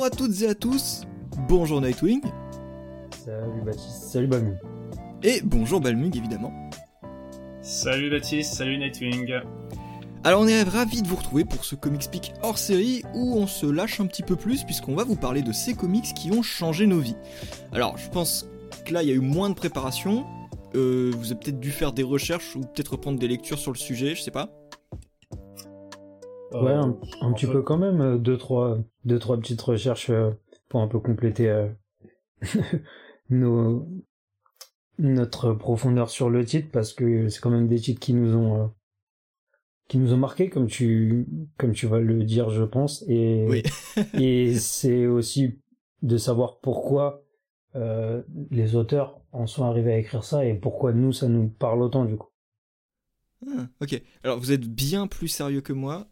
à toutes et à tous, bonjour Nightwing. Salut Baptiste, salut Balmung. Et bonjour Balmung évidemment. Salut Baptiste, salut Nightwing. Alors on est ravis de vous retrouver pour ce Comics Peak hors série où on se lâche un petit peu plus puisqu'on va vous parler de ces comics qui ont changé nos vies. Alors je pense que là il y a eu moins de préparation, vous avez peut-être dû faire des recherches ou peut-être reprendre des lectures sur le sujet, je sais pas. Ouais, un petit peu quand même, deux, trois petites recherches pour un peu compléter notre profondeur sur le titre, parce que c'est quand même des titres qui nous ont marqués, comme tu vas le dire, je pense, et Oui. et c'est aussi de savoir pourquoi les auteurs en sont arrivés à écrire ça et pourquoi nous ça nous parle autant du coup. Ah, ok, alors vous êtes bien plus sérieux que moi.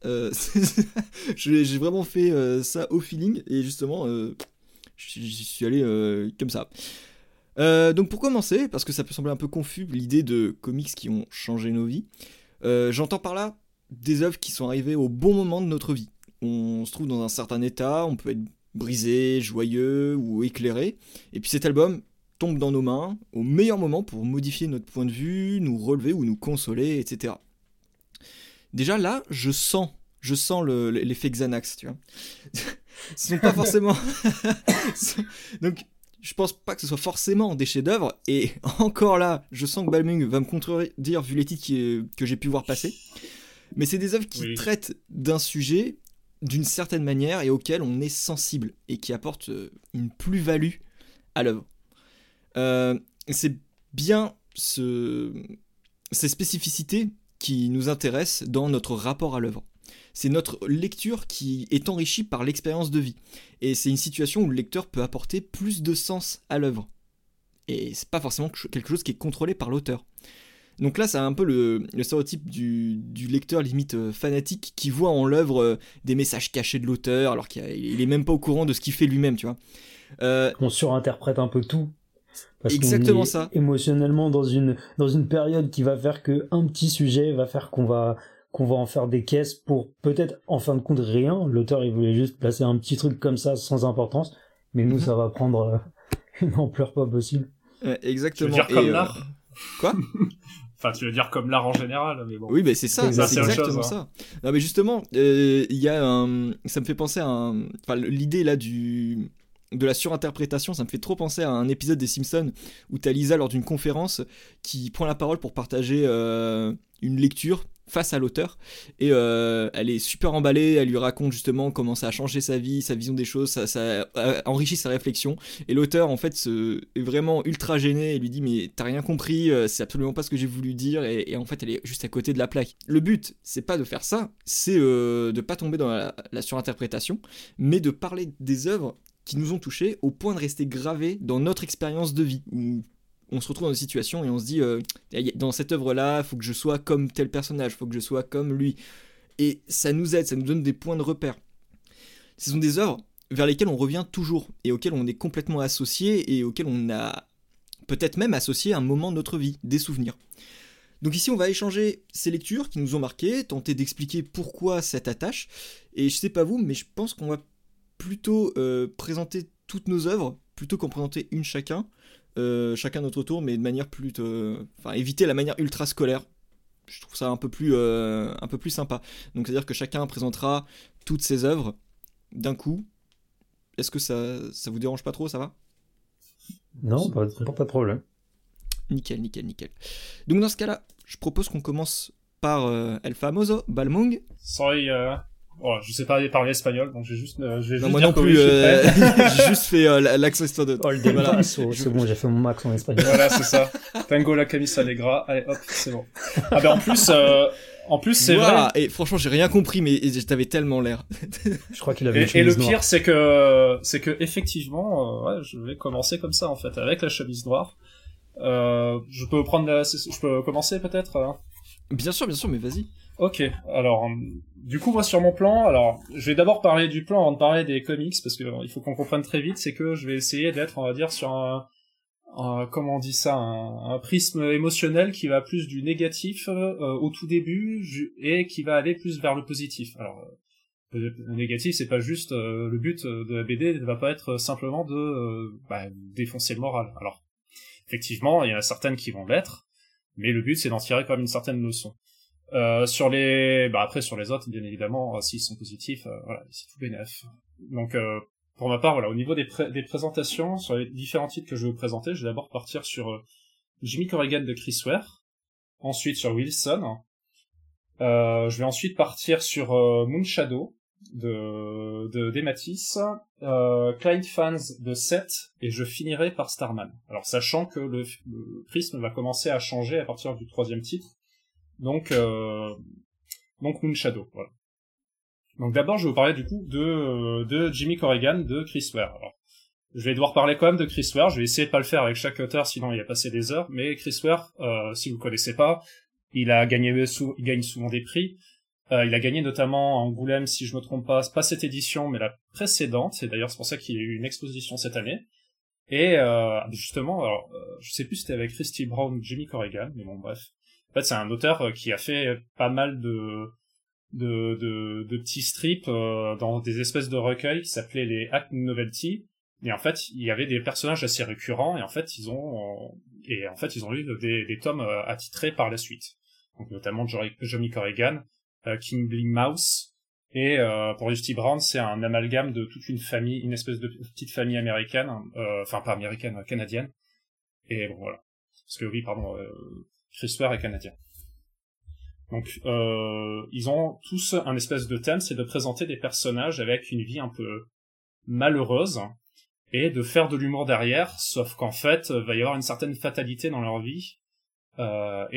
J'ai vraiment fait ça au feeling et justement j'y suis allé comme ça. Donc pour commencer, parce que ça peut sembler un peu confus l'idée de comics qui ont changé nos vies, j'entends par là des œuvres qui sont arrivées au bon moment de notre vie. On se trouve dans un certain état, on peut être brisé, joyeux ou éclairé, et puis cet album tombe dans nos mains au meilleur moment pour modifier notre point de vue, nous relever ou nous consoler, etc. Déjà là, je sens l'effet Xanax, tu vois. Ce sont pas forcément... Donc, je pense pas que ce soit forcément des chefs-d'œuvre, et encore là, je sens que Balmung va me contredire vu les titres que j'ai pu voir passer. Mais c'est des œuvres qui traitent d'un sujet d'une certaine manière et auquel on est sensible, et qui apportent une plus-value à l'œuvre. C'est bien ces spécificités qui nous intéressent dans notre rapport à l'œuvre. C'est notre lecture qui est enrichie par l'expérience de vie. Et c'est une situation où le lecteur peut apporter plus de sens à l'œuvre. Et c'est pas forcément quelque chose qui est contrôlé par l'auteur. Donc là, c'est un peu le stéréotype du lecteur limite fanatique qui voit en l'œuvre des messages cachés de l'auteur alors qu'il est même pas au courant de ce qu'il fait lui-même, tu vois. On surinterprète un peu tout. Parce exactement qu'on est ça. Émotionnellement dans une période qui va faire que un petit sujet va faire qu'on va en faire des caisses pour peut-être en fin de compte rien. L'auteur il voulait juste placer un petit truc comme ça sans importance, mais nous ça va prendre une ampleur pas possible. Exactement. Tu veux dire comme l'art Quoi? Enfin, tu veux dire comme l'art en général, mais bon. Oui, mais c'est ça, c'est exactement chose, ça. Non, mais justement, il y a ça me fait penser à enfin, l'idée là de la surinterprétation, ça me fait trop penser à un épisode des Simpsons où t'as Lisa lors d'une conférence qui prend la parole pour partager une lecture face à l'auteur, et elle est super emballée, elle lui raconte justement comment ça a changé sa vie, sa vision des choses, ça a enrichi sa réflexion, et l'auteur en fait est vraiment ultra gêné et lui dit mais t'as rien compris, c'est absolument pas ce que j'ai voulu dire, et en fait elle est juste à côté de la plaque. Le but c'est pas de faire ça, c'est de pas tomber dans la surinterprétation, mais de parler des œuvres qui nous ont touchés au point de rester gravés dans notre expérience de vie, où on se retrouve dans une situation et on se dit dans cette œuvre-là, faut que je sois comme tel personnage, faut que je sois comme lui. Et ça nous aide, ça nous donne des points de repère. Ce sont des œuvres vers lesquelles on revient toujours et auxquelles on est complètement associé et auxquelles on a peut-être même associé un moment de notre vie, des souvenirs. Donc ici, on va échanger ces lectures qui nous ont marqués, tenter d'expliquer pourquoi cette attache. Et je sais pas vous, mais je pense qu'on va plutôt présenter toutes nos œuvres plutôt qu'en présenter une chacun notre tour, mais de manière plutôt éviter la manière ultra scolaire. Je trouve ça un peu plus sympa. Donc c'est à dire que chacun présentera toutes ses œuvres d'un coup. Est-ce que ça vous dérange pas trop, ça va? Non, pas de problème. Nickel. Donc dans ce cas-là, je propose qu'on commence par El Famoso, Balmung. Sorry, je sais pas parler espagnol, donc je vais juste non, moi dire non plus, j'ai juste fait l'accent histoire de... Voilà. C'est bon, j'ai fait mon max en espagnol. Voilà, c'est ça. Tengo la camisa negra, allez hop, c'est bon. Ah ben en plus c'est vrai. Et franchement, j'ai rien compris, mais t'avais tellement l'air. Je crois qu'il avait une et chemise le noire. pire, c'est que effectivement, je vais commencer comme ça en fait, avec la chemise noire. Je peux commencer peut-être Bien sûr, mais vas-y. Ok, alors du coup moi sur mon plan, alors je vais d'abord parler du plan avant de parler des comics parce que il faut qu'on comprenne très vite, c'est que je vais essayer d'être, on va dire, sur comment on dit ça, un prisme émotionnel qui va plus du négatif au tout début et qui va aller plus vers le positif. Alors négatif, c'est pas juste le but de la BD ne va pas être simplement de défoncer le moral. Alors effectivement, il y en a certaines qui vont l'être, mais le but c'est d'en tirer quand même une certaine leçon. Sur les autres, bien évidemment, s'ils sont positifs, voilà, c'est tout bénef. Donc pour ma part, voilà, au niveau des présentations sur les différents titres que je vais vous présenter, je vais d'abord partir sur Jimmy Corrigan de Chris Ware, ensuite sur Wilson. Je vais ensuite partir sur Moonshadow de Dematis, Client Fans de Seth, et je finirai par Starman. Alors sachant que le prisme va commencer à changer à partir du 3e titre, donc Moonshadow. Voilà. Donc d'abord je vais vous parler du coup de Jimmy Corrigan de Chris Ware. Alors, je vais devoir parler quand même de Chris Ware, je vais essayer de pas le faire avec chaque auteur sinon il va passer des heures, mais Chris Ware, si vous le connaissez pas, il gagne souvent des prix. Il a gagné notamment à Angoulême, si je me trompe pas cette édition, mais la précédente, et d'ailleurs c'est pour ça qu'il y a eu une exposition cette année. Et justement, alors je sais plus si c'était avec Christy Brown ou Jimmy Corrigan, mais bon bref. En fait, c'est un auteur qui a fait pas mal de petits strips dans des espèces de recueils qui s'appelaient les Act Novelty. Et en fait, il y avait des personnages assez récurrents, et en fait, ils ont eu des tomes attitrés par la suite. Donc notamment Jimmy Corrigan, Kingling Mouse, et pour Rusty Brown, c'est un amalgame de toute une famille, une espèce de petite famille américaine, enfin pas américaine, canadienne. Et bon voilà, parce que oui, pardon, Chris Ware est canadien. Donc ils ont tous un espèce de thème, c'est de présenter des personnages avec une vie un peu malheureuse et de faire de l'humour derrière, sauf qu'en fait, va y avoir une certaine fatalité dans leur vie. On va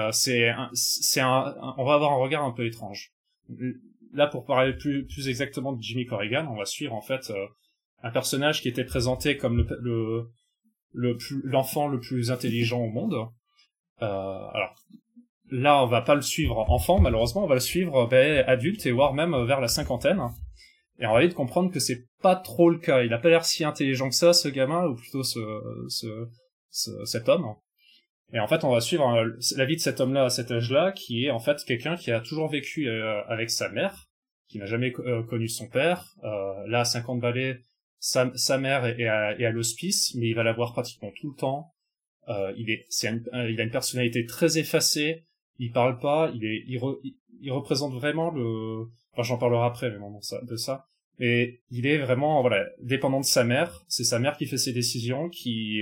avoir un regard un peu étrange. Là, pour parler plus exactement de Jimmy Corrigan, on va suivre en fait un personnage qui était présenté comme l'enfant le plus intelligent au monde. Alors là, on va pas le suivre enfant, malheureusement, on va le suivre adulte et voire même vers la cinquantaine. Et on va vite comprendre que c'est pas trop le cas. Il a pas l'air si intelligent que ça, ce gamin, ou plutôt cet homme. Et en fait, on va suivre la vie de cet homme-là à cet âge-là, qui est en fait quelqu'un qui a toujours vécu avec sa mère, qui n'a jamais connu son père. Là, à 50 balais, sa mère est à l'hospice, mais il va la voir pratiquement tout le temps. Il a une personnalité très effacée. Il parle pas. Il représente vraiment enfin, j'en parlerai après, mais bon, de ça. Mais il est vraiment, voilà, dépendant de sa mère. C'est sa mère qui fait ses décisions, qui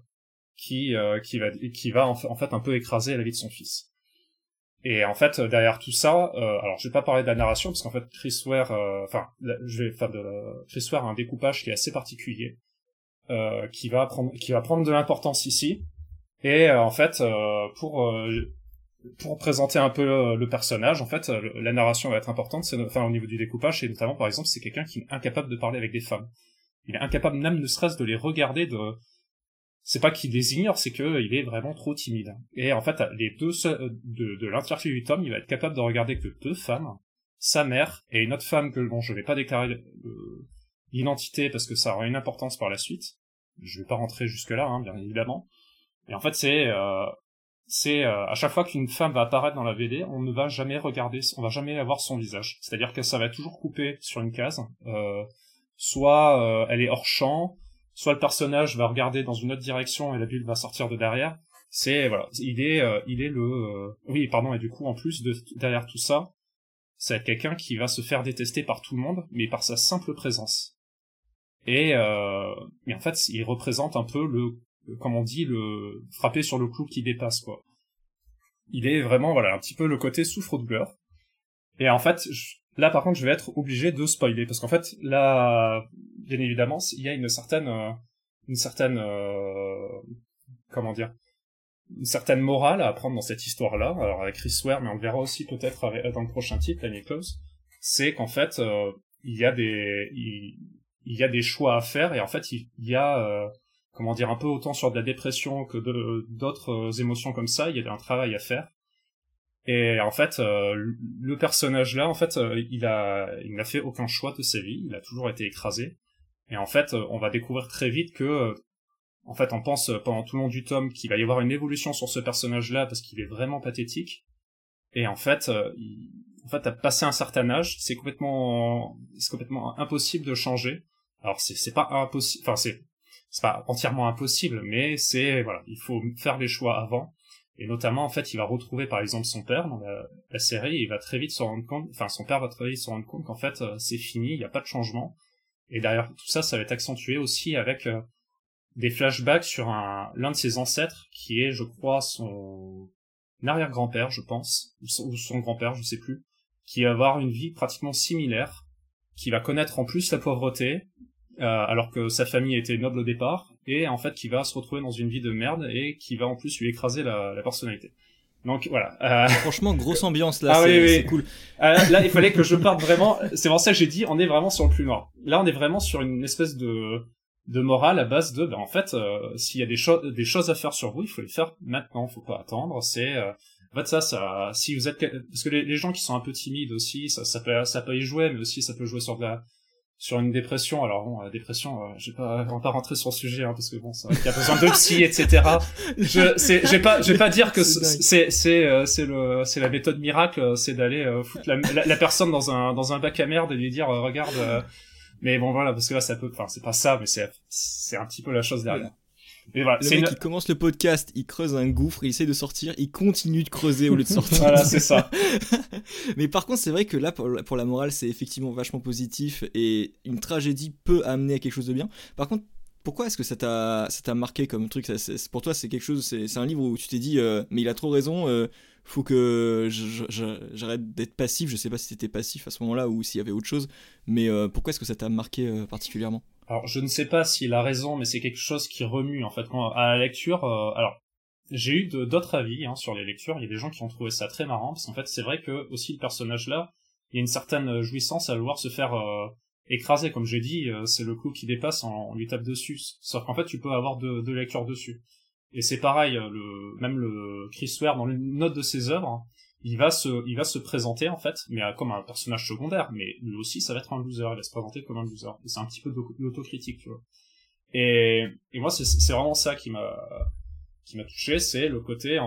va en fait un peu écraser la vie de son fils. Et en fait, derrière tout ça, alors je vais pas parler de la narration parce qu'en fait Chris Ware Chris Ware a un découpage qui est assez particulier, qui va prendre de l'importance ici. Et en fait, pour présenter un peu le personnage, en fait, la narration va être importante. Au niveau du découpage, c'est notamment par exemple, c'est quelqu'un qui est incapable de parler avec des femmes. Il est incapable même ne serait-ce de les regarder. C'est pas qu'il les ignore, c'est qu'il est vraiment trop timide. Et en fait, les deux de l'entièreté du tome, il va être capable de regarder que 2 femmes, sa mère et une autre femme dont je vais pas déclarer l'identité parce que ça aura une importance par la suite. Je vais pas rentrer jusque là, hein, bien évidemment. Et en fait, c'est à chaque fois qu'une femme va apparaître dans la BD, on ne va jamais avoir son visage. C'est-à-dire que ça va être toujours coupé sur une case. Soit elle est hors champ, soit le personnage va regarder dans une autre direction et l'adulte va sortir de derrière. Oui, pardon, et du coup, en plus derrière tout ça, ça va être quelqu'un qui va se faire détester par tout le monde, mais par sa simple présence. Mais en fait, il représente un peu comme on dit, le frapper sur le clou qui dépasse, quoi. Il est vraiment, voilà, un petit peu le côté souffre-douleur. Et en fait, là, par contre, je vais être obligé de spoiler, parce qu'en fait, là, bien évidemment, il y a une certaine morale à apprendre dans cette histoire-là, alors avec Chris Ware, mais on le verra aussi peut-être dans le prochain titre, l'année close, c'est qu'en fait, il y a des choix à faire, et en fait, il y a un peu autant sur de la dépression que d'autres émotions comme ça, il y a un travail à faire. Et en fait, le personnage là, en fait, il n'a fait aucun choix de sa vie, il a toujours été écrasé. Et en fait, on va découvrir très vite que, en fait, on pense pendant tout le long du tome qu'il va y avoir une évolution sur ce personnage là parce qu'il est vraiment pathétique. Et en fait, en fait, t'as passé un certain âge, c'est complètement impossible de changer. Alors c'est pas impossible, enfin c'est pas entièrement impossible, mais voilà, il faut faire les choix avant. Et notamment, en fait, il va retrouver, par exemple, son père dans la série, et il va très vite se rendre compte, enfin, son père va très vite se rendre compte qu'en fait, c'est fini, il n'y a pas de changement. Et derrière tout ça, ça va être accentué aussi avec des flashbacks sur l'un de ses ancêtres, qui est, je crois, son arrière-grand-père, je pense, ou son grand-père, je sais plus, qui va avoir une vie pratiquement similaire, qui va connaître en plus la pauvreté, alors que sa famille était noble au départ, et en fait qui va se retrouver dans une vie de merde et qui va en plus lui écraser la personnalité. Donc voilà. Franchement, grosse ambiance là, c'est cool. Là, il fallait que je parte vraiment. C'est pour ça que j'ai dit, on est vraiment sur le plus noir. Là, on est vraiment sur une espèce de morale à base de, en fait, s'il y a des choses à faire sur vous, il faut les faire maintenant, faut pas attendre. En fait, ça, si vous êtes, parce que les gens qui sont un peu timides aussi, ça peut y jouer, mais aussi ça peut jouer sur une dépression. Alors bon, la dépression, on va pas rentrer sur le sujet, hein, parce que bon, c'est vrai qu'il y a besoin de psy, etc. Je vais pas dire que c'est la méthode miracle, c'est d'aller foutre la personne dans un bac à merde et lui dire regarde. Mais bon voilà, parce que là c'est pas ça, mais c'est un petit peu la chose derrière. Mais voilà, le mec qui commence le podcast, il creuse un gouffre, il essaie de sortir, il continue de creuser au lieu de sortir. Voilà, c'est ça. Mais par contre, c'est vrai que là, pour la morale, c'est effectivement vachement positif et une tragédie peut amener à quelque chose de bien. Par contre, pourquoi est-ce que ça t'a marqué comme truc? Pour toi, c'est quelque chose, c'est un livre où tu t'es dit, mais il a trop raison, faut que j'arrête d'être passif. Je sais pas si t'étais passif à ce moment-là ou s'il y avait autre chose, mais pourquoi est-ce que ça t'a marqué particulièrement? Alors, je ne sais pas s'il a raison, mais c'est quelque chose qui remue, en fait, à la lecture. Alors, j'ai eu d'autres avis sur les lectures. Il y a des gens qui ont trouvé ça très marrant, parce qu'en fait, c'est vrai que aussi le personnage-là, il y a une certaine jouissance à le voir se faire écraser. Comme j'ai dit, c'est le clou qui dépasse, on lui tape dessus. Sauf qu'en fait, tu peux avoir deux lectures dessus. Et c'est pareil, même le Chris Ware, dans une note de ses œuvres, il va se présenter en fait, mais comme un personnage secondaire, mais lui aussi ça va être un loser, il va se présenter comme un loser. Et c'est un petit peu d'autocritique, tu vois. Et moi c'est vraiment ça qui m'a touché, c'est le côté,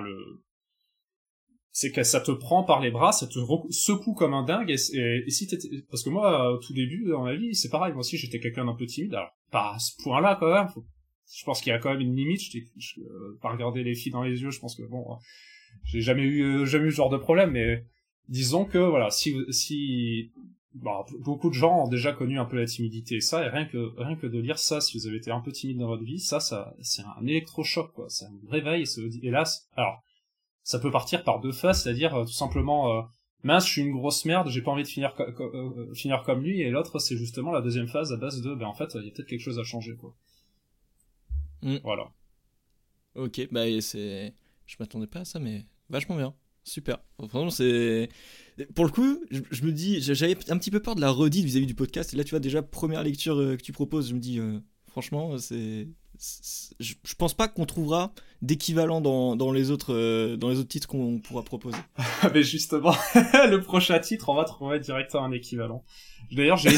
c'est que ça te prend par les bras, ça te secoue comme un dingue, et si parce que moi au tout début dans ma vie c'est pareil, moi aussi j'étais quelqu'un d'un peu timide, alors pas à ce point-là quand même. Je pense qu'il y a quand même une limite. Pas regarder les filles dans les yeux, je pense que bon. J'ai jamais eu ce genre de problème, mais disons que voilà, beaucoup de gens ont déjà connu un peu la timidité et ça, et rien que de lire ça, si vous avez été un peu timide dans votre vie, ça c'est un électrochoc, quoi. Ça vous réveille et là, alors, ça peut partir par deux phases, c'est-à-dire tout simplement, mince, je suis une grosse merde, j'ai pas envie de finir comme lui, et l'autre, c'est justement la deuxième phase à base de, en fait, il y a peut-être quelque chose à changer, quoi. Voilà. Ok, je m'attendais pas à ça, mais vachement bien, super. Vraiment, c'est pour le coup, je me dis, j'avais un petit peu peur de la redite vis-à-vis du podcast. Et là, tu vois, déjà première lecture que tu proposes, je me dis, franchement, je pense pas qu'on trouvera d'équivalent dans les autres titres qu'on pourra proposer. Mais justement, le prochain titre, on va trouver directement un équivalent. D'ailleurs, j'ai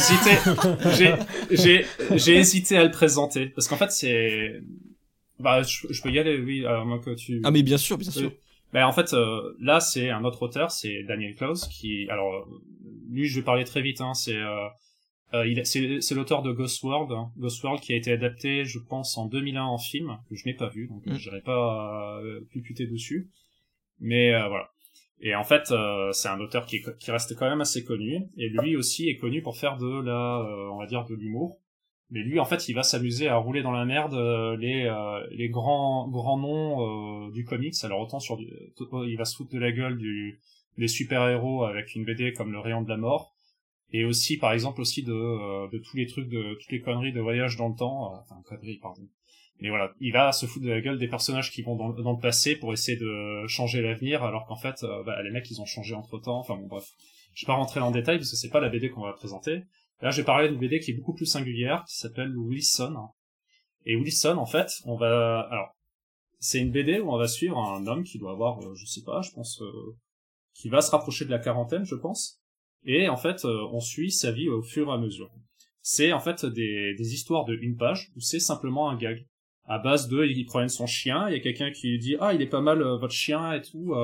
hésité à le présenter parce qu'en fait, c'est je peux y aller, oui, alors moi que tu. Ah mais bien sûr. En fait, là, c'est un autre auteur, c'est Daniel Clowes qui, alors, lui, je vais parler très vite, c'est l'auteur de Ghost World qui a été adapté, je pense, en 2001 en film, que je n'ai pas vu, donc j'irai pas puter dessus. Mais voilà. Et en fait, c'est un auteur qui reste quand même assez connu, et lui aussi est connu pour faire on va dire de l'humour. Mais lui, en fait, il va s'amuser à rouler dans la merde les grands noms du comics. Alors autant il va se foutre de la gueule des super-héros avec une BD comme Le Rayon de la Mort, et aussi, par exemple, aussi de tous les trucs, de toutes les conneries de voyage dans le temps. Conneries, pardon. Mais voilà, il va se foutre de la gueule des personnages qui vont dans le passé pour essayer de changer l'avenir, alors qu'en fait, les mecs, ils ont changé entre-temps. Enfin bon, bref. Je vais pas rentrer dans le détail parce que c'est pas la BD qu'on va présenter. Là, j'ai parlé d'une BD qui est beaucoup plus singulière, qui s'appelle Wilson. Et Wilson, en fait, alors, c'est une BD où on va suivre un homme qui doit avoir, je sais pas, je pense, qui va se rapprocher de la quarantaine, je pense. Et en fait, on suit sa vie au fur et à mesure. C'est en fait des histoires de une page où c'est simplement un gag. À base il promène son chien, il y a quelqu'un qui lui dit il est pas mal votre chien et tout,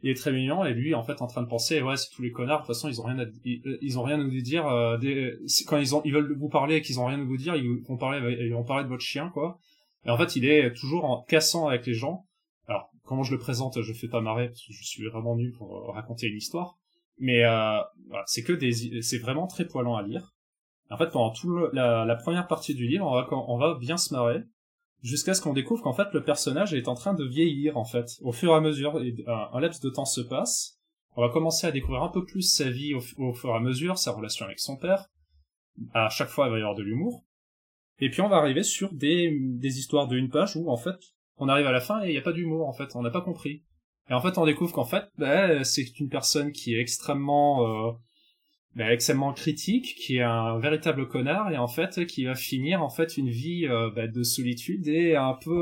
il est très mignon, et lui, en fait, en train de penser, ouais, c'est tous les connards, de toute façon, ils ont rien à nous dire, quand ils veulent vous parler et qu'ils ont rien à vous dire, ils vont parler de votre chien, quoi. Et en fait, il est toujours en cassant avec les gens. Alors, comment je le présente, je fais pas marrer, parce que je suis vraiment nul pour raconter une histoire. Mais, voilà, c'est vraiment très poilant à lire. En fait, pendant la première partie du livre, on va bien se marrer, jusqu'à ce qu'on découvre qu'en fait, le personnage est en train de vieillir, en fait. Au fur et à mesure, un laps de temps se passe, on va commencer à découvrir un peu plus sa vie au fur et à mesure, sa relation avec son père. À chaque fois, il va y avoir de l'humour. Et puis, on va arriver sur des histoires de une page où, en fait, on arrive à la fin et il n'y a pas d'humour, en fait. On n'a pas compris. Et en fait, on découvre qu'en fait, c'est une personne qui est extrêmement critique, qui est un véritable connard, et en fait, qui va finir, en fait, une vie, de solitude et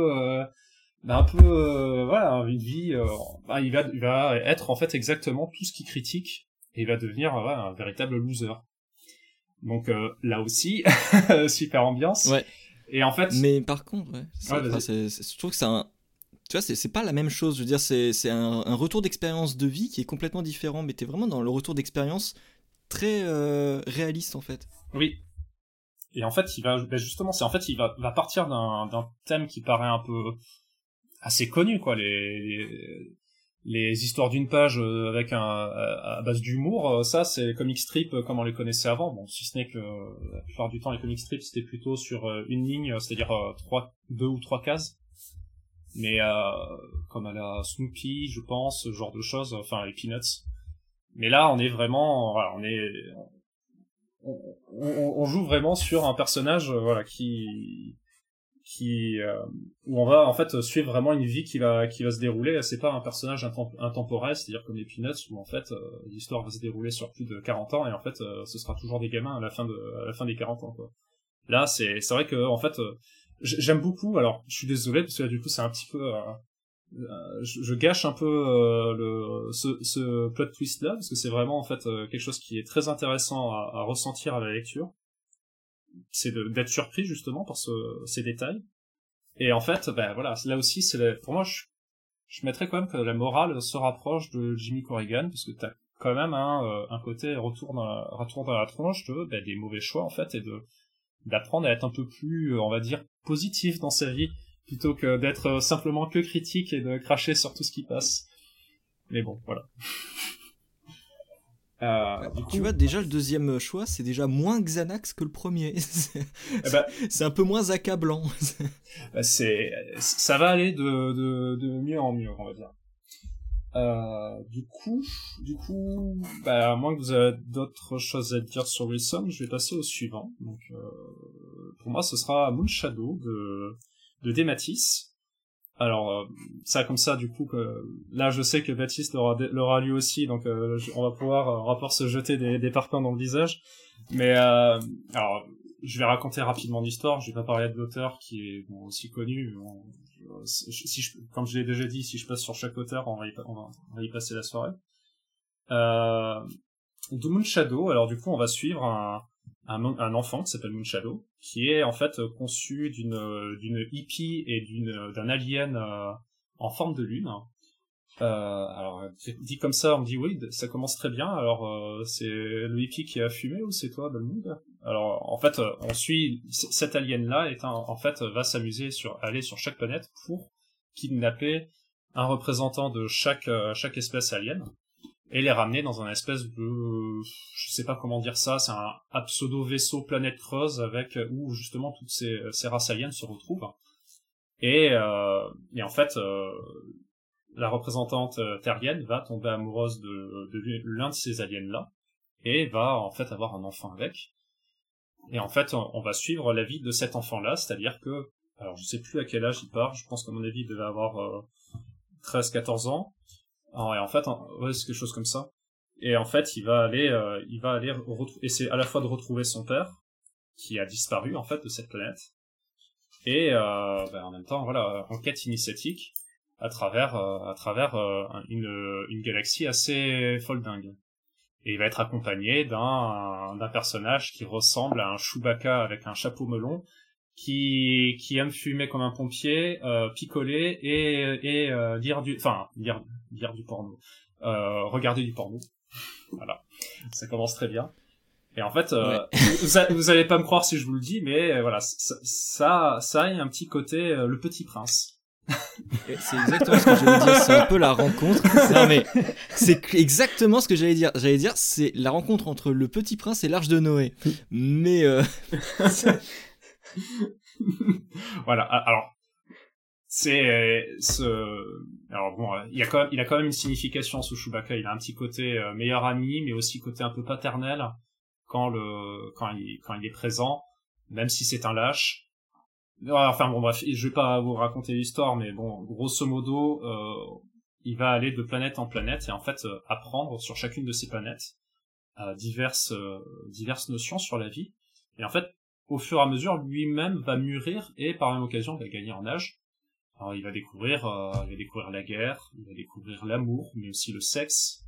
voilà, une vie, il va être, en fait, exactement tout ce qu'il critique, et il va devenir, un véritable loser. Donc, là aussi, super ambiance. Ouais. Et en fait... Mais par contre, ouais, vas-y. je trouve que c'est tu vois, c'est pas la même chose. Je veux dire, c'est un retour d'expérience de vie qui est complètement différent, mais t'es vraiment dans le retour d'expérience très réaliste, en fait. Oui. Et en fait, il va partir d'un thème qui paraît un peu assez connu, quoi, les histoires d'une page avec à base d'humour, ça c'est les comic strips comme on les connaissait avant. Bon, si ce n'est que la plupart du temps les comic strips c'était plutôt sur une ligne, c'est-à-dire 2 ou 3 cases. Mais comme à la Snoopy, je pense, ce genre de choses, enfin les Peanuts. Mais là, on est vraiment, voilà, on joue vraiment sur un personnage, voilà, où on va en fait suivre vraiment une vie qui va se dérouler. C'est pas un personnage intemporel, c'est-à-dire comme les Peanuts où en fait l'histoire va se dérouler sur plus de 40 ans et en fait ce sera toujours des gamins à la fin des 40 ans, quoi. Là, c'est vrai que en fait j'aime beaucoup. Alors, je suis désolé parce que là, du coup, c'est un petit peu je gâche un peu ce plot twist là parce que c'est vraiment en fait quelque chose qui est très intéressant à ressentir à la lecture. C'est d'être surpris justement par ces détails. Et en fait, voilà, là aussi, pour moi, je mettrais quand même que la morale se rapproche de Jimmy Corrigan, parce que t'as quand même un côté retour dans la tronche des mauvais choix en fait, et d'apprendre à être un peu plus, on va dire, positif dans sa vie, plutôt que d'être simplement que critique et de cracher sur tout ce qui passe. Mais bon, voilà. Du coup, tu vois, déjà le deuxième choix, c'est déjà moins Xanax que le premier. C'est un peu moins accablant. Ça va aller de mieux en mieux, on va dire. Du coup, à moins que vous ayez d'autres choses à dire sur Wilson, je vais passer au suivant. Donc, pour moi, ce sera Moonshadow de Dématis. Alors, ça comme ça, du coup, là, je sais que Baptiste l'aura lu aussi, donc on va pouvoir se jeter des parpaings dans le visage. Mais alors, je vais raconter rapidement l'histoire. Je vais pas parler de l'auteur qui est aussi connu. Comme je l'ai déjà dit, si je passe sur chaque auteur, on va y passer la soirée. De Moonshadow, alors du coup, on va suivre un enfant qui s'appelle Moonshadow, qui est en fait conçu d'une hippie et d'un alien en forme de lune. Alors dit comme ça, on me dit oui, ça commence très bien. Alors c'est le hippie qui a fumé ou c'est toi, Belmond? Alors en fait, on suit cet alien-là en fait va s'amuser aller sur chaque planète pour kidnapper un représentant de chaque espèce alien et les ramener dans un espèce de, je sais pas comment dire ça, c'est un pseudo vaisseau planète creuse où justement toutes ces races aliens se retrouvent. Et en fait, la représentante terrienne va tomber amoureuse de l'un de ces aliens-là et va en fait avoir un enfant avec. Et en fait, on va suivre la vie de cet enfant-là, c'est-à-dire que, alors je sais plus à quel âge il part, je pense qu'à mon avis il devait avoir 13-14 ans. Et en fait, ouais, c'est quelque chose comme ça. Et en fait, il va aller essayer à la fois de retrouver son père, qui a disparu en fait de cette planète, et en même temps, voilà, enquête initiatique à travers une galaxie assez folle dingue. Et il va être accompagné d'un personnage qui ressemble à un Chewbacca avec un chapeau melon, qui aime fumer comme un pompier, picoler et lire du porno. regardez du porno. Voilà, ça commence très bien. Et en fait, Ouais. vous allez pas me croire si je vous le dis, mais voilà, ça a un petit côté le Petit Prince. Et c'est exactement ce que j'allais dire, c'est un peu la rencontre. Non mais c'est exactement ce que j'allais dire. J'allais dire c'est la rencontre entre le Petit Prince et l'Arche de Noé. Mais Voilà. Alors alors bon, il a quand même une signification, ce Chewbacca. Il a un petit côté meilleur ami, mais aussi côté un peu paternel quand il est présent, même si c'est un lâche. Enfin bon, bref, je vais pas vous raconter l'histoire, mais bon, grosso modo, il va aller de planète en planète et en fait apprendre sur chacune de ces planètes diverses notions sur la vie. Et en fait, au fur et à mesure, lui-même va mûrir et par la même occasion va gagner en âge. Alors il va découvrir la guerre, il va découvrir l'amour, mais aussi le sexe,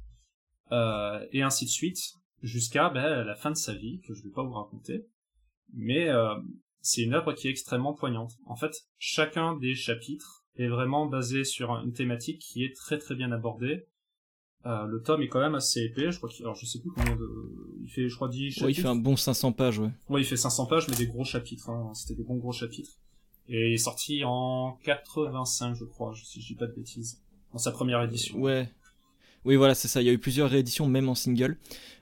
et ainsi de suite, jusqu'à la fin de sa vie, que je vais pas vous raconter. Mais c'est une œuvre qui est extrêmement poignante. En fait, chacun des chapitres est vraiment basé sur une thématique qui est très très bien abordée. Le tome est quand même assez épais, je crois alors je sais plus combien il fait, je crois 10 chapitres. ouais, il fait un bon 500 pages, ouais. Ouais, il fait 500 pages, mais des gros chapitres, hein. C'était des bons gros chapitres. Et il est sorti en 85, je crois, si je dis pas de bêtises. Dans sa première édition. Ouais. Oui, voilà, c'est ça. Il y a eu plusieurs rééditions, même en single.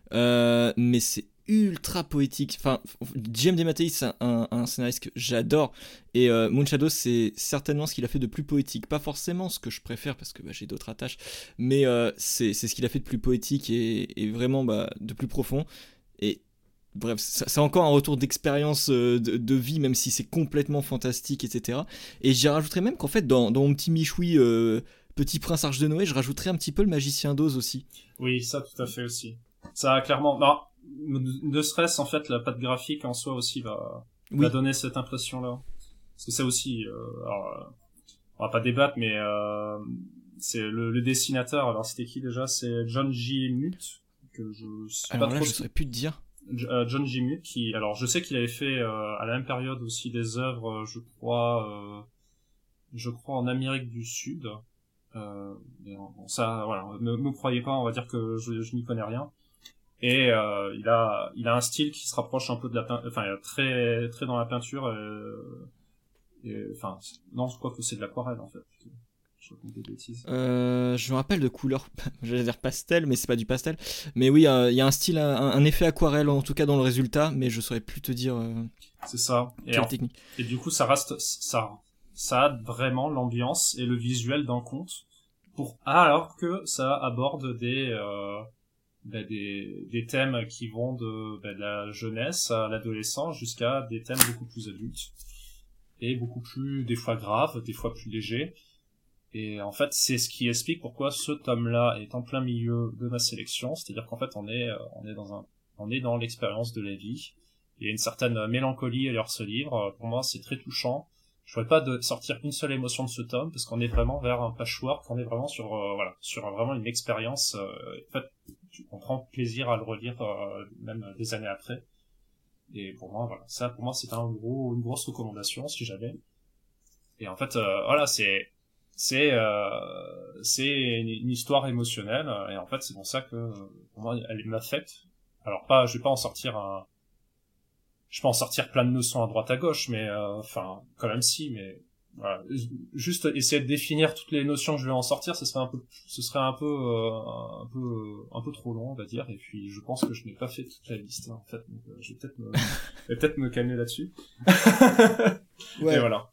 Mais c'est ultra poétique. Enfin, J.M. DeMatteis, c'est un scénariste que j'adore. Et Moon Shadow, c'est certainement ce qu'il a fait de plus poétique. Pas forcément ce que je préfère, parce que j'ai d'autres attaches. Mais c'est ce qu'il a fait de plus poétique et vraiment de plus profond. Et bref, c'est encore un retour d'expérience de vie, même si c'est complètement fantastique, etc. Et j'y rajouterais même qu'en fait, dans mon petit michoui Petit Prince Arche de Noé, je rajouterais un petit peu le Magicien d'Oz aussi. Oui, ça tout à fait aussi. Ça clairement, non, ne serait-ce en fait la patte graphique en soi aussi va donner cette impression-là. Parce que ça aussi, alors, on va pas débattre, mais c'est le dessinateur. Alors c'était qui déjà? C'est John J. Muth, que je sais alors pas là, trop. Je saurais plus te dire. John J. Muth, qui, alors je sais qu'il avait fait à la même période aussi des œuvres, je crois en Amérique du Sud. Bon, ça, voilà, me croyez pas, on va dire que je n'y connais rien. Et il a un style qui se rapproche un peu de la peinture, enfin très très dans la peinture. Enfin non, je crois que c'est de l'aquarelle en fait. Je raconte des bêtises. Je me rappelle de couleur, j'allais dire pastel, mais c'est pas du pastel. Mais oui, il y a un style, un effet aquarelle en tout cas dans le résultat, mais je saurais plus te dire. C'est ça. Quelle technique. Et du coup, ça a vraiment l'ambiance et le visuel d'un conte, alors que ça aborde des thèmes qui vont de la jeunesse à l'adolescence jusqu'à des thèmes beaucoup plus adultes et beaucoup plus, des fois graves, des fois plus légers. Et en fait, c'est ce qui explique pourquoi ce tome-là est en plein milieu de ma sélection. C'est-à-dire qu'en fait, on est dans l'expérience de la vie. Il y a une certaine mélancolie à lire ce livre. Pour moi, c'est très touchant. Je ne pourrais pas sortir une seule émotion de ce tome, parce qu'on est vraiment vers un patchwork, on est vraiment sur vraiment une expérience. En fait, on prend plaisir à le relire, même des années après. Et pour moi, voilà, ça, pour moi, c'est une grosse recommandation, si jamais. Et en fait, voilà, c'est une histoire émotionnelle, et en fait, c'est pour ça que, pour moi, elle m'affecte. Alors je vais pas en sortir plein de leçons à droite à gauche, mais enfin quand même si, mais voilà, juste essayer de définir toutes les notions que je vais en sortir, ce serait un peu trop long, on va dire, et puis je pense que je n'ai pas fait toute la liste en fait, donc je vais peut-être me calmer là-dessus. Ouais. Et voilà.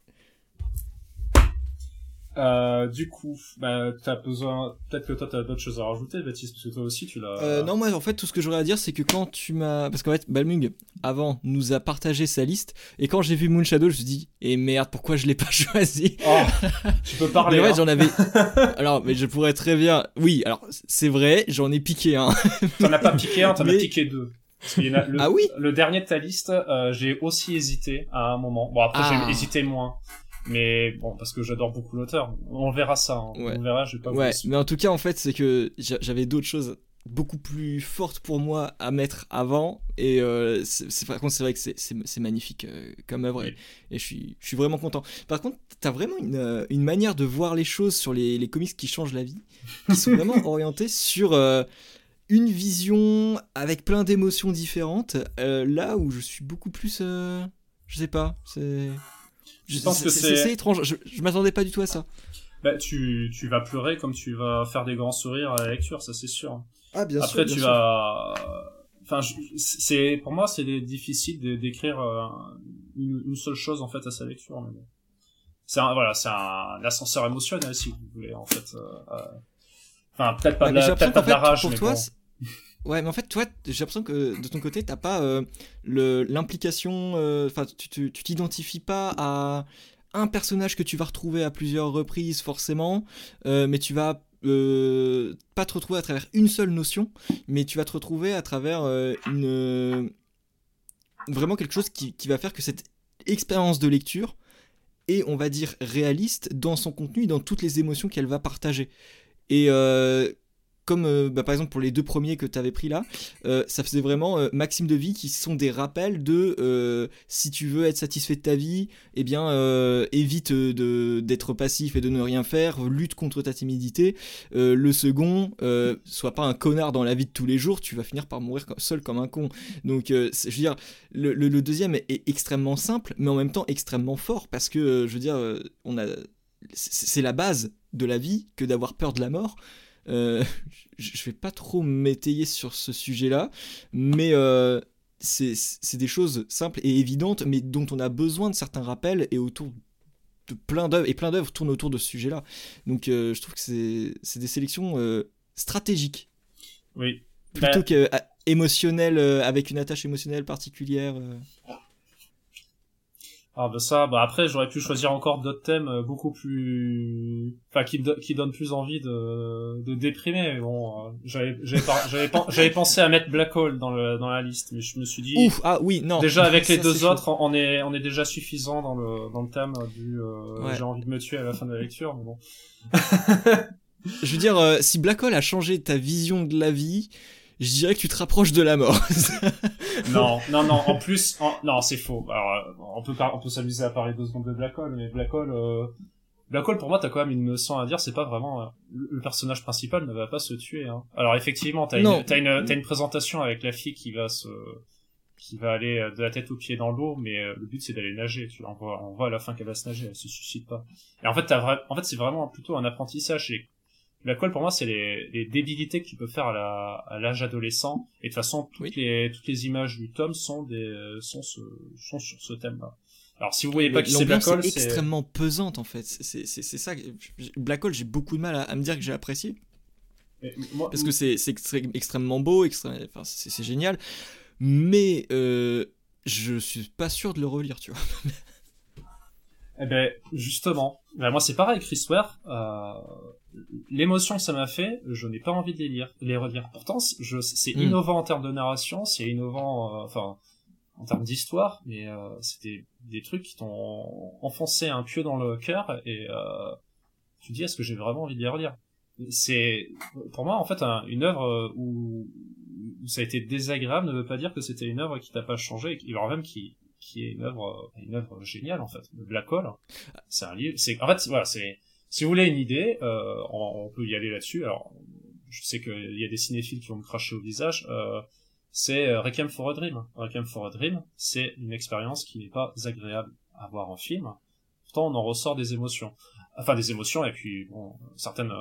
Du coup, t'as besoin, peut-être que toi t'as d'autres choses à rajouter, Baptiste, parce que toi aussi tu l'as. Non, moi en fait tout ce que j'aurais à dire c'est que quand parce qu'en fait Balmung avant nous a partagé sa liste et quand j'ai vu Moon Shadow je me suis dit merde pourquoi je l'ai pas choisi. Oh, tu peux parler. Mais en fait j'en avais. Alors mais je pourrais très bien. Oui alors c'est vrai j'en ai piqué un. T'en as pas piqué un, t'en as piqué deux. Parce qu'il y en a Ah oui. Le dernier de ta liste, j'ai aussi hésité à un moment. Bon après j'ai hésité moins. Mais bon, parce que j'adore beaucoup l'auteur. On verra ça. Hein. Ouais. On verra, je vais pas vous mais en tout cas, en fait, c'est que j'avais d'autres choses beaucoup plus forte pour moi à mettre avant, et par contre c'est vrai que c'est magnifique comme œuvre, Oui. et je suis vraiment content. Par contre, t'as vraiment une manière de voir les choses sur les comics qui changent la vie, qui sont vraiment orientés sur une vision avec plein d'émotions différentes, là où je suis beaucoup plus je sais pas, Je pense que c'est étrange, je m'attendais pas du tout à ça. Bah, tu vas pleurer comme tu vas faire des grands sourires à la lecture, ça c'est sûr. Ah bien Après, sûr, tu vas... Enfin, pour moi, c'est difficile d'écrire une seule chose, en fait, à sa lecture. Mais bon. Voilà, c'est un ascenseur émotionnel, si vous voulez, en fait. Enfin, peut-être pas Ouais, de mais j'ai la, peut-être l'impression pas qu'en de la fait, rage, pour mais toi, bon. ouais, mais en fait, toi, j'ai l'impression que de ton côté, t'as pas l'implication. Enfin, tu t'identifies pas à un personnage que tu vas retrouver à plusieurs reprises, forcément, mais tu vas pas te retrouver à travers une seule notion, mais tu vas te retrouver à travers vraiment quelque chose qui va faire que cette expérience de lecture est, on va dire, réaliste dans son contenu et dans toutes les émotions qu'elle va partager. Et comme par exemple pour les 2 premiers que tu avais pris là, ça faisait vraiment maxime de vie qui sont des rappels de si tu veux être satisfait de ta vie, eh bien évite d'être passif et de ne rien faire, lutte contre ta timidité. Le second, sois pas un connard dans la vie de tous les jours, tu vas finir par mourir seul comme un con. Donc je veux dire, le deuxième est extrêmement simple, mais en même temps extrêmement fort, parce que je veux dire, c'est la base de la vie que d'avoir peur de la mort. Je vais pas trop m'étayer sur ce sujet-là, mais c'est des choses simples et évidentes, mais dont on a besoin de certains rappels, et autour de plein d'œuvres, et plein d'œuvres tournent autour de ce sujet-là. Donc je trouve que c'est des sélections stratégiques, Oui. plutôt que émotionnelles, avec une attache émotionnelle particulière. Ah bah ça, bah après j'aurais pu choisir encore d'autres thèmes beaucoup plus, enfin qui donnent plus envie de déprimer. Mais bon, j'avais pensé à mettre Black Hole dans la liste, mais je me suis dit, Ouf, ah oui, non. déjà avec les Ça, deux c'est autres, chaud. on est déjà suffisant dans le thème du Ouais. j'ai envie de me tuer à la fin de la lecture. Mais bon. Je veux dire, si Black Hole a changé ta vision de la vie, je dirais que tu te rapproches de la mort. Non. En plus, non, c'est faux. Alors, on peut s'amuser à parler 2 secondes de Black Hole, mais Black Hole, pour moi, t'as quand même une leçon à dire. C'est pas vraiment le personnage principal ne va pas se tuer. Hein. Alors effectivement, t'as Non. une présentation avec la fille qui va aller de la tête aux pieds dans l'eau, mais le but c'est d'aller nager. Tu vois, on voit à la fin qu'elle va se nager, elle se suicide pas. Et en fait, c'est vraiment plutôt un apprentissage. Black Hole, pour moi, c'est les débilités que tu peux faire à l'âge adolescent. Et de toute façon, toutes les images du tome sont sur ce thème-là. Alors, si vous voyez pas qui c'est Black L'ambiance Hole, est c'est... extrêmement pesante, en fait. C'est ça. Black Hole, j'ai beaucoup de mal à me dire que j'ai apprécié. Moi, Parce que c'est extrêmement beau, enfin, c'est génial. Mais je suis pas sûr de le relire, tu vois. eh ben, justement, ben, moi c'est pareil, Chris Ware, l'émotion que ça m'a fait, je n'ai pas envie de les relire. Pourtant, c'est innovant en termes de narration, c'est innovant, enfin, en termes d'histoire, mais c'était des trucs qui t'ont enfoncé un pieu dans le cœur, et tu te dis, est-ce que j'ai vraiment envie de les relire? C'est, pour moi, en fait, une œuvre où ça a été désagréable ne veut pas dire que c'était une œuvre qui t'a pas changé, et alors même qui est une œuvre géniale, en fait. Le Black Hole, c'est un livre, en fait, voilà, si vous voulez une idée, on peut y aller là-dessus. Alors, je sais qu'il y a des cinéphiles qui vont me cracher au visage, c'est Requiem for a Dream. Requiem for a Dream, c'est une expérience qui n'est pas agréable à voir en film. Pourtant, on en ressort des émotions. Enfin, des émotions, et puis, bon, certaines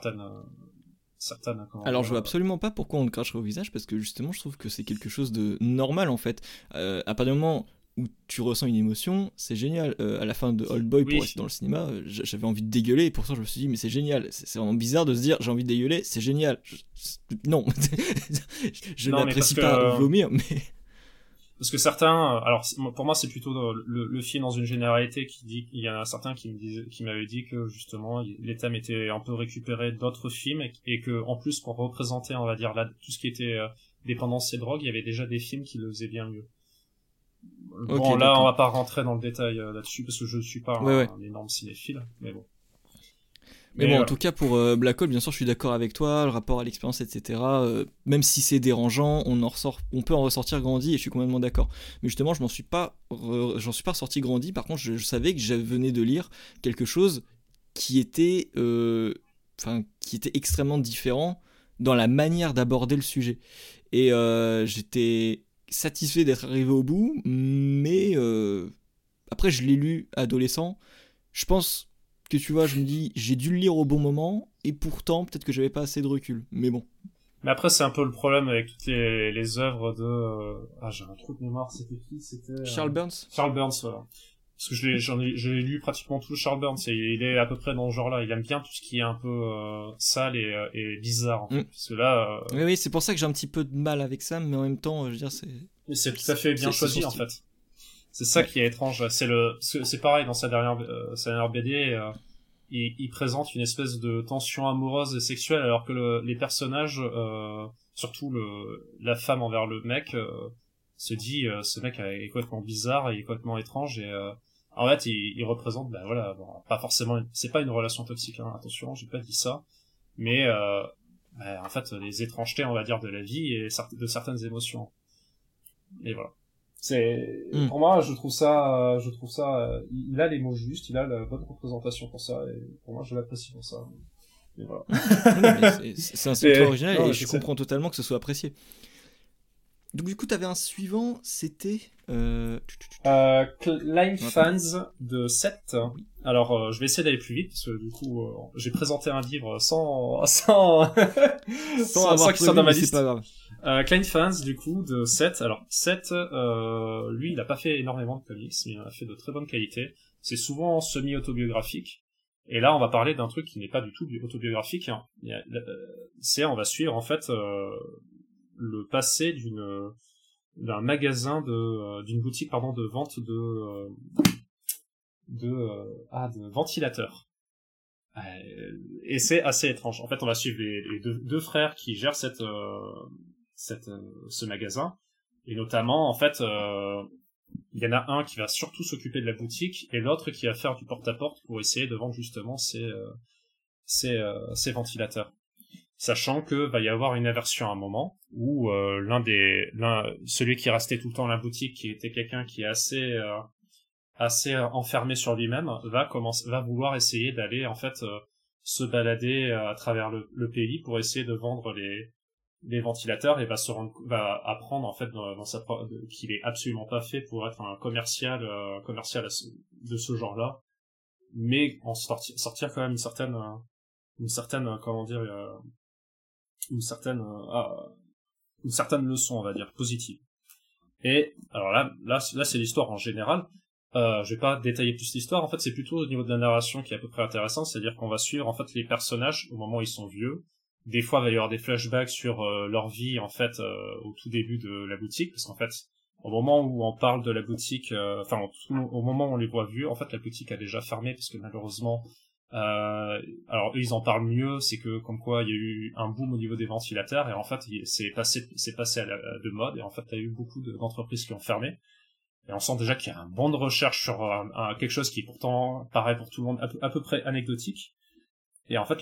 Alors je vois absolument pas pourquoi on le cracherait au visage, parce que justement je trouve que c'est quelque chose de normal, en fait. À partir du moment où tu ressens une émotion, c'est génial. À la fin de Old Boy, Oui. pour rester dans le cinéma, j'avais envie de dégueuler, et pourtant je me suis dit mais c'est génial. C'est vraiment bizarre de se dire j'ai envie de dégueuler, c'est génial. Non, je Non, mais n'apprécie parce que, pas vomir, mais parce que certains, alors pour moi c'est plutôt le film dans une généralité qui dit, il y en a certains qui m'avaient dit que justement les thèmes étaient un peu récupérés d'autres films, et que en plus pour représenter, on va dire là, tout ce qui était dépendance et drogue, il y avait déjà des films qui le faisaient bien mieux. Bon, Ok, là d'accord. on va pas rentrer dans le détail là-dessus parce que je suis pas Ouais. un énorme cinéphile, mais bon. Mais bon, en voilà. tout cas, pour Black Hole, bien sûr, je suis d'accord avec toi, le rapport à l'expérience, etc. Même si c'est dérangeant, on peut en ressortir grandi, et je suis complètement d'accord. Mais justement, j'en suis pas ressorti grandi. Par contre, je savais que je venais de lire quelque chose qui était, qui était extrêmement différent dans la manière d'aborder le sujet. Et j'étais satisfait d'être arrivé au bout, mais après, je l'ai lu adolescent. Je pense que tu vois, je me dis, j'ai dû le lire au bon moment, et pourtant, peut-être que j'avais pas assez de recul. Mais bon. Mais après, c'est un peu le problème avec toutes les œuvres de... Ah, j'ai un trou de mémoire, c'était qui? C'était... Charles Burns. Charles Burns, voilà. Parce que j'ai lu pratiquement tout Charles Burns, et il est à peu près dans ce genre-là. Il aime bien tout ce qui est un peu sale et bizarre, en fait. Parce que là... Oui, c'est pour ça que j'ai un petit peu de mal avec ça, mais en même temps, je veux dire, c'est... Mais c'est tout à fait bien choisi, en fait. C'est ça qui est étrange. C'est pareil dans sa dernière BD. Il présente une espèce de tension amoureuse et sexuelle, alors que les personnages, surtout la femme envers le mec, se dit ce mec est complètement bizarre, il est complètement étrange, et en fait il représente, ben voilà, bon, pas forcément, c'est pas une relation toxique, hein, attention, j'ai pas dit ça, mais en fait les étrangetés, on va dire, de la vie et de certaines émotions. Et voilà. Pour moi, je trouve ça, il a les mots justes, il a la bonne représentation pour ça, et pour moi, je l'apprécie pour ça. Mais voilà. C'est un style original, et je comprends totalement que ce soit apprécié. Donc du coup, t'avais un suivant, c'était... Klein Fans de 7. Oui. Alors, je vais essayer d'aller plus vite, parce que du coup, j'ai présenté un livre sans qu'il soit dans ma liste. C'est pas grave. Klein Fans, du coup, de 7. Alors, 7, lui, il a pas fait énormément de comics, mais il en a fait de très bonne qualité. C'est souvent semi-autobiographique. Et là, on va parler d'un truc qui n'est pas du tout autobiographique. Hein. On va suivre, en fait, le passé d'un magasin d'une boutique, pardon, de vente de ventilateurs. Et c'est assez étrange. En fait, on va suivre les deux frères qui gèrent ce magasin, et notamment, en fait, il y en a un qui va surtout s'occuper de la boutique, et l'autre qui va faire du porte-à-porte pour essayer de vendre justement ces ventilateurs. Sachant que va y avoir une aversion à un moment où celui qui restait tout le temps à la boutique, qui était quelqu'un qui est assez enfermé sur lui-même, va vouloir essayer d'aller, en fait, se balader à travers le pays pour essayer de vendre les ventilateurs, et va apprendre, en fait, qu'il est absolument pas fait pour être un commercial de ce genre-là, mais en sortir quand même une certaine comment dire, une certaine leçon, on va dire, positive. Et alors là c'est l'histoire en général. Je vais pas détailler plus l'histoire. En fait, c'est plutôt au niveau de la narration qui est à peu près intéressant, c'est-à-dire qu'on va suivre, en fait, les personnages au moment où ils sont vieux. Des fois, il va y avoir des flashbacks sur leur vie, en fait, au tout début de la boutique, parce qu'en fait, au moment où on parle de la boutique, au moment où on les voit vieux, en fait, la boutique a déjà fermé, parce que malheureusement, alors eux, ils en parlent mieux, c'est que comme quoi il y a eu un boom au niveau des ventilateurs, et en fait, c'est passé de mode, et en fait, il y a eu beaucoup d'entreprises qui ont fermé. Et on sent déjà qu'il y a un banc de recherche sur quelque chose qui pourtant paraît pour tout le monde à peu près anecdotique. Et en fait,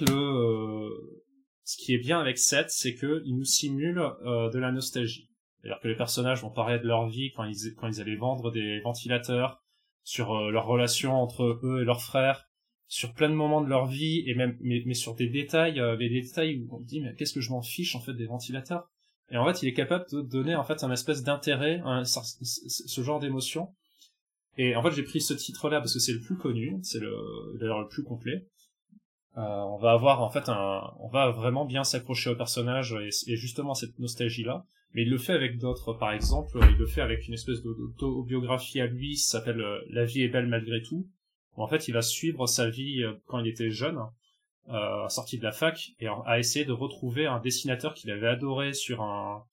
ce qui est bien avec Seth, c'est que il nous simule de la nostalgie. C'est-à-dire que les personnages vont parler de leur vie quand ils allaient vendre des ventilateurs, sur leur relation entre eux et leurs frères, sur plein de moments de leur vie, et même mais sur des détails où on se dit, mais qu'est-ce que je m'en fiche, en fait, des ventilateurs. Et en fait, il est capable de donner, en fait, un espèce d'intérêt, ce genre d'émotion. Et en fait, j'ai pris ce titre-là parce que c'est le plus connu, c'est d'ailleurs le plus complet. On va avoir, en fait, on va vraiment bien s'accrocher au personnage et justement cette nostalgie-là. Mais il le fait avec d'autres. Par exemple, il le fait avec une espèce d'autobiographie à lui, ça s'appelle La vie est belle malgré tout. Où en fait, il va suivre sa vie quand il était jeune, sorti de la fac, et a essayé de retrouver un dessinateur qu'il avait adoré sur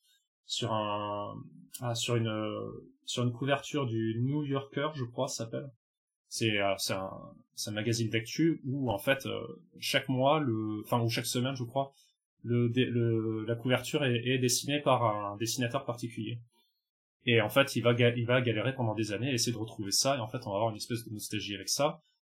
une couverture du New Yorker, je crois, ça s'appelle. C'est un magazine d'actu où, en fait, chaque mois, ou chaque semaine, je crois, la couverture est dessinée par un dessinateur particulier. Et en fait, il va galérer pendant des années à essayer de retrouver ça, et en fait, on va avoir une espèce de nostalgie avec ça.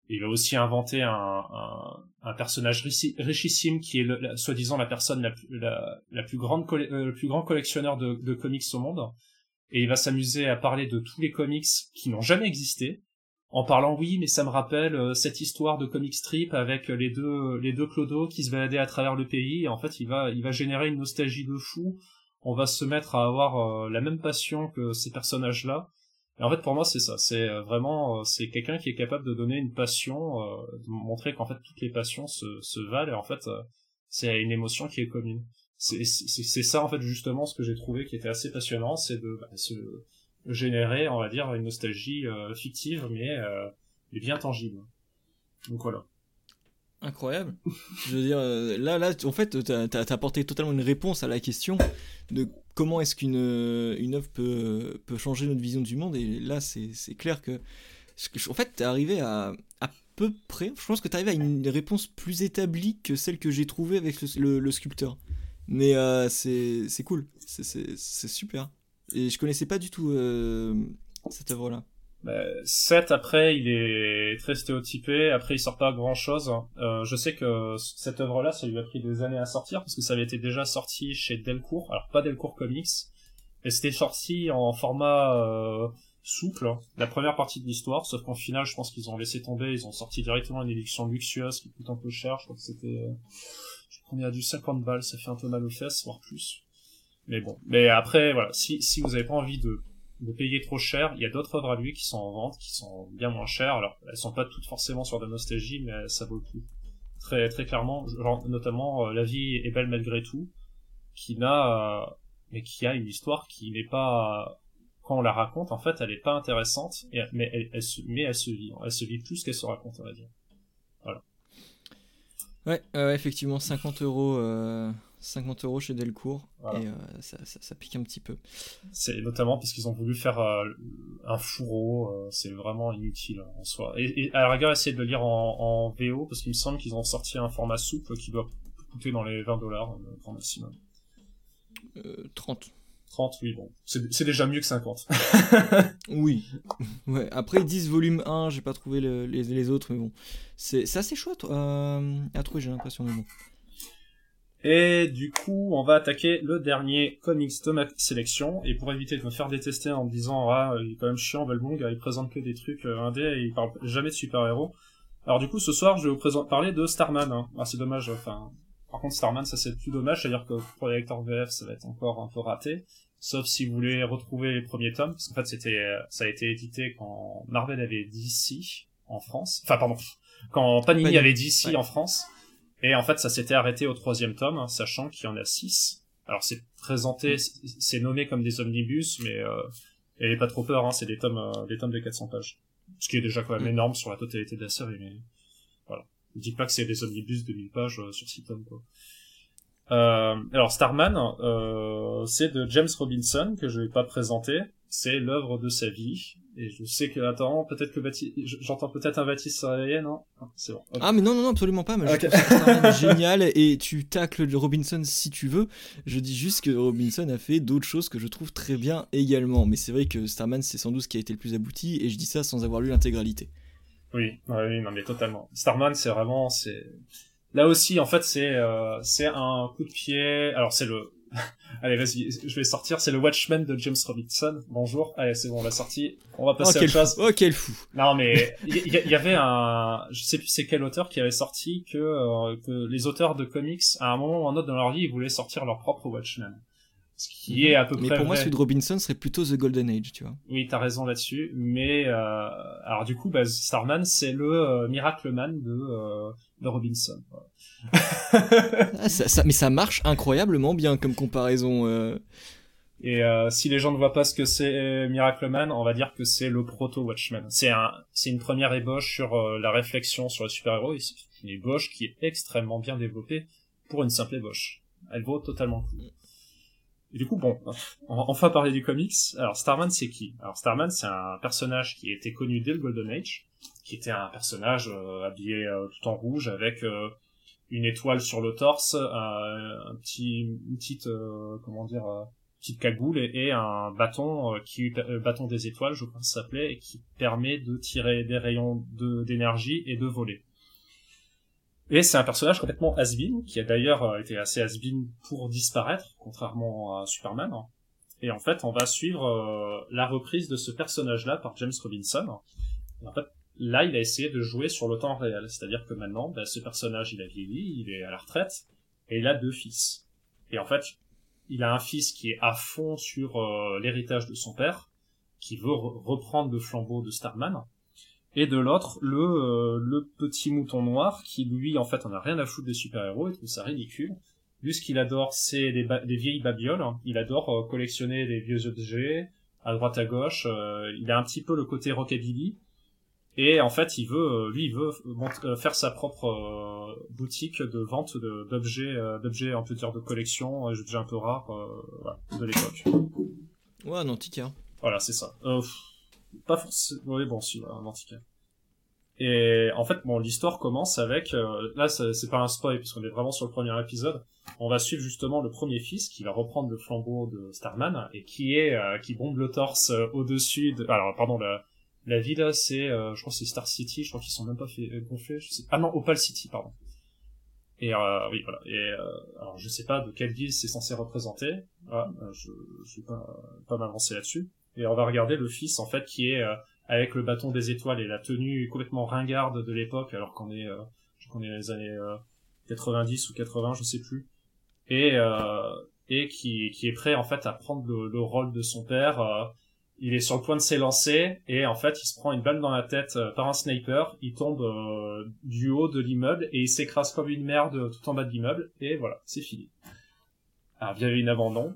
Et il va aussi inventer un personnage richissime qui est soi-disant la personne la plus grande le plus grand collectionneur de comics au monde. Et il va s'amuser à parler de tous les comics qui n'ont jamais existé, en parlant oui, mais ça me rappelle cette histoire de comic strip avec les deux clodos qui se baladaient à travers le pays. Et en fait, il va générer une nostalgie de fou. On va se mettre à avoir la même passion que ces personnages-là. Et en fait, pour moi, c'est ça. C'est vraiment, c'est quelqu'un qui est capable de donner une passion, de montrer qu'en fait toutes les passions se valent. Et en fait, c'est une émotion qui est commune. C'est ça en fait justement ce que j'ai trouvé qui était assez passionnant, c'est de se générer, on va dire, une nostalgie fictive, mais bien tangible. Donc voilà. Incroyable. Je veux dire, là, en fait, t'as apporté totalement une réponse à la question de comment est-ce qu'une œuvre peut changer notre vision du monde. Et là, c'est clair que, en fait, t'es arrivé à peu près. Je pense que t'es arrivé à une réponse plus établie que celle que j'ai trouvée avec le sculpteur. Mais c'est cool. C'est super. Et je connaissais pas du tout cette œuvre-là. 7 après il est très stéréotypé, après il sort pas grand chose. Je sais que cette œuvre-là ça lui a pris des années à sortir parce que ça avait été déjà sorti chez Delcourt, alors pas Delcourt Comics, mais c'était sorti en format souple, la première partie de l'histoire, sauf qu'en final je pense qu'ils ont laissé tomber, ils ont sorti directement une édition luxueuse qui coûte un peu cher, je crois que c'était je crois qu'on est à du 50 balles, ça fait un peu mal aux fesses, voire plus. Mais bon, mais après voilà, si vous avez pas envie de payer trop cher, il y a d'autres œuvres à lui qui sont en vente, qui sont bien moins chères. Alors, elles sont pas toutes forcément sur de la nostalgie, mais ça vaut le coup. Très, très clairement, genre, notamment, La vie est belle malgré tout, mais qui a une histoire qui n'est pas, quand on la raconte, en fait, elle est pas intéressante, mais elle se vit. Elle se vit plus qu'elle se raconte, on va dire. Voilà. Ouais, effectivement, 50 € chez Delcourt, voilà. Et ça pique un petit peu. C'est notamment parce qu'ils ont voulu faire un fourreau, c'est vraiment inutile en soi. Et à la rigueur, essayez de le lire en VO, parce qu'il me semble qu'ils ont sorti un format souple qui doit coûter dans les $20, grand maximum. 30. 30, oui, bon. C'est déjà mieux que 50. Oui. Ouais. Après, 10 volume 1, j'ai pas trouvé les autres, mais bon. C'est assez chouette à trouver, j'ai l'impression, mais bon. Et du coup, on va attaquer le dernier comics de ma sélection. Et pour éviter de me faire détester en me disant il est quand même chiant, Belmong, il présente que des trucs indés et il parle jamais de super-héros. Alors du coup, ce soir, je vais vous parler de Starman. Hein. Ah, c'est dommage, par contre, Starman, ça c'est plus dommage, c'est-à-dire que pour les lecteurs VF, ça va être encore un peu raté. Sauf si vous voulez retrouver les premiers tomes, parce qu'en fait, ça a été édité quand Marvel avait DC en France. Enfin, pardon, quand Panini avait DC ouais. En France. Et en fait, ça s'était arrêté au 3e tome, hein, sachant qu'il y en a 6. Alors, c'est présenté, c'est nommé comme des omnibus, mais ayez pas trop peur, hein, c'est des tomes de 400 pages. Ce qui est déjà quand même énorme sur la totalité de la série, mais voilà. Ne dites pas que c'est des omnibus de 1000 pages sur 6 tomes, quoi. Alors, Starman, c'est de James Robinson, que je vais pas présenter. C'est l'œuvre de sa vie. Et je sais que, attends, peut-être que j'entends peut-être un Baptiste se réveiller, non? C'est bon. Okay. Ah, mais non, absolument pas. Mais je trouve Starman génial et tu tacles Robinson si tu veux. Je dis juste que Robinson a fait d'autres choses que je trouve très bien également. Mais c'est vrai que Starman, c'est sans doute ce qui a été le plus abouti et je dis ça sans avoir lu l'intégralité. Oui, non, mais totalement. Starman, c'est vraiment, là aussi, en fait, c'est un coup de pied. Alors, c'est le, allez, vas-y, je vais sortir, c'est le Watchmen de James Robinson. Bonjour. Allez, c'est bon, on l'a sorti. On va passer à autre chose. Oh, quel fou. Non, mais, il y avait je sais plus c'est quel auteur qui avait sorti que les auteurs de comics, à un moment ou un autre dans leur vie, ils voulaient sortir leur propre Watchmen. Ce qui est à peu près mais pour moi, vrai. celui de Robinson serait plutôt The Golden Age, tu vois. Oui, t'as raison là-dessus. Mais, alors du coup, Starman, c'est le Miracle Man de Robinson. Voilà. Mais ça marche incroyablement bien comme comparaison. Et si les gens ne voient pas ce que c'est Miracle Man, on va dire que c'est le proto-Watchmen. C'est une première ébauche sur la réflexion sur les super-héros. C'est une ébauche qui est extrêmement bien développée pour une simple ébauche. Elle vaut totalement le coup. Et du coup, bon, on va enfin parler du comics. Alors, Starman, c'est qui? Alors, Starman, c'est un personnage qui était connu dès le Golden Age, qui était un personnage habillé tout en rouge, avec une étoile sur le torse, une petite petite cagoule et un bâton bâton des étoiles, je crois que ça s'appelait, et qui permet de tirer des rayons d'énergie et de voler. Et c'est un personnage complètement has-been, qui a d'ailleurs été assez has-been pour disparaître, contrairement à Superman. Et en fait, on va suivre la reprise de ce personnage-là par James Robinson. Et en fait, là, il a essayé de jouer sur le temps réel. C'est-à-dire que maintenant, ce personnage, il a vieilli, il est à la retraite, et il a 2 fils. Et en fait, il a un fils qui est à fond sur l'héritage de son père, qui veut reprendre le flambeau de Starman. Et de l'autre, le petit mouton noir, qui lui, en fait, en a rien à foutre des super-héros, et trouve ça ridicule. Lui, ce qu'il adore, c'est des vieilles babioles. Il adore collectionner des vieux objets, à droite à gauche. Il a un petit peu le côté rockabilly. Et en fait, il veut faire sa propre boutique de vente d'objets, on peut dire de collection, d'objets un peu rares, voilà, de l'époque. Ouais, un antiquaire. Voilà, c'est ça. Pas forcément. Oui, bon, si, voilà, un antiquaire. Et en fait, bon, l'histoire commence avec. Là, c'est pas un spoil parce qu'on est vraiment sur le premier épisode. On va suivre justement le premier fils qui va reprendre le flambeau de Starman et qui bombe le torse au-dessus de. Alors, pardon, la ville, c'est, je crois que c'est Star City. Je crois qu'ils sont même pas fait gonfler. Ah non, Opal City, pardon. Et oui, voilà. Et alors, je sais pas de quelle ville c'est censé représenter. Voilà, je vais pas m'avancer là-dessus. Et on va regarder le fils, en fait, qui est avec le bâton des étoiles et la tenue complètement ringarde de l'époque, alors qu'on est dans les années 90 ou 80, je sais plus. Et qui est prêt, en fait, à prendre le rôle de son père. Il est sur le point de s'élancer, et en fait, il se prend une balle dans la tête par un sniper. Il tombe du haut de l'immeuble, et il s'écrase comme une merde tout en bas de l'immeuble, et voilà, c'est fini. Alors, bien évidemment, non.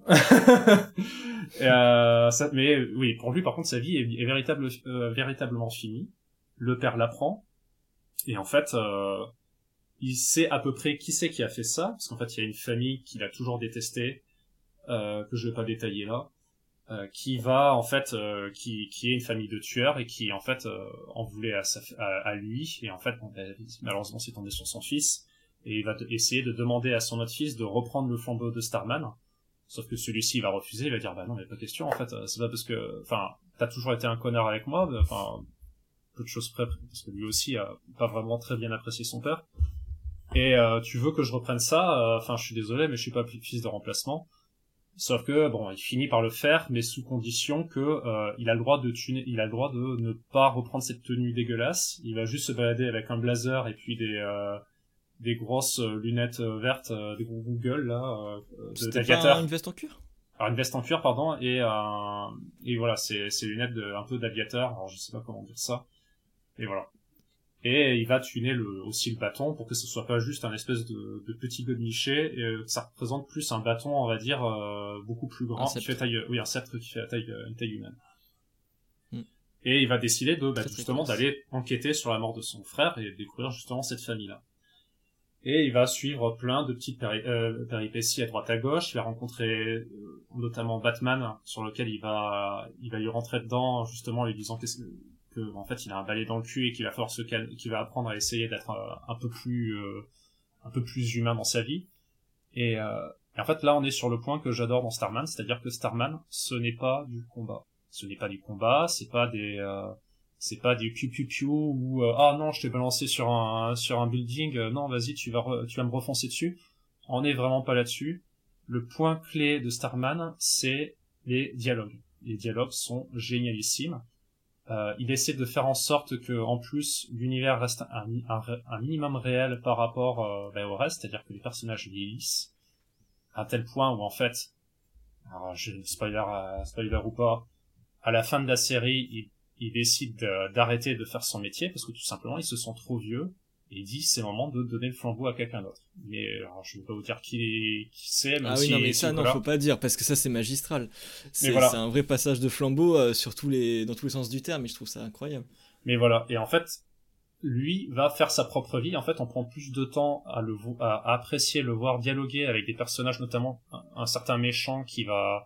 Mais oui, pour lui, par contre, sa vie est véritablement finie. Le père l'apprend. Et en fait, il sait à peu près qui c'est qui a fait ça. Parce qu'en fait, il y a une famille qu'il a toujours détestée, que je vais pas détailler là, qui va, en fait, qui est une famille de tueurs et qui, en fait, en voulait à lui. Et en fait, bon, malheureusement, c'est tombé sur son fils. Et il va essayer de demander à son autre fils de reprendre le flambeau de Starman. Sauf que celui-ci, il va refuser, il va dire, bah non, mais pas question, en fait, c'est pas parce que, enfin, t'as toujours été un connard avec moi, enfin, peu de choses près, parce que lui aussi a pas vraiment très bien apprécié son père. Et tu veux que je reprenne ça, enfin, je suis désolé, mais je suis pas fils de remplacement. Sauf que, bon, il finit par le faire, mais sous condition que il a le droit de ne pas reprendre cette tenue dégueulasse. Il va juste se balader avec un blazer et puis des grosses lunettes vertes, des gros Google là, d'aviateur. Pas une veste en cuir. Alors une veste en cuir, pardon, et voilà, c'est lunettes un peu d'aviateur. Alors je sais pas comment dire ça. Et voilà. Et il va tuner aussi le bâton pour que ce soit pas juste un espèce de petit godemiché, et que ça représente plus un bâton, on va dire, beaucoup plus grand, qui fait un sceptre qui fait une taille humaine. Et il va décider justement d'aller enquêter sur la mort de son frère et découvrir justement cette famille-là. Et il va suivre plein de petites péripéties à droite à gauche. Il va rencontrer notamment Batman, sur lequel il va lui rentrer dedans, justement, en lui disant que en fait il a un balai dans le cul et qu'il va falloir qu'il va apprendre à essayer d'être un peu plus humain dans sa vie. Et en fait là on est sur le point que j'adore dans Starman, c'est-à-dire que Starman, ce n'est pas du combat. Ce n'est pas du combat, c'est pas du piou ou ah non, je t'ai balancé sur un building, non, vas-y, tu vas me refoncer dessus. On est vraiment pas là-dessus. Le point clé de Starman, c'est les dialogues. Les dialogues sont génialissimes. Il essaie de faire en sorte que, en plus, l'univers reste un minimum réel par rapport au reste, c'est-à-dire que les personnages vieillissent à tel point où, en fait, alors spoiler ou pas, à la fin de la série, il décide d'arrêter de faire son métier parce que tout simplement ils se sont trop vieux, et il dit c'est le moment de donner le flambeau à quelqu'un d'autre. Mais alors, je ne vais pas vous dire qui c'est, même oui, non, mais ça, non, faut pas dire, parce que ça, c'est magistral. C'est un vrai passage de flambeau dans tous les sens du terme, et je trouve ça incroyable. Mais voilà, et en fait, lui va faire sa propre vie. En fait, on prend plus de temps à apprécier, le voir dialoguer avec des personnages, notamment un certain méchant qui va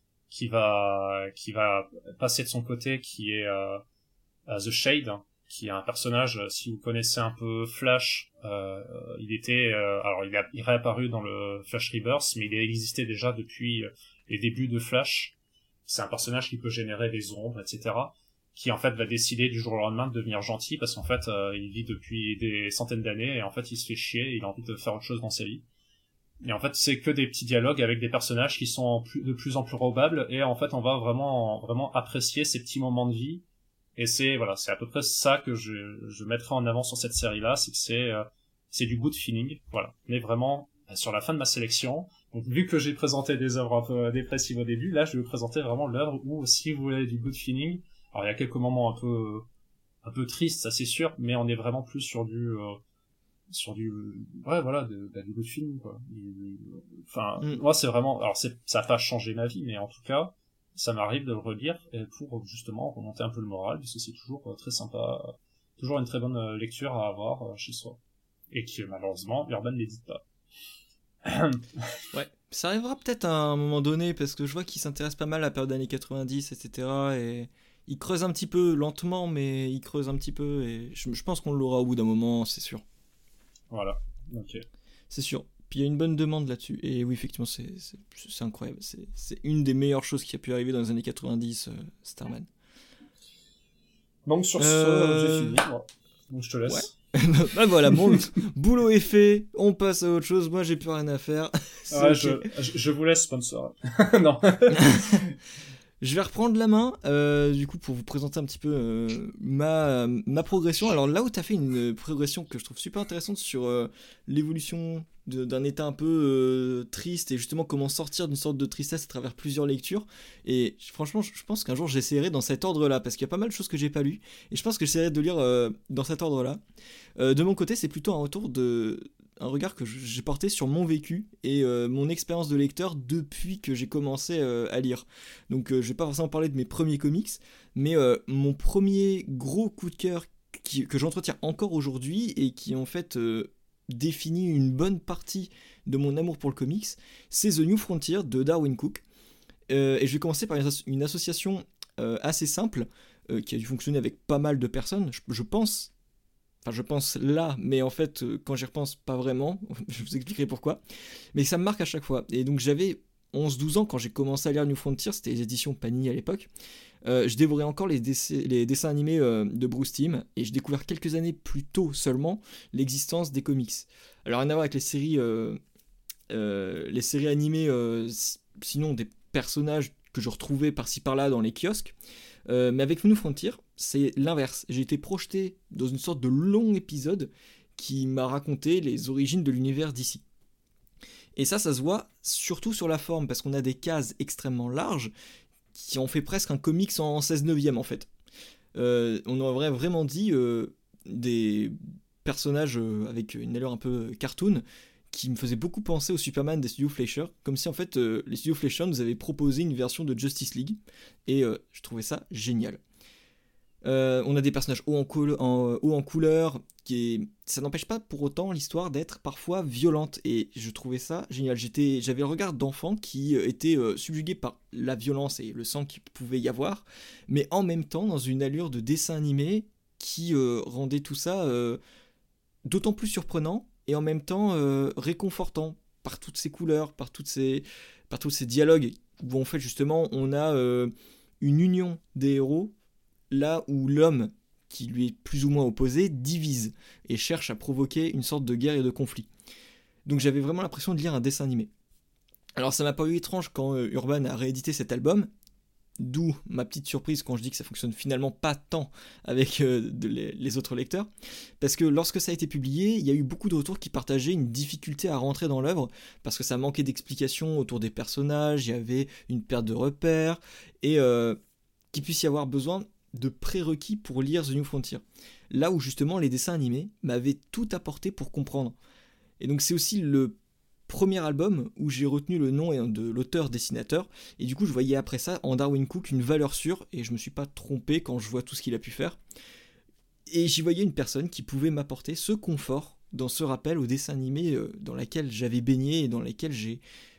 passer de son côté, qui est The Shade, qui est un personnage, si vous connaissez un peu Flash, il était alors il est réapparu dans le Flash Rebirth, mais il existait déjà depuis les débuts de Flash. C'est un personnage qui peut générer des ombres, etc., qui en fait va décider du jour au lendemain de devenir gentil parce qu'en fait il vit depuis des centaines d'années et en fait il se fait chier et il a envie de faire autre chose dans sa vie. Et en fait c'est que des petits dialogues avec des personnages qui sont de plus en plus probables et en fait on va vraiment apprécier ces petits moments de vie. Et c'est à peu près ça que je mettrai en avant sur cette série là, c'est que c'est du good feeling, voilà. Mais vraiment sur la fin de ma sélection, donc vu que j'ai présenté des œuvres un peu dépressives au début, là je vais vous présenter vraiment l'œuvre où si vous voulez du good feeling. Alors il y a quelques moments un peu tristes, ça c'est sûr, mais on est vraiment plus sur du du good film quoi. Enfin moi c'est vraiment, alors ça a pas changé ma vie, mais en tout cas ça m'arrive de le relire et pour justement remonter un peu le moral, parce que c'est toujours très sympa, toujours une très bonne lecture à avoir chez soi et qui malheureusement Urban n'édite pas. Ouais, ça arrivera peut-être à un moment donné parce que je vois qu'il s'intéresse pas mal à la période des années 90, etc. et il creuse un petit peu, lentement, mais il creuse un petit peu, et je pense qu'on l'aura au bout d'un moment, c'est sûr. Voilà, ok. C'est sûr. Puis il y a une bonne demande là-dessus. Et oui, effectivement, c'est incroyable. C'est une des meilleures choses qui a pu arriver dans les années 90, Starman. Donc sur ce, j'ai fini, moi. Donc je te laisse. Ouais. Bah voilà, mon boulot est fait, on passe à autre chose, moi j'ai plus rien à faire. Ouais, okay. je vous laisse, sponsor. Non. Je vais reprendre la main, du coup, pour vous présenter un petit peu ma progression. Alors là où tu as fait une progression que je trouve super intéressante sur l'évolution d'un état un peu triste et justement comment sortir d'une sorte de tristesse à travers plusieurs lectures. Et franchement, je pense qu'un jour j'essaierai dans cet ordre-là, parce qu'il y a pas mal de choses que j'ai pas lues, et je pense que j'essaierai de lire dans cet ordre-là. De mon côté, c'est plutôt un regard que j'ai porté sur mon vécu et mon expérience de lecteur depuis que j'ai commencé à lire. Donc je vais pas forcément parler de mes premiers comics, mais mon premier gros coup de cœur que j'entretiens encore aujourd'hui et qui en fait définit une bonne partie de mon amour pour le comics, c'est The New Frontier de Darwyn Cooke. Et je vais commencer par une association assez simple qui a dû fonctionner avec pas mal de personnes, je pense. Enfin, je pense là, mais en fait, quand j'y repense, pas vraiment. Je vous expliquerai pourquoi. Mais ça me marque à chaque fois. Et donc, j'avais 11-12 ans quand j'ai commencé à lire New Frontier. C'était les éditions Panini à l'époque. Je dévorais encore les dessins animés de Bruce Timm. Et j'ai découvert quelques années plus tôt seulement l'existence des comics. Alors, rien à voir avec les séries animées, sinon des personnages que je retrouvais par-ci par-là dans les kiosques. Mais avec New Frontier, c'est l'inverse. J'ai été projeté dans une sorte de long épisode qui m'a raconté les origines de l'univers d'ici. Et ça se voit surtout sur la forme, parce qu'on a des cases extrêmement larges qui en fait presque un comics en 16/9 en fait. On aurait vraiment dit des personnages avec une allure un peu cartoon qui me faisait beaucoup penser au Superman des studios Fleischer, comme si en fait les studios Fleischer nous avaient proposé une version de Justice League, et je trouvais ça génial. On a des personnages haut en couleur, ça n'empêche pas pour autant l'histoire d'être parfois violente, et je trouvais ça génial. J'avais le regard d'enfant qui était subjugué par la violence et le sang qu'il pouvait y avoir, mais en même temps dans une allure de dessin animé qui rendait tout ça d'autant plus surprenant et en même temps réconfortant par toutes ces couleurs, par tous ces dialogues où en fait justement on a une union des héros là où l'homme qui lui est plus ou moins opposé divise et cherche à provoquer une sorte de guerre et de conflit. Donc j'avais vraiment l'impression de lire un dessin animé. Alors ça m'a paru étrange quand Urban a réédité cet album, d'où ma petite surprise quand je dis que ça fonctionne finalement pas tant avec les autres lecteurs, parce que lorsque ça a été publié, il y a eu beaucoup de retours qui partageaient une difficulté à rentrer dans l'œuvre, parce que ça manquait d'explications autour des personnages, il y avait une perte de repères, et qu'il puisse y avoir besoin de prérequis pour lire The New Frontier. Là où justement les dessins animés m'avaient tout apporté pour comprendre. Et donc c'est aussi le premier album où j'ai retenu le nom de l'auteur-dessinateur, et du coup je voyais après ça en Darwyn Cooke une valeur sûre, et je me suis pas trompé quand je vois tout ce qu'il a pu faire. Et j'y voyais une personne qui pouvait m'apporter ce confort dans ce rappel au dessin animé dans lequel j'avais baigné et dans lequel j'ai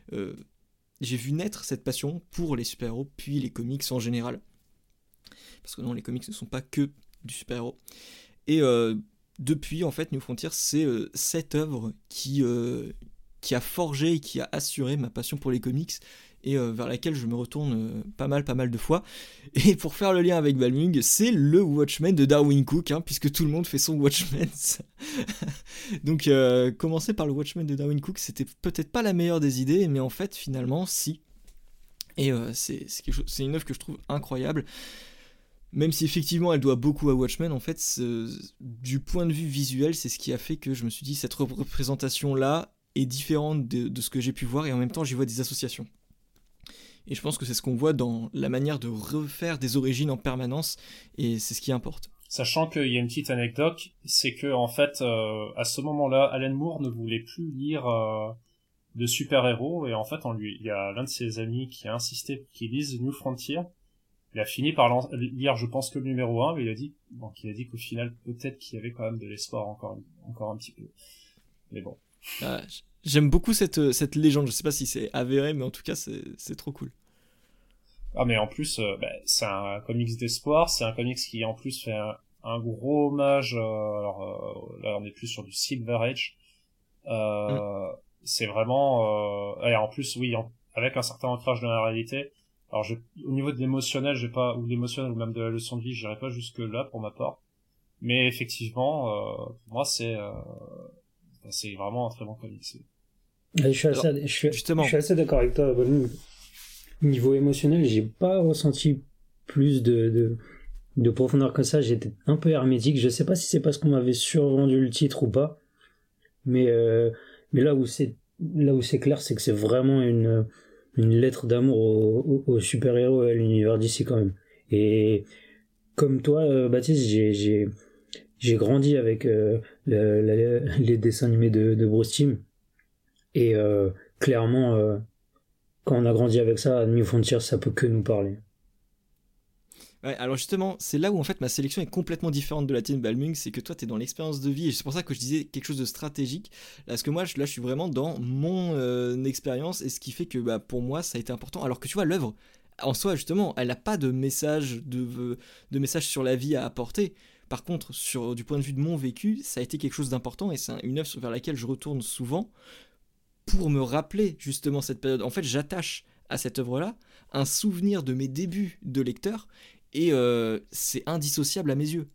vu naître cette passion pour les super-héros, puis les comics en général. Parce que non, les comics ne sont pas que du super-héros. Et depuis, en fait, New Frontier, c'est cette œuvre qui qui a forgé et qui a assuré ma passion pour les comics et vers laquelle je me retourne pas mal de fois. Et pour faire le lien avec Balmung, c'est le Watchmen de Darwyn Cooke, hein, puisque tout le monde fait son Watchmen. Donc commencer par le Watchmen de Darwyn Cooke, c'était peut-être pas la meilleure des idées, mais en fait finalement si. Et c'est une œuvre que je trouve incroyable. Même si effectivement elle doit beaucoup à Watchmen, en fait, du point de vue visuel, c'est ce qui a fait que je me suis dit cette représentation-là est différente de ce que j'ai pu voir, et en même temps j'y vois des associations. Et je pense que c'est ce qu'on voit dans la manière de refaire des origines en permanence, et c'est ce qui importe. Sachant qu'il y a une petite anecdote, c'est que en fait, à ce moment-là, Alan Moore ne voulait plus lire de super-héros, et en fait, il y a l'un de ses amis qui a insisté pour qu'il lise New Frontier. Il a fini par lire, je pense, que le numéro 1, mais il a dit qu'au final, peut-être qu'il y avait quand même de l'espoir encore un petit peu. Mais bon. J'aime beaucoup cette légende, je sais pas si c'est avéré, mais en tout cas c'est trop cool. Ah mais en plus, c'est un comics d'espoir, c'est un comics qui en plus fait un gros hommage, là on est plus sur du Silver Age, c'est vraiment, et en plus oui, avec un certain ancrage dans la réalité. Alors au niveau de l'émotionnel, ou même de la leçon de vie, j'irai pas jusque là pour ma part, mais effectivement, pour moi c'est vraiment un très bon comics. Je suis assez d'accord avec toi. Niveau émotionnel, j'ai pas ressenti plus de profondeur que ça. J'étais un peu hermétique. Je sais pas si c'est parce qu'on m'avait survendu le titre ou pas, mais là où c'est clair, c'est que c'est vraiment une lettre d'amour aux super-héros et à l'univers d'ici quand même. Et comme toi, Baptiste, j'ai grandi avec les dessins animés de Bruce Timm. Et clairement, quand on a grandi avec ça, New Frontier, ça peut que nous parler. Ouais, alors justement, c'est là où en fait ma sélection est complètement différente de la tienne, Balmung, c'est que toi t'es dans l'expérience de vie, et c'est pour ça que je disais quelque chose de stratégique, parce que moi là je suis vraiment dans mon expérience, et ce qui fait que pour moi ça a été important, alors que tu vois l'œuvre, en soi justement, elle n'a pas de message sur la vie à apporter. Par contre, du point de vue de mon vécu, ça a été quelque chose d'important, et c'est une œuvre vers laquelle je retourne souvent, pour me rappeler justement cette période. En fait, j'attache à cette œuvre-là un souvenir de mes débuts de lecteur, et c'est indissociable à mes yeux.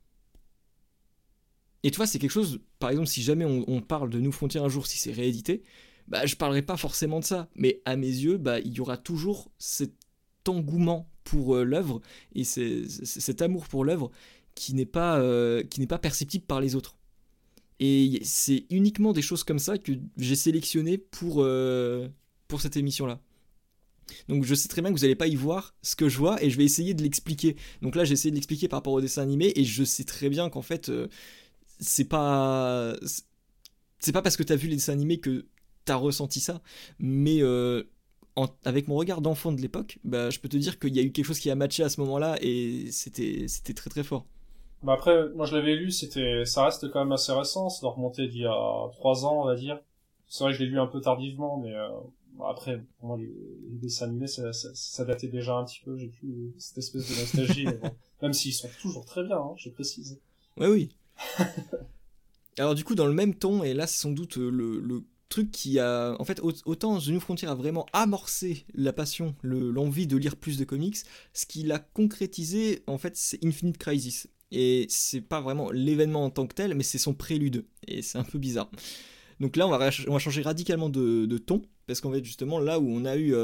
Et tu vois, c'est quelque chose, par exemple, si jamais on parle de New Frontier un jour, si c'est réédité, je parlerai pas forcément de ça, mais à mes yeux, il y aura toujours cet engouement pour l'œuvre, et cet amour pour l'œuvre qui n'est pas perceptible par les autres. Et c'est uniquement des choses comme ça que j'ai sélectionné pour cette émission-là. Donc je sais très bien que vous n'allez pas y voir ce que je vois, et je vais essayer de l'expliquer. Donc là j'ai essayé de l'expliquer par rapport au dessin animé, et je sais très bien qu'en fait c'est pas parce que t'as vu les dessins animés que t'as ressenti ça, mais avec mon regard d'enfant de l'époque, je peux te dire qu'il y a eu quelque chose qui a matché à ce moment-là, et c'était très très fort. Après, moi je l'avais lu, ça reste quand même assez récent, ça doit remonter d'il y a 3 ans, on va dire. C'est vrai que je l'ai lu un peu tardivement, mais après, pour moi, les dessins animés, ça datait déjà un petit peu, j'ai plus cette espèce de nostalgie, mais bon. Même s'ils sont toujours très bien, hein, je précise. Oui. Alors du coup, dans le même ton, et là c'est sans doute le truc qui a... En fait, autant The New Frontier a vraiment amorcé la passion, l'envie de lire plus de comics, ce qui l'a concrétisé, en fait, c'est Infinite Crisis. Et c'est pas vraiment l'événement en tant que tel, mais c'est son prélude, et c'est un peu bizarre. Donc là, on va changer radicalement de ton, parce qu'en fait, justement, là où on a eu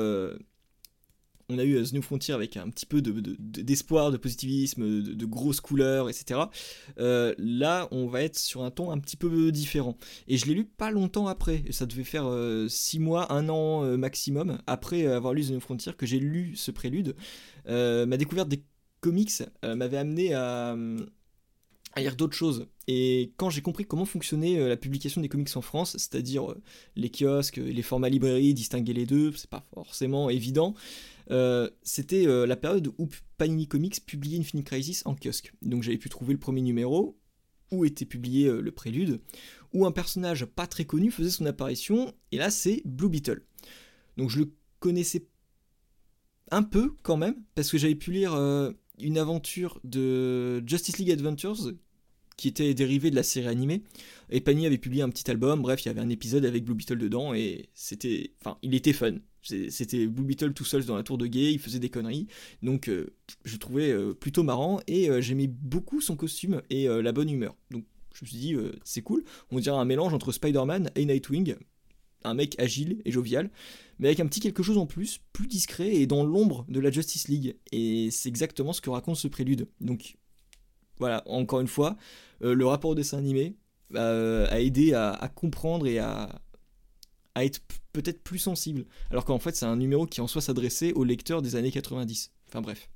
The New Frontier avec un petit peu d'espoir, de positivisme, de grosses couleurs, etc. Là, on va être sur un ton un petit peu différent. Et je l'ai lu pas longtemps après, et ça devait faire 6 mois, 1 an maximum, après avoir lu The New Frontier, que j'ai lu ce prélude. Ma découverte des comics m'avait amené à lire d'autres choses. Et quand j'ai compris comment fonctionnait la publication des comics en France, c'est-à-dire les kiosques, les formats librairies, distinguer les deux, c'est pas forcément évident. C'était la période où Panini Comics publiait Infinite Crisis en kiosque. Donc j'avais pu trouver le premier numéro, où était publié le prélude, où un personnage pas très connu faisait son apparition, et là c'est Blue Beetle. Donc je le connaissais un peu quand même, parce que j'avais pu lire une aventure de Justice League Adventures qui était dérivé de la série animée. Et Panini avait publié un petit album, bref, il y avait un épisode avec Blue Beetle dedans, et il était fun. C'était Blue Beetle tout seul dans la tour de guet, il faisait des conneries, donc je le trouvais plutôt marrant, et j'aimais beaucoup son costume et la bonne humeur. Donc je me suis dit, c'est cool, on dirait un mélange entre Spider-Man et Nightwing, un mec agile et jovial, mais avec un petit quelque chose en plus discret et dans l'ombre de la Justice League. Et c'est exactement ce que raconte ce prélude. Donc voilà, encore une fois, le rapport au dessin animé a aidé à comprendre et à être peut-être plus sensible. Alors qu'en fait, c'est un numéro qui en soi s'adressait aux lecteurs des années 90. Enfin bref.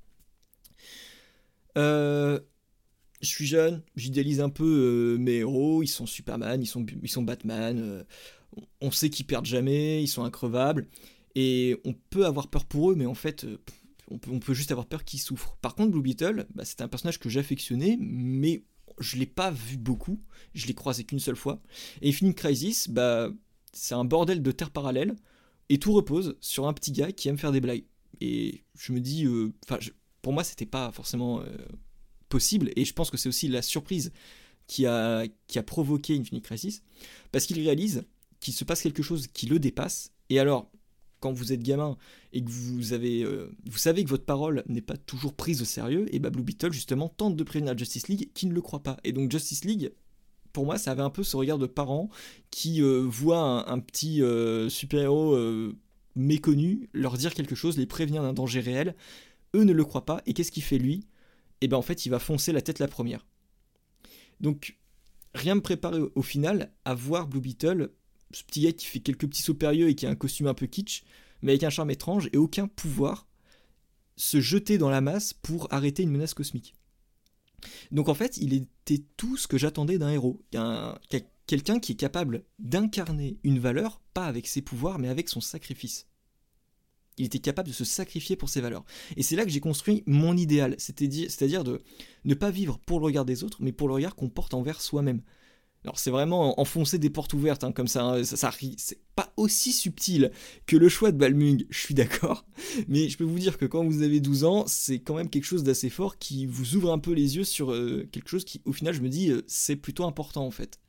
Je suis jeune, j'idéalise un peu mes héros, ils sont Superman, ils sont Batman, on sait qu'ils perdent jamais, ils sont increvables, et on peut avoir peur pour eux, mais en fait, on peut juste avoir peur qu'ils souffrent. Par contre, Blue Beetle, c'était un personnage que j'affectionnais, mais je l'ai pas vu beaucoup, je l'ai croisé qu'une seule fois. Et Infinite Crisis, c'est un bordel de terre parallèle, et tout repose sur un petit gars qui aime faire des blagues. Et je me dis, pour moi, c'était pas forcément possible, et je pense que c'est aussi la surprise qui a provoqué Infinite Crisis, parce qu'il réalise qu'il se passe quelque chose qui le dépasse. Et alors, quand vous êtes gamin et que vous savez que votre parole n'est pas toujours prise au sérieux, et Blue Beetle justement tente de prévenir la Justice League qui ne le croit pas. Et donc Justice League, pour moi, ça avait un peu ce regard de parents qui voient un petit super-héros méconnu leur dire quelque chose, les prévenir d'un danger réel. Eux ne le croient pas, et qu'est-ce qu'il fait lui ? Et en fait, il va foncer la tête la première. Donc, rien me préparait au final à voir Blue Beetle, ce petit gars qui fait quelques petits sauts périlleux et qui a un costume un peu kitsch, mais avec un charme étrange et aucun pouvoir, se jeter dans la masse pour arrêter une menace cosmique. Donc en fait, il était tout ce que j'attendais d'un héros. Quelqu'un qui est capable d'incarner une valeur, pas avec ses pouvoirs, mais avec son sacrifice. Il était capable de se sacrifier pour ses valeurs. Et c'est là que j'ai construit mon idéal, c'est-à-dire de ne pas vivre pour le regard des autres, mais pour le regard qu'on porte envers soi-même. Alors c'est vraiment enfoncer des portes ouvertes, comme ça, c'est pas aussi subtil que le choix de Balmung, je suis d'accord, mais je peux vous dire que quand vous avez 12 ans, c'est quand même quelque chose d'assez fort qui vous ouvre un peu les yeux sur quelque chose qui, au final, je me dis, c'est plutôt important en fait.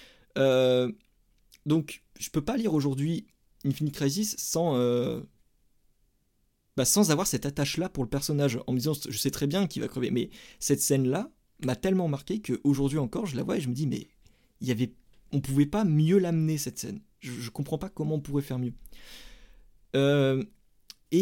Donc, je peux pas lire aujourd'hui Infinite Crisis sans avoir cette attache-là pour le personnage, en me disant, je sais très bien qu'il va crever, mais cette scène-là m'a tellement marqué qu'aujourd'hui encore, je la vois et je me dis, mais on pouvait pas mieux l'amener, cette scène. Je comprends pas comment on pourrait faire mieux. Et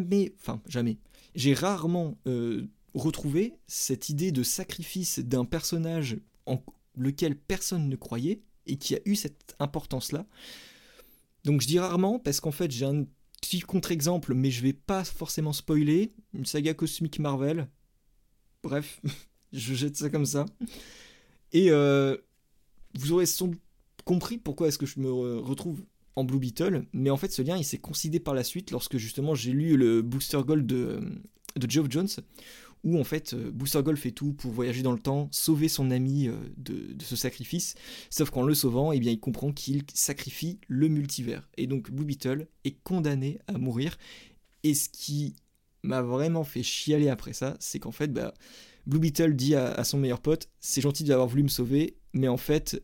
j'ai rarement retrouvé cette idée de sacrifice d'un personnage en lequel personne ne croyait et qui a eu cette importance-là. Donc je dis rarement parce qu'en fait j'ai un petit contre-exemple, mais je vais pas forcément spoiler. Une saga cosmique Marvel. Bref, je jette ça comme ça. Et vous aurez sans doute compris pourquoi est-ce que je me retrouve en Blue Beetle, mais en fait ce lien il s'est consolidé par la suite lorsque justement j'ai lu le Booster Gold de Geoff Johns, où en fait Booster Gold fait tout pour voyager dans le temps, sauver son ami de ce sacrifice, sauf qu'en le sauvant, il comprend qu'il sacrifie le multivers, et donc Blue Beetle est condamné à mourir. Et ce qui m'a vraiment fait chialer après ça, c'est qu'en fait Blue Beetle dit à son meilleur pote, c'est gentil d'avoir voulu me sauver, mais en fait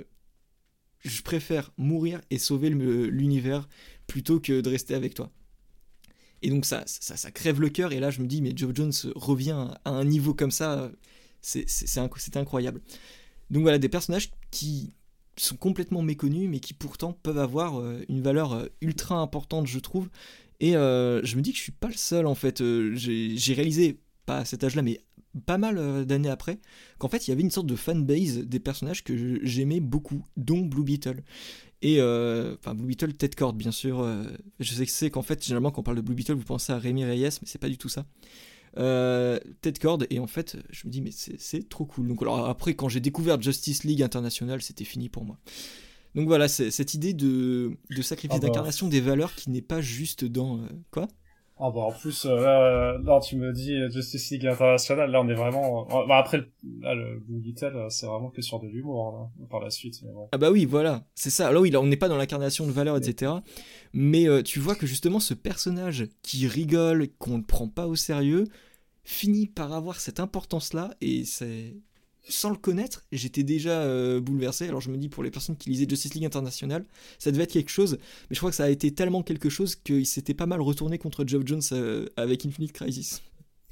je préfère mourir et sauver l'univers plutôt que de rester avec toi. Et donc ça crève le cœur, et là je me dis, mais Geoff Johns revient à un niveau comme ça, c'est incroyable. Donc voilà, des personnages qui sont complètement méconnus, mais qui pourtant peuvent avoir une valeur ultra importante, je trouve. Et je me dis que je suis pas le seul en fait. J'ai réalisé, pas à cet âge-là, mais pas mal d'années après, qu'en fait il y avait une sorte de fanbase des personnages que j'aimais beaucoup, dont Blue Beetle. Et Blue Beetle, Ted Kord bien sûr. Je sais qu'en fait généralement quand on parle de Blue Beetle vous pensez à Rémi Reyes, mais c'est pas du tout ça. Ted Kord, et en fait je me dis mais c'est trop cool. Donc alors après quand j'ai découvert Justice League International, c'était fini pour moi. Donc voilà, c'est cette idée de sacrifice, d'incarnation des valeurs qui n'est pas juste dans quoi. En plus, là, tu me dis Justice League International, là, on est vraiment... après, le Blue Beetle, c'est vraiment que sur de l'humour, là, par la suite. Mais bon. Ah bah oui, voilà, c'est ça. Là, oui, on n'est pas dans l'incarnation de valeurs, etc. Mais tu vois que justement, ce personnage qui rigole, qu'on ne prend pas au sérieux, finit par avoir cette importance-là, et sans le connaître, j'étais déjà bouleversé. Alors je me dis, pour les personnes qui lisaient Justice League International, ça devait être quelque chose, mais je crois que ça a été tellement quelque chose qu'il s'était pas mal retourné contre Geoff Jones avec Infinite Crisis.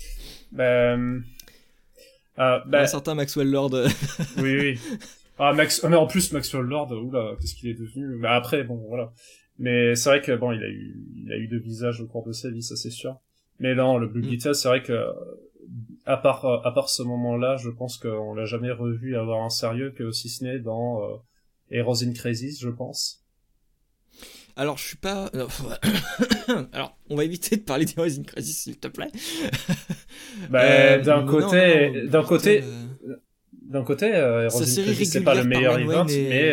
Un certain Maxwell Lord. Oui. Mais en plus, Maxwell Lord, oula, qu'est-ce qu'il est devenu? Après, bon, voilà. Mais c'est vrai que, bon, il a eu deux visages au cours de sa vie, ça c'est sûr. Mais non, le Blue Beetle, c'est vrai que, à part ce moment-là, je pense qu'on l'a jamais revu avoir un sérieux, que si ce n'est dans Heroes in Crisis, je pense. Alors, je suis pas... Alors, on va éviter de parler d'Heroes in Crisis, s'il te plaît. D'un côté, Heroes in Crisis, c'est pas le meilleur event, mais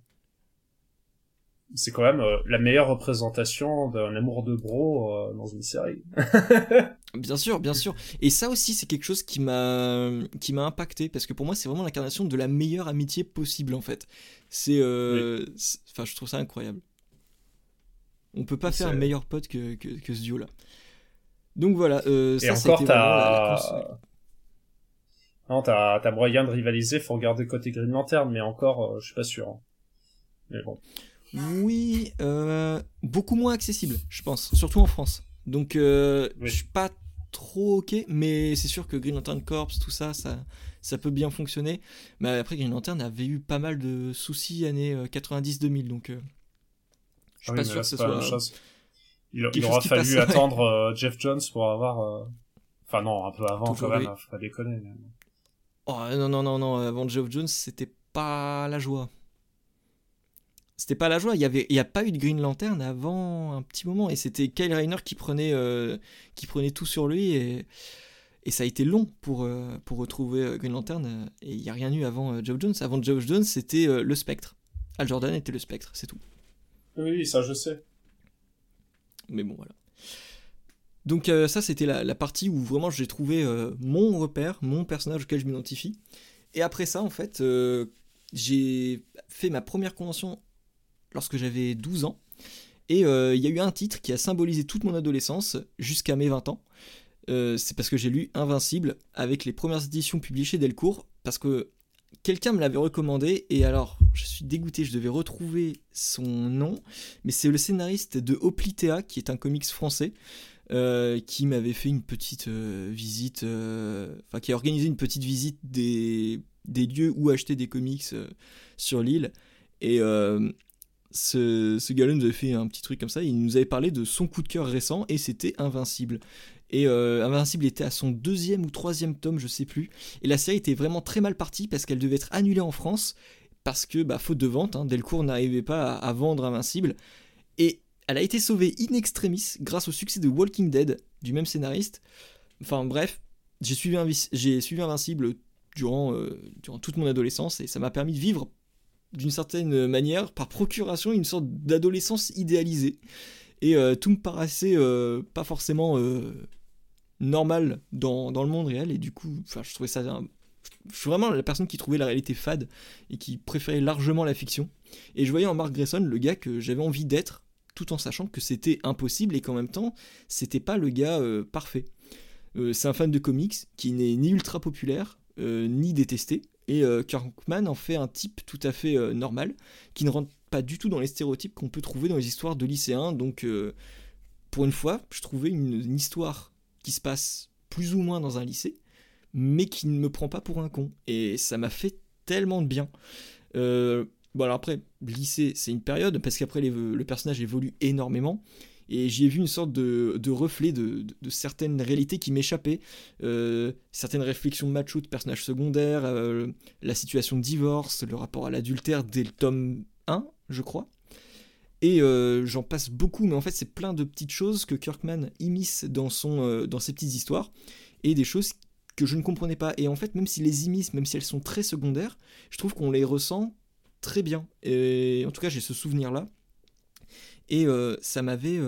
c'est quand même la meilleure représentation d'un amour de bro dans une série. Bien sûr. Et ça aussi, c'est quelque chose qui m'a impacté, parce que pour moi, c'est vraiment l'incarnation de la meilleure amitié possible, en fait. Oui. Enfin, je trouve ça incroyable. On peut pas faire un meilleur pote que ce duo-là. Donc voilà. Et ça, encore, t'as moyen de rivaliser, faut regarder côté Green Lantern, mais encore, je suis pas sûr. Hein. Mais bon. Oui, beaucoup moins accessible, je pense, surtout en France. Donc, je suis pas trop ok, mais c'est sûr que Green Lantern Corps, tout ça peut bien fonctionner. Mais après, Green Lantern avait eu pas mal de soucis années 90-2000, donc je suis pas sûr que ce soit... Il aura fallu attendre Geoff Jones pour avoir... Enfin non, un peu avant toujours quand même, faut pas déconner. Mais... Oh, non, avant Geoff Jones, c'était pas la joie. C'était pas la joie, il y a pas eu de Green Lantern avant un petit moment, et c'était Kyle Rayner qui prenait tout sur lui, et ça a été long pour retrouver Green Lantern, et il y a rien eu avant Geoff Jones. Avant Geoff Jones, c'était le Spectre. Hal Jordan était le Spectre, c'est tout. Oui, ça je sais. Mais bon, voilà. Donc ça, c'était la partie où vraiment j'ai trouvé mon repère, mon personnage auquel je m'identifie. Et après ça, en fait, j'ai fait ma première convention lorsque j'avais 12 ans, et il y a eu un titre qui a symbolisé toute mon adolescence jusqu'à mes 20 ans. C'est parce que j'ai lu Invincible avec les premières éditions publiées chez Delcourt, parce que quelqu'un me l'avait recommandé, et alors je suis dégoûté, je devais retrouver son nom, mais c'est le scénariste de Hoplitea, qui est un comics français, qui m'avait fait une petite visite, qui a organisé une petite visite des lieux où acheter des comics sur l'île, et ce gars-là nous avait fait un petit truc comme ça, il nous avait parlé de son coup de cœur récent, et c'était Invincible. Et Invincible était à son 2e ou 3e tome, je sais plus, et la série était vraiment très mal partie parce qu'elle devait être annulée en France, parce que, faute de vente, Delcourt n'arrivait pas à vendre Invincible, et elle a été sauvée in extremis grâce au succès de Walking Dead, du même scénariste. Enfin bref, j'ai suivi Invincible durant toute mon adolescence, et ça m'a permis de vivre d'une certaine manière, par procuration, une sorte d'adolescence idéalisée. Et tout me paraissait pas forcément normal dans le monde réel, et du coup, je trouvais ça... Je suis vraiment la personne qui trouvait la réalité fade, et qui préférait largement la fiction. Et je voyais en Mark Grayson le gars que j'avais envie d'être, tout en sachant que c'était impossible, et qu'en même temps, c'était pas le gars parfait. C'est un fan de comics qui n'est ni ultra populaire, ni détesté, et Kirkman en fait un type tout à fait normal, qui ne rentre pas du tout dans les stéréotypes qu'on peut trouver dans les histoires de lycéens. Donc pour une fois, je trouvais une histoire qui se passe plus ou moins dans un lycée, mais qui ne me prend pas pour un con, et ça m'a fait tellement de bien. Bon, alors après, lycée, c'est une période, parce qu'après le personnage évolue énormément, et j'y ai vu une sorte de reflet de certaines réalités qui m'échappaient, certaines réflexions macho de personnages secondaires, la situation de divorce, le rapport à l'adultère dès le tome 1, je crois. Et j'en passe beaucoup, mais en fait c'est plein de petites choses que Kirkman immisce dans ses petites histoires, et des choses que je ne comprenais pas. Et en fait, même s'il les immisce, même si elles sont très secondaires, je trouve qu'on les ressent très bien. Et en tout cas, j'ai ce souvenir-là. Et ça m'avait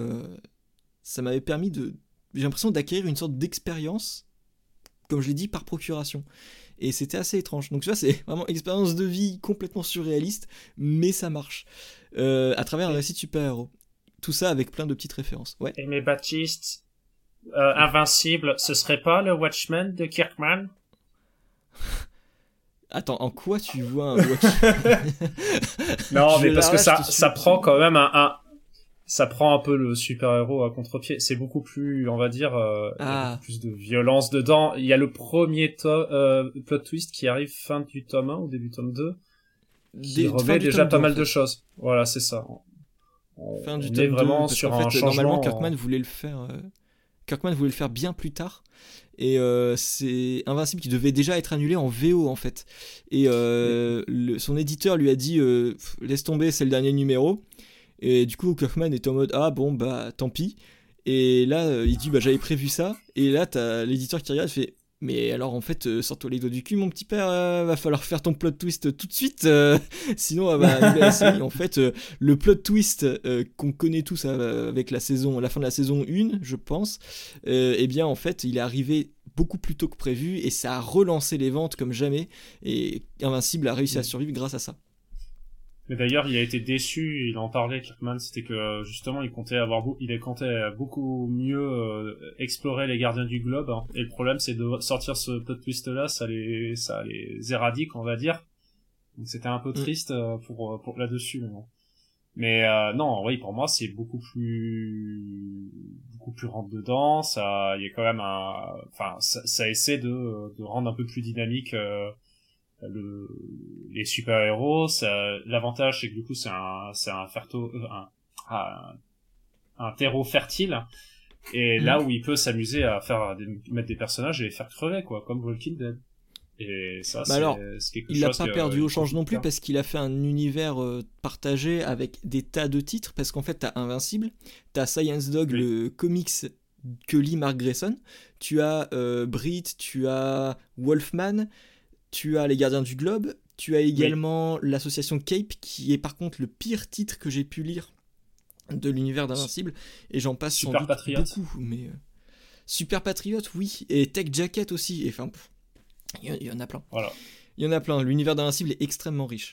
permis j'ai l'impression d'acquérir une sorte d'expérience, comme je l'ai dit, par procuration. Et c'était assez étrange. Donc tu vois, c'est vraiment une expérience de vie complètement surréaliste, mais ça marche. À travers un récit de super-héros. Tout ça avec plein de petites références. Ouais. Et mais Baptiste, Invincible, ce serait pas le Watchmen de Kirkman? Attends, en quoi tu vois un Watch? Non, Je mais parce que l'arrache, je te ça suis. prend quand même ça prend un peu le super-héros à contre-pied. C'est beaucoup plus, on va dire, il y a beaucoup Ah, plus de violence dedans. Il y a le premier plot twist qui arrive fin du tome 1 ou début tome 2, qui fin remet du déjà tome 2 pas en mal de fait. choses. Voilà, c'est ça. Fin du On est tome 2, vraiment parce qu'en sur un fait, normalement, changement. Kirkman voulait le faire bien plus tard. Et c'est Invincible qui devait déjà être annulé en VO en fait. Et son éditeur lui a dit laisse tomber, c'est le dernier numéro. Et du coup, Kirkman est en mode ah bon, bah tant pis. Et là, il dit bah j'avais prévu ça. Et là, t'as l'éditeur qui regarde et fait mais alors en fait, sors-toi les doigts du cul, mon petit père, va falloir faire ton plot twist tout de suite, sinon elle va annuler la série. En fait, le plot twist qu'on connaît tous avec la fin de la saison 1, je pense, eh bien en fait, il est arrivé beaucoup plus tôt que prévu et ça a relancé les ventes comme jamais. Et Invincible a réussi à survivre grâce à ça. Mais d'ailleurs, il a été déçu, il en parlait, Kirkman, c'était que justement, il comptait beaucoup mieux explorer les Gardiens du Globe, hein. Et le problème, c'est de sortir ce plot twist-là, ça les éradique, on va dire. Donc c'était un peu triste pour là-dessus. Mais non, oui, pour moi, c'est beaucoup plus rentre dedans. Ça, il y a quand même ça essaie de rendre un peu plus dynamique. Les super-héros, l'avantage c'est que du coup c'est un terreau fertile, et là où il peut s'amuser à mettre des personnages et les faire crever, quoi, comme Walking Dead. Et ça, Bah alors, c'est quelque il l'a chose pas que perdu au il faut change non plus faire. parce qu'il a fait un univers partagé avec des tas de titres. Parce qu'en fait, t'as Invincible, t'as Science Dog, Oui. le comics que lit Mark Grayson, tu as Brit, tu as Wolfman, tu as Les Gardiens du Globe, tu as également l'association Cape qui est par contre le pire titre que j'ai pu lire de l'univers d'Invincible. Et j'en passe sans Super doute Patriote. beaucoup. Mais Super Patriote, oui. Et Tech Jacket aussi. Enfin, il y en a plein. Voilà. Il y en a plein. L'univers d'Invincible est extrêmement riche.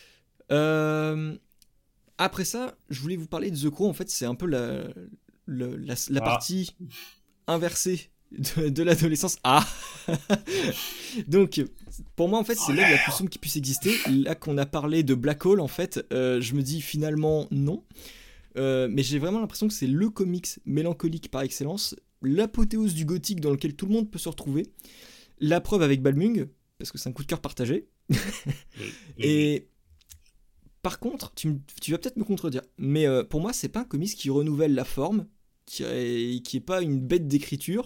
Après ça, je voulais vous parler de The Crow. En fait, c'est un peu la partie inversée de l'adolescence. Ah Donc, pour moi, en fait, c'est l'œuvre la plus sombre qui puisse exister. Là qu'on a parlé de Black Hole, en fait, je me dis finalement non. Mais j'ai vraiment l'impression que c'est le comics mélancolique par excellence, l'apothéose du gothique dans lequel tout le monde peut se retrouver. La preuve avec Balmung, parce que c'est un coup de cœur partagé. Et par contre, tu vas peut-être me contredire, mais pour moi, c'est pas un comics qui renouvelle la forme, qui est pas une bête d'écriture,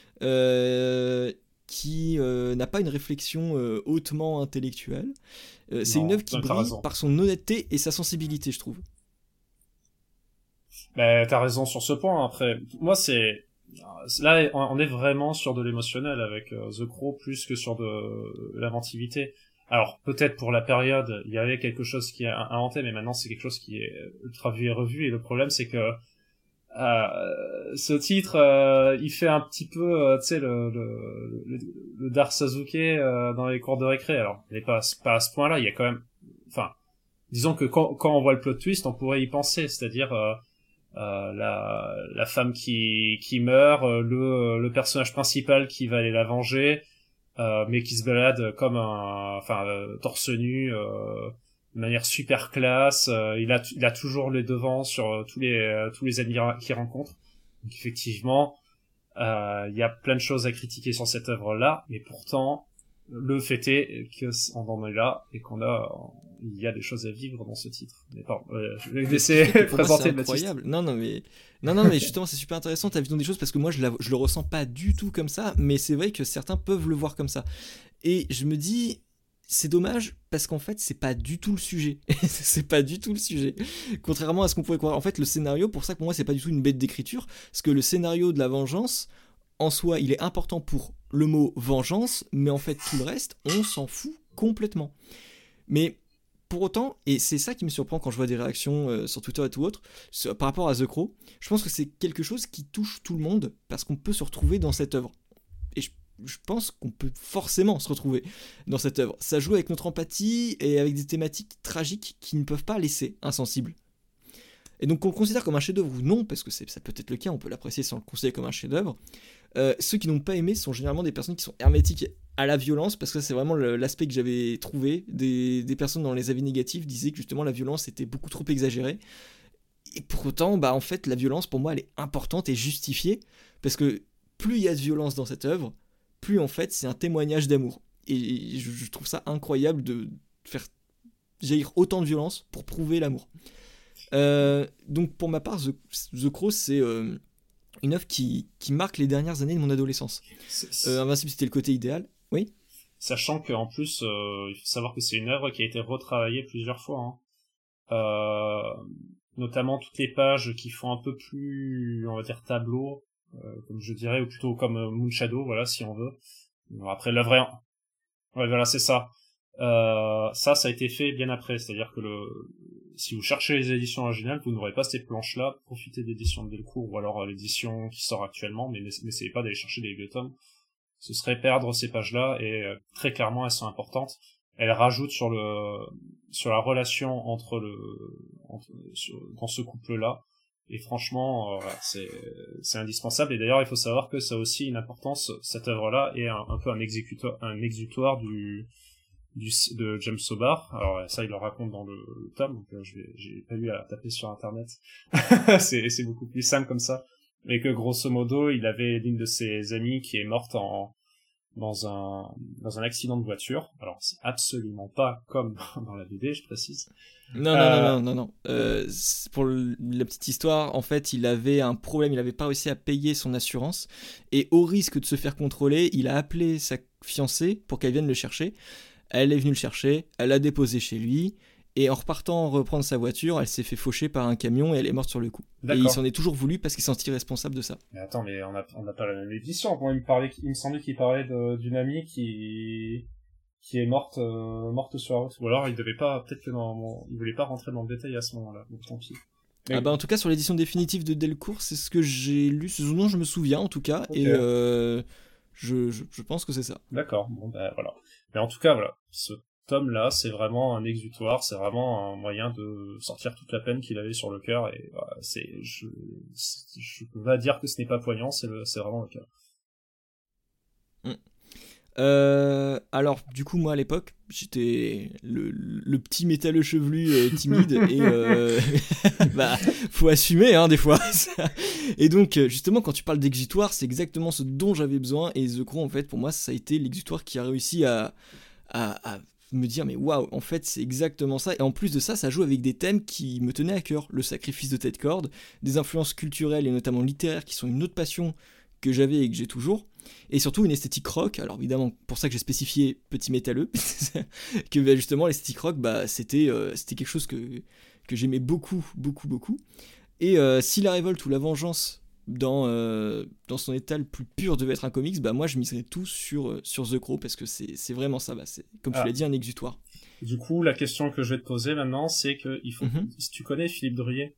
qui n'a pas une réflexion hautement intellectuelle. C'est une œuvre qui brille par son honnêteté et sa sensibilité, je trouve. Bah, t'as raison sur ce point. Après, moi, là, on est vraiment sur de l'émotionnel avec The Crow plus que sur de l'inventivité. Alors, peut-être pour la période, il y avait quelque chose qui est inventé, mais maintenant, c'est quelque chose qui est ultra vu et revu. Et le problème, c'est que ce titre, il fait un petit peu, tu sais, le Dark Sasuke dans les cours de récré. Alors, il n'est pas à ce point-là. Il y a quand même, enfin, disons que quand on voit le plot twist, on pourrait y penser, c'est-à-dire la femme qui meurt, le personnage principal qui va aller la venger, mais qui se balade comme torse nu, de manière super classe. Il a toujours les devants sur tous les ennemis qu'il rencontre. Donc effectivement, il y a plein de choses à critiquer sur cette œuvre-là, mais pourtant, le fait est qu'on en est là et il y a des choses à vivre dans ce titre. Mais pardon, je vais laisser présenter c'est incroyable. Non, mais justement, c'est super intéressant ta vision des choses parce que moi, je le ressens pas du tout comme ça, mais c'est vrai que certains peuvent le voir comme ça. Et je me dis, c'est dommage parce qu'en fait, c'est pas du tout le sujet. C'est pas du tout le sujet. Contrairement à ce qu'on pourrait croire. En fait, le scénario, pour ça, pour moi, c'est pas du tout une bête d'écriture, parce que le scénario de la vengeance, en soi, il est important pour le mot vengeance, mais en fait, tout le reste, on s'en fout complètement. Mais pour autant, et c'est ça qui me surprend quand je vois des réactions sur Twitter et tout autre, par rapport à The Crow, je pense que c'est quelque chose qui touche tout le monde, parce qu'on peut se retrouver dans cette œuvre. Et je pense qu'on peut forcément se retrouver dans cette œuvre. Ça joue avec notre empathie et avec des thématiques tragiques qui ne peuvent pas laisser insensibles. Et donc qu'on le considère comme un chef-d'œuvre ou non, parce que ça peut être le cas, on peut l'apprécier sans le considérer comme un chef-d'œuvre. Ceux qui n'ont pas aimé sont généralement des personnes qui sont hermétiques à la violence, parce que c'est vraiment l'aspect que j'avais trouvé. Des personnes dans les avis négatifs disaient que justement la violence était beaucoup trop exagérée. Et pour autant, en fait, la violence, pour moi, elle est importante et justifiée, parce que plus il y a de violence dans cette œuvre, plus en fait, c'est un témoignage d'amour. Et je trouve ça incroyable de faire jaillir autant de violence pour prouver l'amour. Donc pour ma part, The Crow, c'est une œuvre qui marque les dernières années de mon adolescence. Invincible, c'était le côté idéal. Oui. Sachant qu'en plus, il faut savoir que c'est une œuvre qui a été retravaillée plusieurs fois. Notamment toutes les pages qui font un peu plus, on va dire, tableau, comme je dirais, ou plutôt comme Moonshadow, voilà, si on veut. Bon, après, l'œuvre est... Ouais, voilà, c'est ça. Ça a été fait bien après, c'est-à-dire que si vous cherchez les éditions originales, vous n'aurez pas ces planches-là, profitez d'éditions de Delcourt, ou alors l'édition qui sort actuellement, mais n'essayez pas d'aller chercher des vieux tomes. Ce serait perdre ces pages-là, et très clairement, elles sont importantes. Elles rajoutent sur la relation dans ce couple-là, et franchement, c'est indispensable. Et d'ailleurs, il faut savoir que ça a aussi une importance, cette œuvre-là, est un peu un exutoire de James Sobar. Alors ça, il le raconte dans le tome, donc j'ai pas eu à taper sur internet. c'est beaucoup plus simple comme ça. Mais que grosso modo, il avait l'une de ses amies qui est morte dans un accident de voiture. Alors c'est absolument pas comme dans la BD, je précise. Non. Pour la petite histoire, en fait, il avait un problème, il avait pas réussi à payer son assurance, et au risque de se faire contrôler, il a appelé sa fiancée pour qu'elle vienne le chercher. Elle est venue le chercher, elle l'a déposé chez lui, et en repartant reprendre sa voiture, elle s'est fait faucher par un camion et elle est morte sur le coup. D'accord. Et il s'en est toujours voulu parce qu'il s'en tire responsable de ça. Mais attends, mais on n'a pas la même édition. Moi, il me semblait qu'il parlait d'une amie qui est morte sur la route. Ou alors il devait pas, peut-être que il voulait pas rentrer dans le détail à ce moment-là. Donc tant pis. Mais... en tout cas, sur l'édition définitive de Delcourt, c'est ce que j'ai lu, ce dont je me souviens en tout cas, okay. Et je pense que c'est ça. D'accord, bon voilà. Mais en tout cas, voilà, ce tome-là, c'est vraiment un exutoire, c'est vraiment un moyen de sortir toute la peine qu'il avait sur le cœur, et voilà, je peux pas dire que ce n'est pas poignant, c'est vraiment le cas. Alors du coup moi à l'époque j'étais le petit métalleux chevelu timide et faut assumer des fois. Et donc justement quand tu parles d'exutoire, c'est exactement ce dont j'avais besoin, et The Crow en fait pour moi ça a été l'exutoire qui a réussi à me dire mais waouh, en fait c'est exactement ça. Et en plus de ça, ça joue avec des thèmes qui me tenaient à cœur, le sacrifice de Ted Kord, des influences culturelles et notamment littéraires qui sont une autre passion que j'avais et que j'ai toujours, et surtout une esthétique rock. Alors évidemment pour ça que j'ai spécifié petit métalleux que justement l'esthétique rock c'était quelque chose que j'aimais beaucoup. Et si la révolte ou la vengeance dans son état le plus pur devait être un comics, moi je miserais tout sur The Crow, parce que c'est vraiment ça, c'est comme tu l'as dit, un exutoire. Du coup la question que je vais te poser maintenant, c'est que si tu connais Philippe Druillet.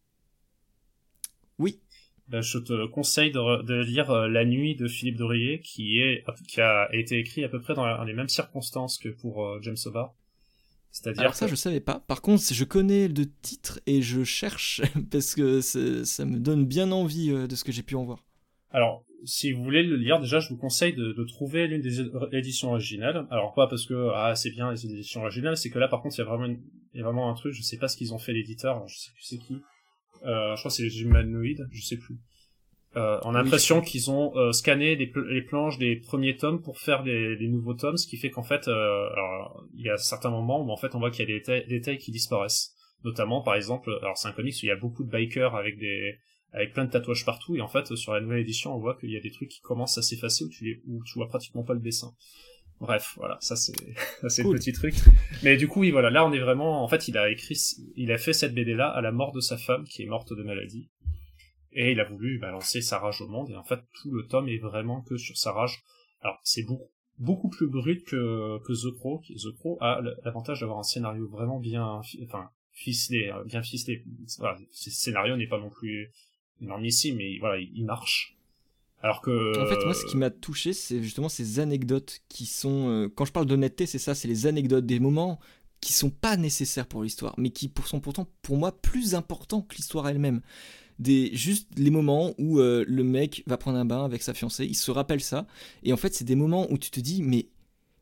Oui. Je te conseille de lire La Nuit de Philippe Druillet, qui a été écrit à peu près dans les mêmes circonstances que pour James Sobar. C'est-à-dire alors ça je savais pas, par contre je connais le titre et je cherche parce que ça me donne bien envie de ce que j'ai pu en voir. Alors si vous voulez le lire, déjà je vous conseille de trouver l'une des éditions originales. Alors pas parce que c'est bien les éditions originales, c'est que là par contre il y a vraiment un truc, je sais pas ce qu'ils ont fait l'éditeur, je sais plus c'est qui. Je crois que c'est les humanoïdes, je sais plus. On a l'impression qu'ils ont scanné les planches des premiers tomes pour faire les nouveaux tomes, ce qui fait qu'en fait, alors il y a certains moments où en fait on voit qu'il y a des détails qui disparaissent. Notamment, par exemple, alors c'est un comics où il y a beaucoup de bikers avec plein de tatouages partout, et en fait sur la nouvelle édition on voit qu'il y a des trucs qui commencent à s'effacer où tu vois pratiquement pas le dessin. Bref, voilà, ça c'est cool. Le petit truc. Mais du coup, oui, voilà, là on est vraiment, en fait, il a fait cette BD là à la mort de sa femme qui est morte de maladie, et il a voulu lancer sa rage au monde, et en fait tout le tome est vraiment que sur sa rage. Alors c'est beaucoup plus brut que The Crow. The Crow a l'avantage d'avoir un scénario vraiment bien ficelé. Voilà, ce scénario n'est pas non plus énormissime, mais voilà, il marche. Alors que... En fait, moi, ce qui m'a touché, c'est justement ces anecdotes qui sont... quand je parle d'honnêteté, c'est ça, c'est les anecdotes, des moments qui sont pas nécessaires pour l'histoire, mais qui sont pourtant, pour moi, plus importants que l'histoire elle-même. Juste les moments où le mec va prendre un bain avec sa fiancée, il se rappelle ça, et en fait, c'est des moments où tu te dis, mais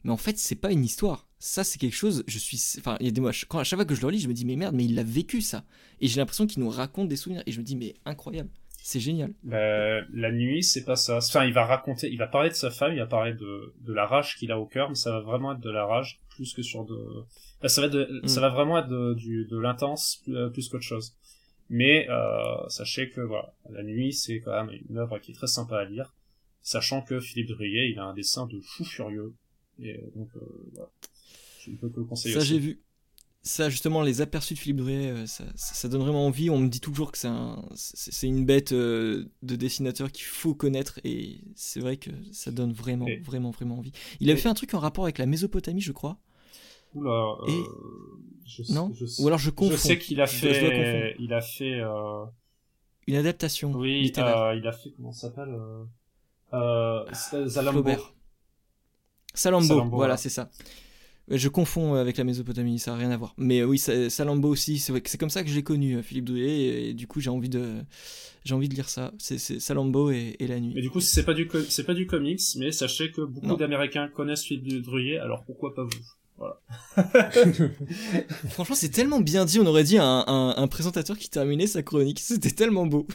mais en fait c'est pas une histoire, ça c'est quelque chose, il y a des mots, à chaque fois que je le relis je me dis mais merde, mais il l'a vécu ça, et j'ai l'impression qu'il nous raconte des souvenirs, et je me dis mais incroyable, c'est génial. La nuit, c'est pas ça. Enfin, il va parler de sa femme, il va parler de la rage qu'il a au cœur, mais ça va vraiment être de la rage plus que sur de. Enfin, ça va vraiment être de l'intense plus qu'autre chose. Mais sachez que voilà, La Nuit, c'est quand même une œuvre qui est très sympa à lire, sachant que Philippe Druillet, il a un dessin de fou furieux, et donc voilà, je ne peux que le conseiller. Ça aussi. j'ai vu. Ça, justement, les aperçus de Philippe Druillet, ça donne vraiment envie. On me dit toujours que c'est une bête de dessinateur qu'il faut connaître, et c'est vrai que ça donne vraiment, vraiment, vraiment envie. Il avait fait un truc en rapport avec la Mésopotamie, je crois. Oula, non, ou alors je confonds. Je sais qu'il a fait, une adaptation. Oui, littéraire. il a fait, comment ça s'appelle Salammbô. Flaubert. Salammbô, voilà, c'est ça. Je confonds avec la Mésopotamie, ça n'a rien à voir. Mais oui, Salammbô aussi, c'est comme ça que je l'ai connu, Philippe Druillet, et du coup j'ai envie de lire ça. C'est Salammbô et La Nuit. Mais du coup, c'est pas du comics, mais sachez que beaucoup d'Américains connaissent Philippe Druillet, alors pourquoi pas vous? Voilà. Franchement, c'est tellement bien dit, on aurait dit un présentateur qui terminait sa chronique, c'était tellement beau.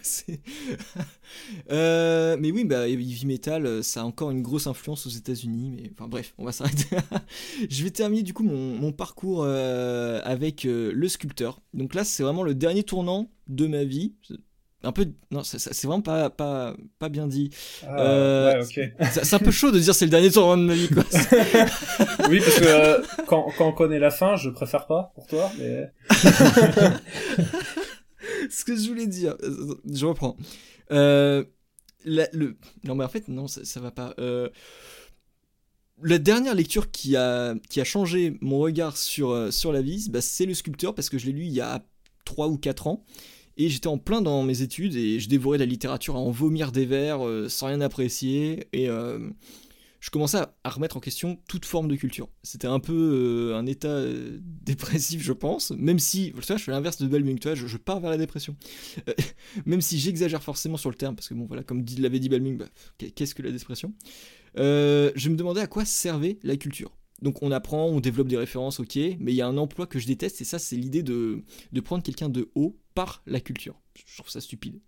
Mais oui, Heavy Metal, ça a encore une grosse influence aux États-Unis, mais enfin bref, on va s'arrêter. Je vais terminer du coup mon parcours avec le sculpteur. Donc là, c'est vraiment le dernier tournant de ma vie. Un peu, non, c'est vraiment pas bien dit. Ouais, ok. C'est un peu chaud de dire c'est le dernier tournant de ma vie, quoi. Oui, parce que quand on connaît la fin, je préfère pas pour toi, mais. Ce que je voulais dire, je reprends. Non, mais en fait, non, ça va pas. La dernière lecture qui a changé mon regard sur la vie, c'est le sculpteur, parce que je l'ai lu il y a 3 ou 4 ans. Et j'étais en plein dans mes études et je dévorais la littérature à en vomir des vers sans rien apprécier. Et je commençais à remettre en question toute forme de culture. C'était un peu un état dépressif, je pense. Même si, tu vois, je fais l'inverse de Balmung, tu vois, je pars vers la dépression. Même si j'exagère forcément sur le terme, parce que bon, voilà, comme l'avait dit Balmung, qu'est-ce que la dépression ? Je me demandais à quoi servait la culture. Donc on apprend, on développe des références, ok, mais il y a un emploi que je déteste, et ça c'est l'idée de prendre quelqu'un de haut par la culture. Je trouve ça stupide.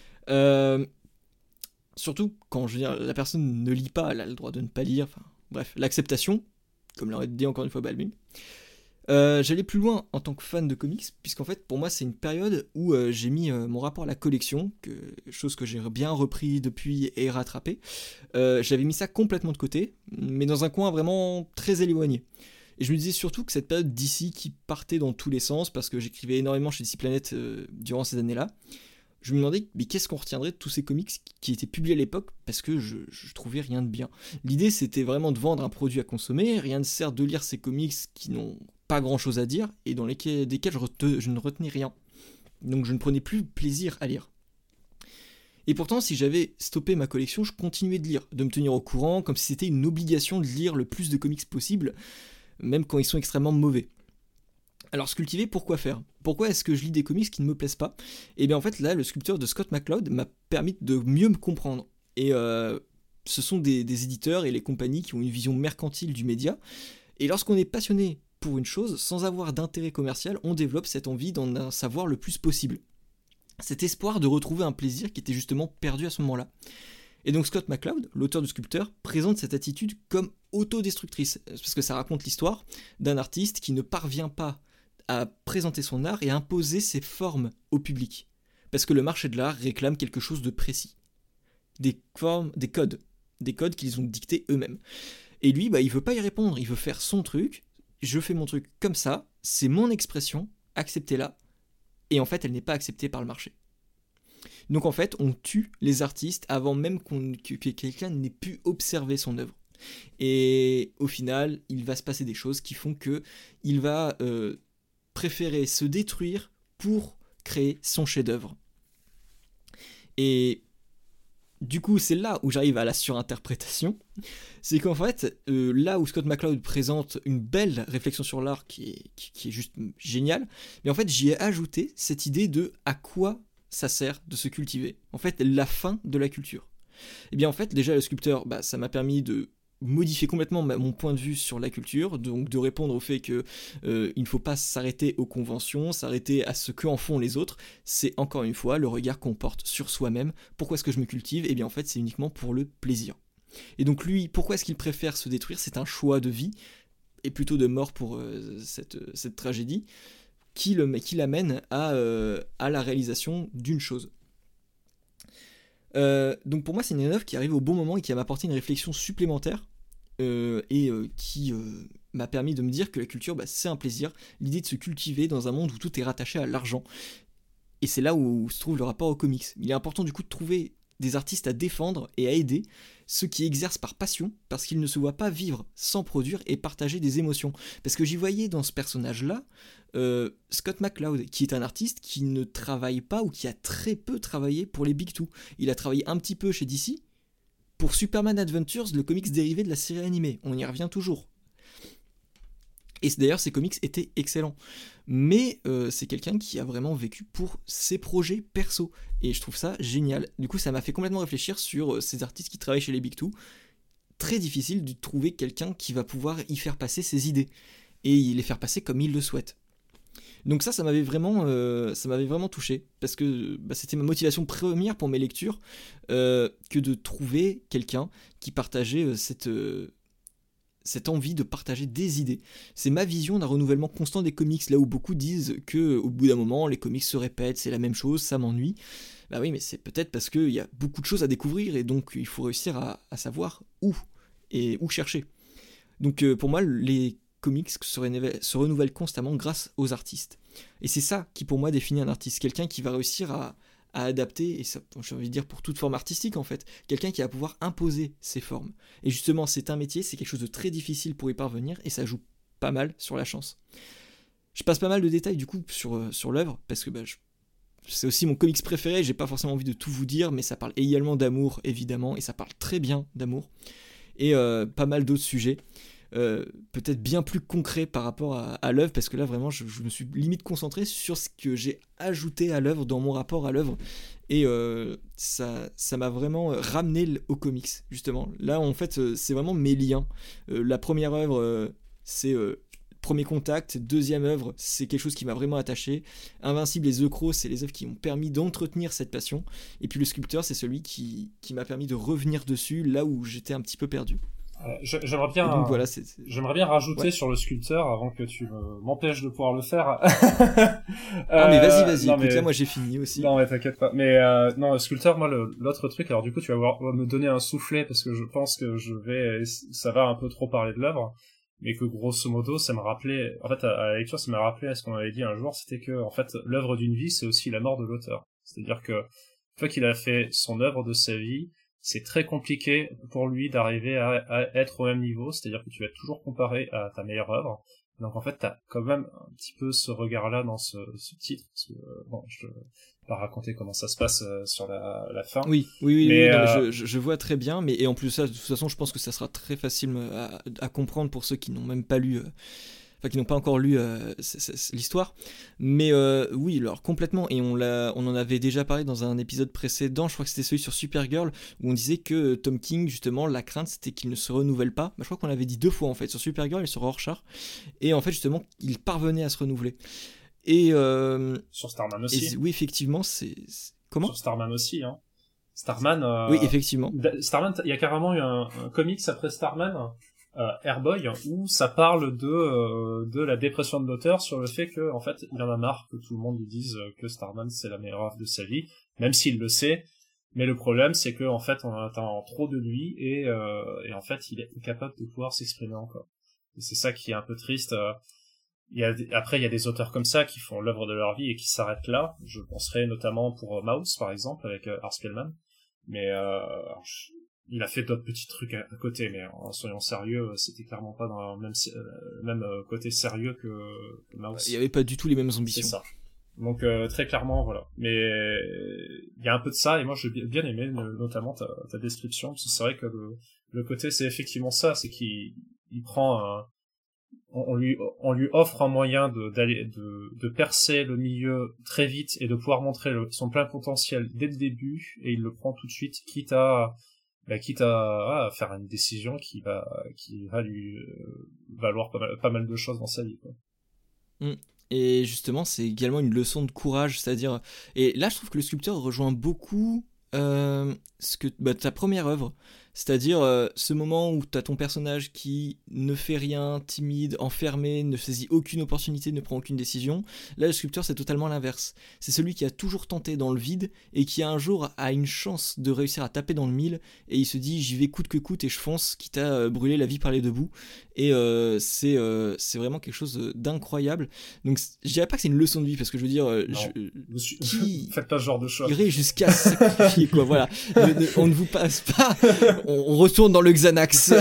Surtout quand, je veux dire, la personne ne lit pas, elle a le droit de ne pas lire, enfin bref, l'acceptation, comme l'aurait dit encore une fois Balmung. J'allais plus loin en tant que fan de comics, puisqu'en fait pour moi c'est une période où j'ai mis mon rapport à la collection, chose que j'ai bien repris depuis et rattrapé. J'avais mis ça complètement de côté, mais dans un coin vraiment très éloigné. Et je me disais surtout que cette période d'ici qui partait dans tous les sens, parce que j'écrivais énormément chez DC Planet durant ces années-là, je me demandais mais qu'est-ce qu'on retiendrait de tous ces comics qui étaient publiés à l'époque, parce que je trouvais rien de bien. L'idée c'était vraiment de vendre un produit à consommer, rien ne sert de lire ces comics qui n'ont pas grand chose à dire et dans desquels je ne retenais rien. Donc je ne prenais plus plaisir à lire. Et pourtant, si j'avais stoppé ma collection, je continuais de lire, de me tenir au courant, comme si c'était une obligation de lire le plus de comics possible, même quand ils sont extrêmement mauvais. Alors Sculptiver, pourquoi faire ? Pourquoi est-ce que je lis des comics qui ne me plaisent pas ? Et bien en fait là, le sculpteur de Scott McCloud m'a permis de mieux me comprendre. Et ce sont des éditeurs et les compagnies qui ont une vision mercantile du média. Et lorsqu'on est passionné pour une chose, sans avoir d'intérêt commercial, on développe cette envie d'en en savoir le plus possible. Cet espoir de retrouver un plaisir qui était justement perdu à ce moment-là. Et donc Scott McCloud, l'auteur du Sculpteur, présente cette attitude comme autodestructrice, parce que ça raconte l'histoire d'un artiste qui ne parvient pas à présenter son art et à imposer ses formes au public. Parce que le marché de l'art réclame quelque chose de précis. Des formes, des codes qu'ils ont dictés eux-mêmes. Et lui, il veut pas y répondre, il veut faire son truc, je fais mon truc comme ça, c'est mon expression, acceptez-la, et en fait elle n'est pas acceptée par le marché. Donc en fait, on tue les artistes avant même que quelqu'un n'ait pu observer son œuvre. Et au final, il va se passer des choses qui font que il va préférer se détruire pour créer son chef-d'œuvre. Et du coup, c'est là où j'arrive à la surinterprétation. C'est qu'en fait, là où Scott McCloud présente une belle réflexion sur l'art qui est juste géniale, mais en fait, j'y ai ajouté cette idée de à quoi ça sert de se cultiver. En fait, la fin de la culture. Et bien en fait, déjà le sculpteur, ça m'a permis de modifier complètement mon point de vue sur la culture, donc de répondre au fait que il ne faut pas s'arrêter aux conventions, s'arrêter à ce que en font les autres. C'est encore une fois le regard qu'on porte sur soi-même. Pourquoi est-ce que je me cultive ? Eh bien en fait c'est uniquement pour le plaisir. Et donc lui, pourquoi est-ce qu'il préfère se détruire ? C'est un choix de vie, et plutôt de mort pour cette tragédie, qui l'amène à la réalisation d'une chose. Donc pour moi c'est une œuvre qui arrive au bon moment et qui va m'apporter une réflexion supplémentaire qui m'a permis de me dire que la culture c'est un plaisir, l'idée de se cultiver dans un monde où tout est rattaché à l'argent. Et c'est là où se trouve le rapport au comics. Il est important du coup de trouver des artistes à défendre et à aider, ceux qui exercent par passion, parce qu'ils ne se voient pas vivre sans produire et partager des émotions. Parce que j'y voyais dans ce personnage-là Scott McCloud, qui est un artiste qui ne travaille pas ou qui a très peu travaillé pour les Big Two. Il a travaillé un petit peu chez DC, pour Superman Adventures, le comics dérivé de la série animée. On y revient toujours. Et d'ailleurs, ces comics étaient excellents. Mais c'est quelqu'un qui a vraiment vécu pour ses projets perso. Et je trouve ça génial. Du coup, ça m'a fait complètement réfléchir sur ces artistes qui travaillent chez les Big Two. Très difficile de trouver quelqu'un qui va pouvoir y faire passer ses idées. Et les faire passer comme il le souhaite. Donc ça m'avait vraiment touché. Parce que c'était ma motivation première pour mes lectures. Que de trouver quelqu'un qui partageait cette envie de partager des idées. C'est ma vision d'un renouvellement constant des comics, là où beaucoup disent que au bout d'un moment, les comics se répètent, c'est la même chose, ça m'ennuie. Bah oui, mais c'est peut-être parce qu'il y a beaucoup de choses à découvrir, et donc il faut réussir à savoir où chercher. Donc pour moi, les comics se renouvellent constamment grâce aux artistes. Et c'est ça qui pour moi définit un artiste, quelqu'un qui va réussir à adapter, et ça, j'ai envie de dire pour toute forme artistique en fait, quelqu'un qui va pouvoir imposer ses formes. Et justement, c'est un métier, c'est quelque chose de très difficile pour y parvenir, et ça joue pas mal sur la chance. Je passe pas mal de détails du coup sur l'œuvre, parce que c'est aussi mon comics préféré, j'ai pas forcément envie de tout vous dire, mais ça parle également d'amour, évidemment, et ça parle très bien d'amour, et pas mal d'autres sujets. Peut-être bien plus concret par rapport à l'œuvre, parce que là vraiment je me suis limite concentré sur ce que j'ai ajouté à l'œuvre dans mon rapport à l'œuvre, et ça m'a vraiment ramené au comics justement. Là en fait c'est vraiment mes liens. La première œuvre c'est premier contact, deuxième œuvre c'est quelque chose qui m'a vraiment attaché, Invincible et The Crow c'est les œuvres qui m'ont permis d'entretenir cette passion, et puis le sculpteur c'est celui qui m'a permis de revenir dessus là où j'étais un petit peu perdu. J'aimerais bien, donc, voilà, j'aimerais bien rajouter sur le sculpteur avant que tu m'empêches de pouvoir le faire. Ah mais vas-y, écoute, là moi j'ai fini aussi. Non mais t'inquiète pas. Mais non, le sculpteur, moi l'autre truc, alors du coup tu vas me donner un soufflet parce que je pense que ça va un peu trop parler de l'œuvre, mais que grosso modo ça me rappelait, en fait à la lecture ça m'a rappelé à ce qu'on avait dit un jour, c'était que en fait l'œuvre d'une vie c'est aussi la mort de l'auteur. C'est-à-dire que une fois qu'il a fait son œuvre de sa vie, c'est très compliqué pour lui d'arriver à être au même niveau, c'est-à-dire que tu vas toujours comparer à ta meilleure œuvre. Donc en fait, t'as quand même un petit peu ce regard-là dans ce titre, parce que bon, je vais pas raconter comment ça se passe sur la fin. Oui, mais je vois très bien, mais et en plus de ça, de toute façon, je pense que ça sera très facile à comprendre pour ceux qui n'ont même pas lu. Qui n'ont pas encore lu l'histoire, mais oui, alors complètement, et on en avait déjà parlé dans un épisode précédent, je crois que c'était celui sur Supergirl, où on disait que Tom King, justement, la crainte c'était qu'il ne se renouvelle pas. Je crois qu'on l'avait dit 2 fois en fait, sur Supergirl et sur Rorschach, et en fait justement, il parvenait à se renouveler. Et sur Starman aussi. Oui, effectivement, c'est comment ? Sur Starman aussi, hein. Starman. Oui, effectivement. Starman, il y a carrément eu un comics après Starman. Airboy, où ça parle de la dépression de l'auteur sur le fait que en fait il en a marre que tout le monde lui dise que Starman c'est la meilleure œuvre de sa vie, même s'il le sait, mais le problème c'est que en fait on attend trop de lui, et en fait il est incapable de pouvoir s'exprimer encore. Et c'est ça qui est un peu triste. Après il y a des auteurs comme ça qui font l'œuvre de leur vie et qui s'arrêtent là. Je penserais notamment pour Mouse par exemple avec Art Spellman, mais il a fait d'autres petits trucs à côté, mais en soyons sérieux, c'était clairement pas dans le même côté sérieux que Mouse. Il y avait pas du tout les mêmes ambitions. C'est ça. Donc très clairement, voilà. Mais il y a un peu de ça, et moi j'ai bien aimé notamment ta description, parce que c'est vrai que le côté c'est effectivement ça, c'est qu'il prend on lui offre un moyen de percer le milieu très vite et de pouvoir montrer son plein potentiel dès le début, et il le prend tout de suite, quitte à quitte à faire une décision qui va lui valoir pas mal de choses dans sa vie, quoi. Et justement, c'est également une leçon de courage, c'est-à-dire... Et là, je trouve que le sculpteur rejoint beaucoup ta première œuvre, c'est-à-dire ce moment où tu as ton personnage qui ne fait rien, timide, enfermé, ne saisit aucune opportunité, ne prend aucune décision. Là, le sculpteur, c'est totalement l'inverse. C'est celui qui a toujours tenté dans le vide et qui un jour a une chance de réussir à taper dans le mille, et il se dit j'y vais coûte que coûte et je fonce, quitte à brûler la vie par les deux bouts. Et c'est vraiment quelque chose d'incroyable. Donc je dirais pas que c'est une leçon de vie, parce que je veux dire qui faites pas ce genre de choix, irait jusqu'à se sacrifier, quoi. Voilà, on ne vous passe pas, on retourne dans le Xanax.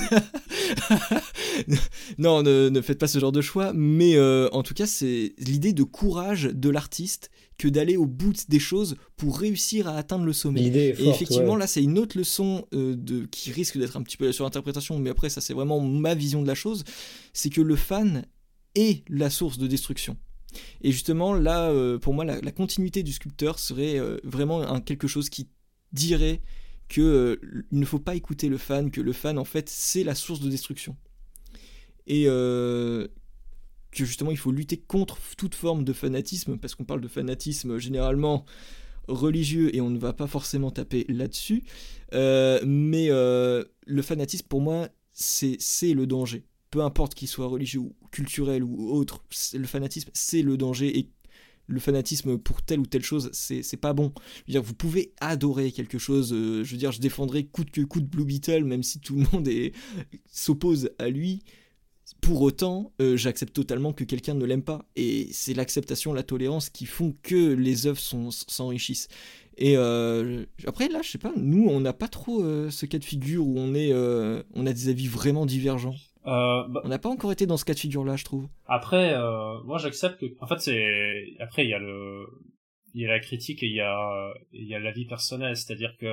Non, ne faites pas ce genre de choix, mais en tout cas c'est l'idée de courage de l'artiste que d'aller au bout des choses pour réussir à atteindre le sommet. L'idée est forte, et effectivement, ouais. Là, c'est une autre leçon qui risque d'être un petit peu la surinterprétation, mais après, ça, c'est vraiment ma vision de la chose. C'est que le fan est la source de destruction. Et justement, là, pour moi, la continuité du sculpteur serait vraiment quelque chose qui dirait qu'il ne faut pas écouter le fan, que le fan, en fait, c'est la source de destruction. Et que justement il faut lutter contre toute forme de fanatisme, parce qu'on parle de fanatisme généralement religieux et on ne va pas forcément taper là-dessus, mais le fanatisme pour moi c'est le danger, peu importe qu'il soit religieux ou culturel ou autre, le fanatisme c'est le danger, et le fanatisme pour telle ou telle chose, c'est pas bon. Je veux dire, vous pouvez adorer quelque chose, je veux dire, je défendrai coûte que coûte Blue Beetle, même si tout le monde s'oppose à lui. Pour autant, j'accepte totalement que quelqu'un ne l'aime pas. Et c'est l'acceptation, la tolérance qui font que les œuvres s'enrichissent. Et après, là, je sais pas, nous, on n'a pas trop ce cas de figure où on a des avis vraiment divergents. On n'a pas encore été dans ce cas de figure-là, je trouve. Après, moi, j'accepte que... En fait, Après, il y a la critique et il y a l'avis personnel. C'est-à-dire que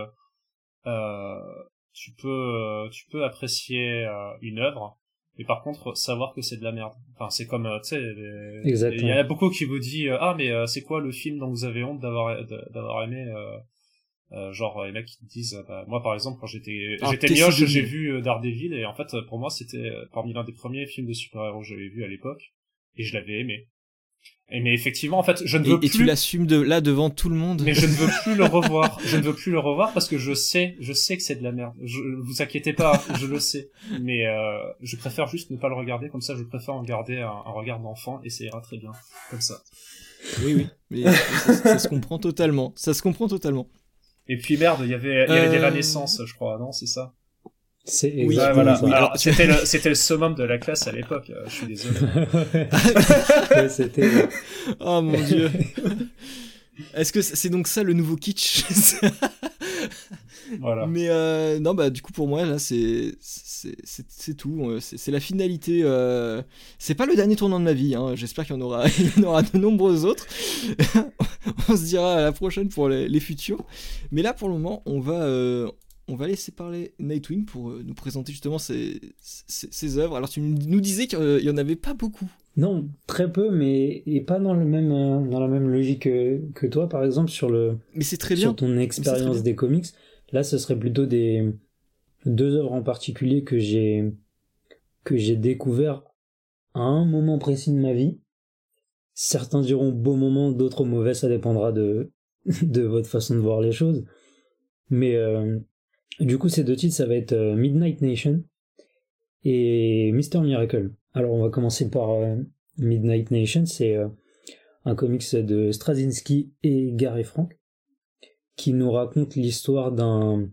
tu peux apprécier une œuvre, mais par contre savoir que c'est de la merde. Enfin, c'est comme tu sais, il y en a beaucoup qui vous disent mais c'est quoi le film dont vous avez honte d'avoir aimé, genre les mecs qui disent moi par exemple quand j'étais mioche, j'ai vu Daredevil, et en fait pour moi c'était parmi l'un des premiers films de super-héros que j'avais vu à l'époque, et je l'avais aimé. Mais effectivement, en fait, je ne veux plus... Et tu l'assumes là devant tout le monde. Mais je ne veux plus le revoir. Je ne veux plus le revoir parce que je sais que c'est de la merde. Vous inquiétez pas, je le sais. Mais je préfère juste ne pas le regarder, comme ça je préfère en garder un regard d'enfant, et ça ira très bien, comme ça. Oui, mais ça se comprend totalement. Ça se comprend totalement. Et puis merde, il y avait des renaissances, je crois, non, c'est ça? C'est exactement voilà. ça. Alors, c'était le summum de la classe à l'époque, je suis désolé. Ouais, c'était... Oh mon dieu. Est-ce que c'est donc ça le nouveau kitsch? Voilà. Mais non, du coup pour moi là c'est tout, c'est la finalité, c'est pas le dernier tournant de ma vie, hein. J'espère qu'il y en aura de nombreux autres. On se dira à la prochaine pour les futurs, mais là pour le moment on va laisser parler Nightwing pour nous présenter justement ses œuvres. Alors tu nous disais qu'il y en avait pas beaucoup. Non, très peu, mais et pas dans la même logique que toi, par exemple, mais c'est très bien. Sur ton expérience des comics. Là, ce serait plutôt deux œuvres en particulier que j'ai découvert à un moment précis de ma vie. Certains diront beau moment, d'autres mauvais, ça dépendra de votre façon de voir les choses. Mais du coup, ces deux titres, ça va être Midnight Nation et Mr. Miracle. Alors, on va commencer par Midnight Nation. C'est un comics de Straczynski et Gary Frank qui nous raconte l'histoire d'un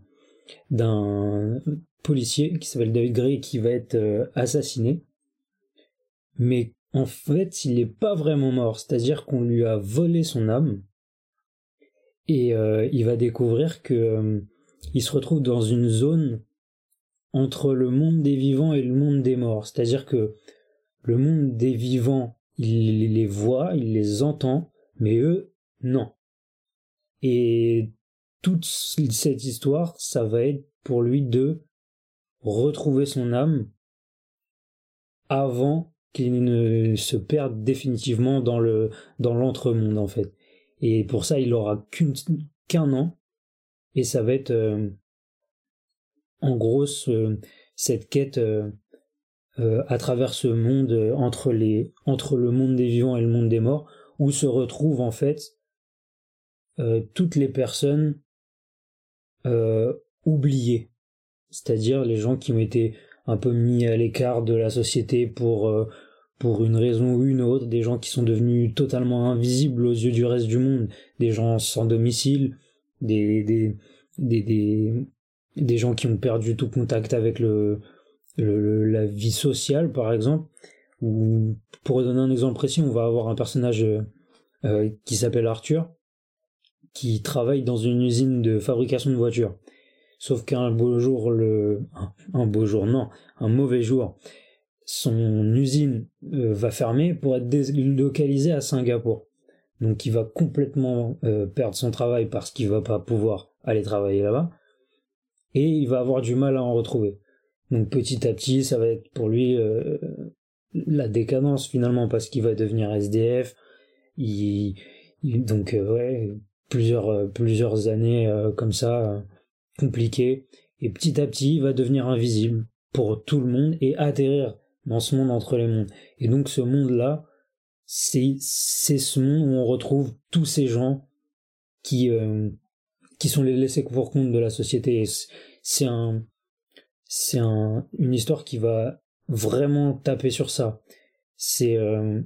policier qui s'appelle David Gray qui va être assassiné. Mais en fait, il n'est pas vraiment mort. C'est-à-dire qu'on lui a volé son âme. Et il va découvrir que il se retrouve dans une zone entre le monde des vivants et le monde des morts. C'est-à-dire que le monde des vivants, il les voit, il les entend, mais eux, non. Et toute cette histoire, ça va être pour lui de retrouver son âme avant qu'il ne se perde définitivement dans l'entremonde, en fait. Et pour ça, il aura qu'un an, et ça va être en gros cette quête à travers ce monde entre le monde des vivants et le monde des morts, où se retrouvent en fait toutes les personnes oubliées, c'est-à-dire les gens qui ont été un peu mis à l'écart de la société pour une raison ou une autre, des gens qui sont devenus totalement invisibles aux yeux du reste du monde, des gens sans domicile, des gens qui ont perdu tout contact avec la vie sociale, par exemple. Ou pour donner un exemple précis, on va avoir un personnage qui s'appelle Arthur, qui travaille dans une usine de fabrication de voitures. Sauf qu'un beau jour, un mauvais jour, son usine va fermer pour être délocalisée à Singapour. Donc il va complètement perdre son travail parce qu'il va pas pouvoir aller travailler là-bas, et il va avoir du mal à en retrouver. Donc petit à petit, ça va être pour lui la décadence finalement, parce qu'il va devenir SDF. Donc plusieurs années comme ça, compliquées, et petit à petit il va devenir invisible pour tout le monde et atterrir dans ce monde entre les mondes. Et donc ce monde-là, c'est ce monde où on retrouve tous ces gens qui sont les laissés pour compte de la société. Et c'est une histoire qui va vraiment taper sur ça. C'est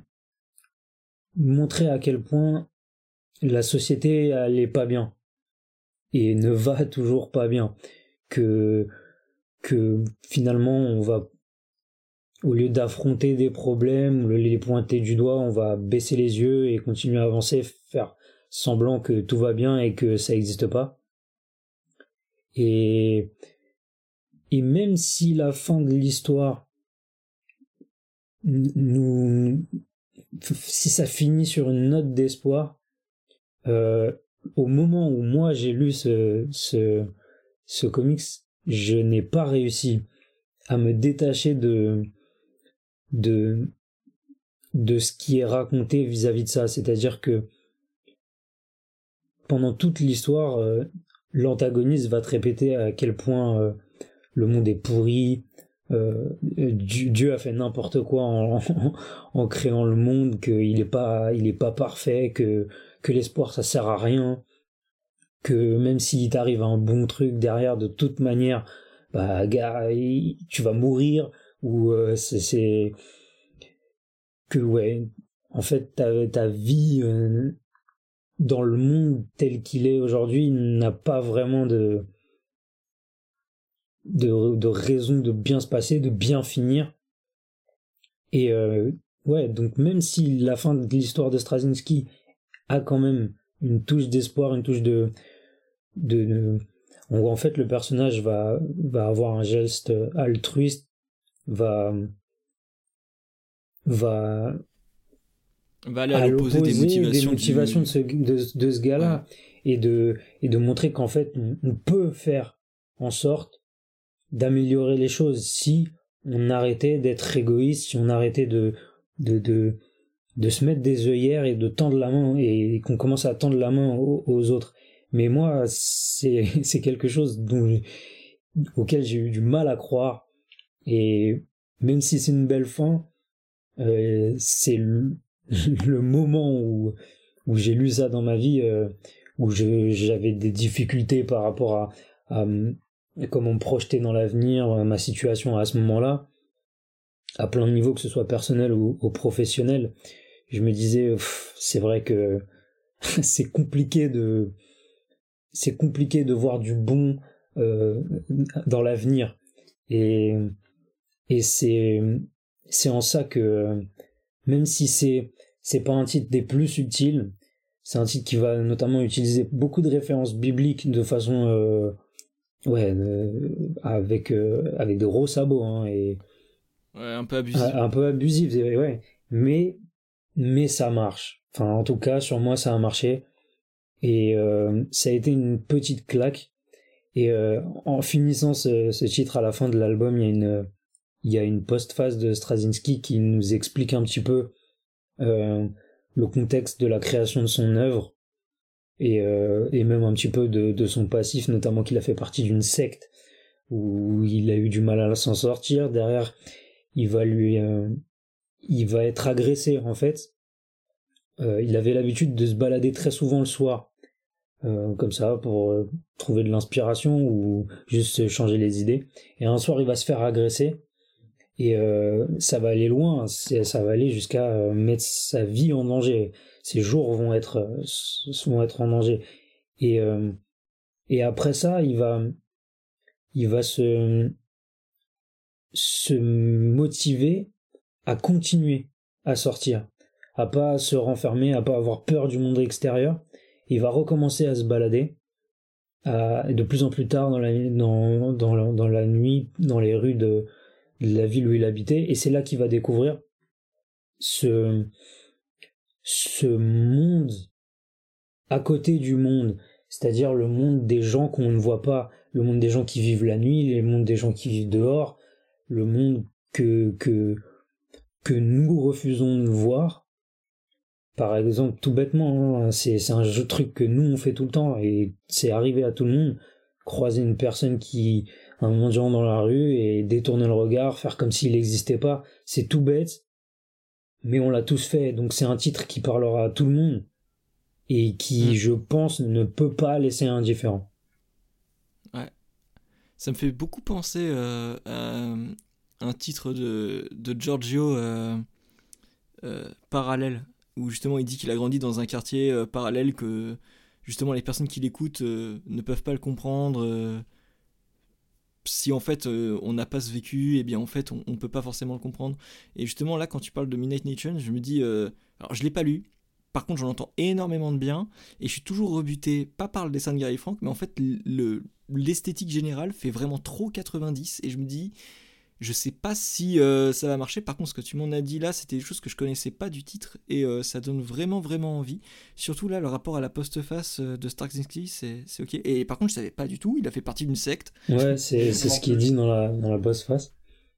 montrer à quel point la société, elle est pas bien et ne va toujours pas bien, que finalement on va, au lieu d'affronter des problèmes, les pointer du doigt, on va baisser les yeux et continuer à avancer, faire semblant que tout va bien et que ça n'existe pas. Et même si la fin de l'histoire si ça finit sur une note d'espoir, au moment où moi j'ai lu ce comics, je n'ai pas réussi à me détacher de ce qui est raconté vis-à-vis de ça. C'est-à-dire que pendant toute l'histoire, l'antagoniste va te répéter à quel point le monde est pourri, Dieu a fait n'importe quoi en créant le monde, qu'il est pas parfait, que l'espoir ça sert à rien, que même s'il t'arrive un bon truc derrière, de toute manière, bah gars, tu vas mourir, ou c'est que ouais, en fait ta vie dans le monde tel qu'il est aujourd'hui n'a pas vraiment de raison de bien se passer, de bien finir. Et ouais, donc même si la fin de l'histoire de Straczynski a quand même une touche d'espoir, une touche en fait le personnage va avoir un geste altruiste, va aller à l'opposé des motivations de ce gars-là, ouais. et de montrer qu'en fait on peut faire en sorte d'améliorer les choses si on arrêtait d'être égoïste, si on arrêtait de se mettre des œillères et de tendre la main, et qu'on commence à tendre la main aux autres. Mais moi, c'est quelque chose auquel j'ai eu du mal à croire, et même si c'est une belle fin, c'est le moment où j'ai lu ça dans ma vie, où j'avais des difficultés par rapport à comment me projeter dans l'avenir, ma situation à ce moment-là, à plein de niveaux, que ce soit personnel ou professionnel. Je me disais, c'est vrai que c'est compliqué de voir du bon dans l'avenir, et c'est en ça que même si c'est pas un titre des plus subtils, c'est un titre qui va notamment utiliser beaucoup de références bibliques de façon avec de gros sabots, hein, et un peu abusif. Ouais, mais ça marche. Enfin, en tout cas, sur moi, ça a marché, et ça a été une petite claque. Et en finissant ce titre, à la fin de l'album, il y a une postface de Straczynski qui nous explique un petit peu le contexte de la création de son œuvre, et même un petit peu de son passif, notamment qu'il a fait partie d'une secte où il a eu du mal à s'en sortir. Derrière, il va être agressé en fait. Il avait l'habitude de se balader très souvent le soir, comme ça, pour trouver de l'inspiration ou juste changer les idées. Et un soir, il va se faire agresser. Et ça va aller loin, ça va aller jusqu'à mettre sa vie en danger. Ses jours vont être en danger. Et, euh, et après ça, il va se motiver à continuer à sortir, à pas se renfermer, à pas avoir peur du monde extérieur. Il va recommencer à se balader, de plus en plus tard dans la nuit, dans les rues de la ville où il habitait, et c'est là qu'il va découvrir ce monde à côté du monde, c'est-à-dire le monde des gens qu'on ne voit pas, le monde des gens qui vivent la nuit, le monde des gens qui vivent dehors, le monde que nous refusons de voir. Par exemple, tout bêtement, hein, c'est un truc que nous on fait tout le temps et c'est arrivé à tout le monde. Croiser une personne un mendiant dans la rue et détourner le regard, faire comme s'il n'existait pas, c'est tout bête, mais on l'a tous fait. Donc c'est un titre qui parlera à tout le monde et qui, je pense, ne peut pas laisser indifférent. Ouais. Ça me fait beaucoup penser à un titre de Giorgio, Parallèle, où justement il dit qu'il a grandi dans un quartier parallèle, que justement les personnes qui l'écoutent ne peuvent pas le comprendre. Si en fait on n'a pas ce vécu, et bien en fait on peut pas forcément le comprendre. Et justement là, quand tu parles de Midnight Nation, je me dis, alors je l'ai pas lu, par contre j'en entends énormément de bien, et je suis toujours rebuté, pas par le dessin de Gary Frank, mais en fait l'esthétique générale fait vraiment trop 90, et je me dis, je sais pas si ça va marcher. Par contre, ce que tu m'en as dit là, c'était des choses que je connaissais pas du titre, et ça donne vraiment vraiment envie. Surtout là, le rapport à la postface de Straczynski, c'est ok. Et par contre, je savais pas du tout, il a fait partie d'une secte. Ouais, c'est ce qui est dit dans la postface.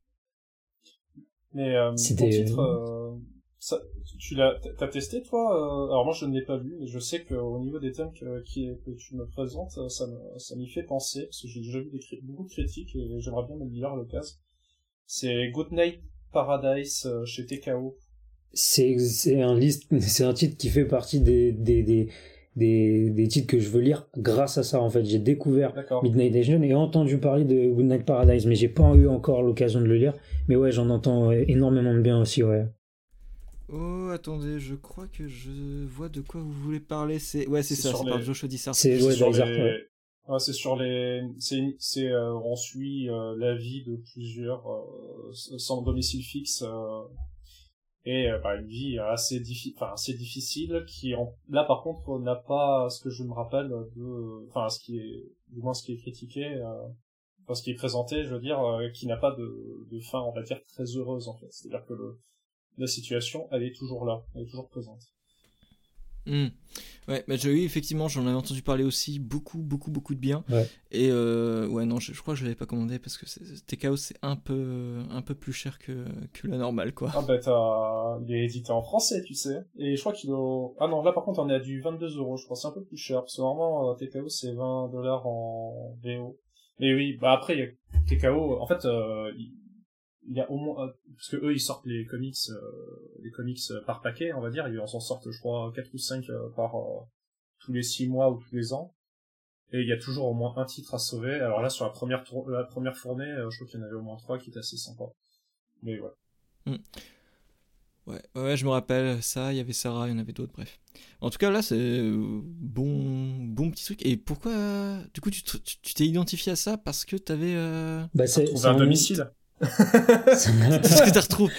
Mais ton titre, t'as testé toi alors moi je ne l'ai pas vu, mais je sais qu'au niveau des thèmes que tu me présentes, ça m'y fait penser, parce que j'ai déjà vu beaucoup de critiques et j'aimerais bien me le lire à l'occasion. C'est Goodnight Paradise chez TKO. C'est un titre qui fait partie des titres que je veux lire grâce à ça. En fait, j'ai découvert Midnight Nation et entendu parler de Goodnight Paradise, mais j'ai pas eu encore l'occasion de le lire. Mais ouais, j'en entends énormément de bien aussi, ouais. Oh, attendez, je crois que je vois de quoi vous voulez parler. C'est ça, c'est par Joshua Dissart. C'est on suit la vie de plusieurs sans domicile fixe et une vie assez difficile là par contre n'a pas, ce que je me rappelle ce qui est critiqué, ce qui est présenté, je veux dire, qui n'a pas de fin, on va dire, très heureuse en fait. C'est-à-dire que la situation, elle est toujours là, elle est toujours présente. Ouais, bah oui, effectivement, j'en avais entendu parler aussi, beaucoup de bien. Ouais. Et ouais, non, je crois que je l'avais pas commandé parce que TKO c'est un peu plus cher que la normale, quoi. Ah bah il est édité en français, tu sais. Et je crois ah non, là par contre on est à du 22€, je crois, c'est un peu plus cher. Parce que normalement TKO c'est 20$ en VO. Mais oui, bah après il y a TKO, en fait il y a au moins, parce que eux ils sortent les comics par paquet, on va dire, ils en sortent je crois 4 ou 5 par tous les 6 mois ou tous les ans, et il y a toujours au moins un titre à sauver. Alors là sur la première fournée, je crois qu'il y en avait au moins 3 qui étaient assez sympas. Mais ouais. Ouais, je me rappelle ça, il y avait Sarah, il y en avait d'autres, bref. En tout cas là c'est bon petit truc. Et pourquoi du coup tu t'es identifié à ça parce que t'avais trouvé un domicile. C'est ce que t'as retrouvé.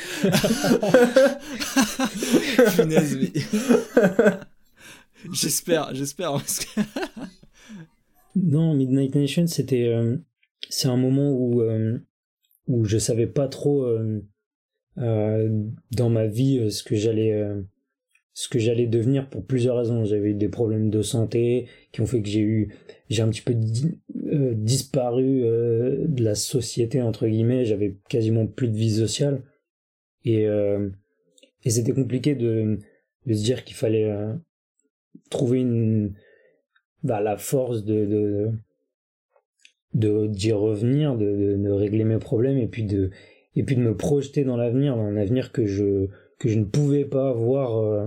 Punaise, mais... j'espère parce que... Non, Midnight Nation, c'est un moment où je savais pas trop dans ma vie ce que j'allais devenir, pour plusieurs raisons. J'avais eu des problèmes de santé qui ont fait que j'ai un petit peu disparu de la société, entre guillemets. J'avais quasiment plus de vie sociale et c'était compliqué de se dire qu'il fallait trouver la force d'y revenir, de régler mes problèmes et puis de me projeter dans l'avenir, dans un avenir que je ne pouvais pas voir,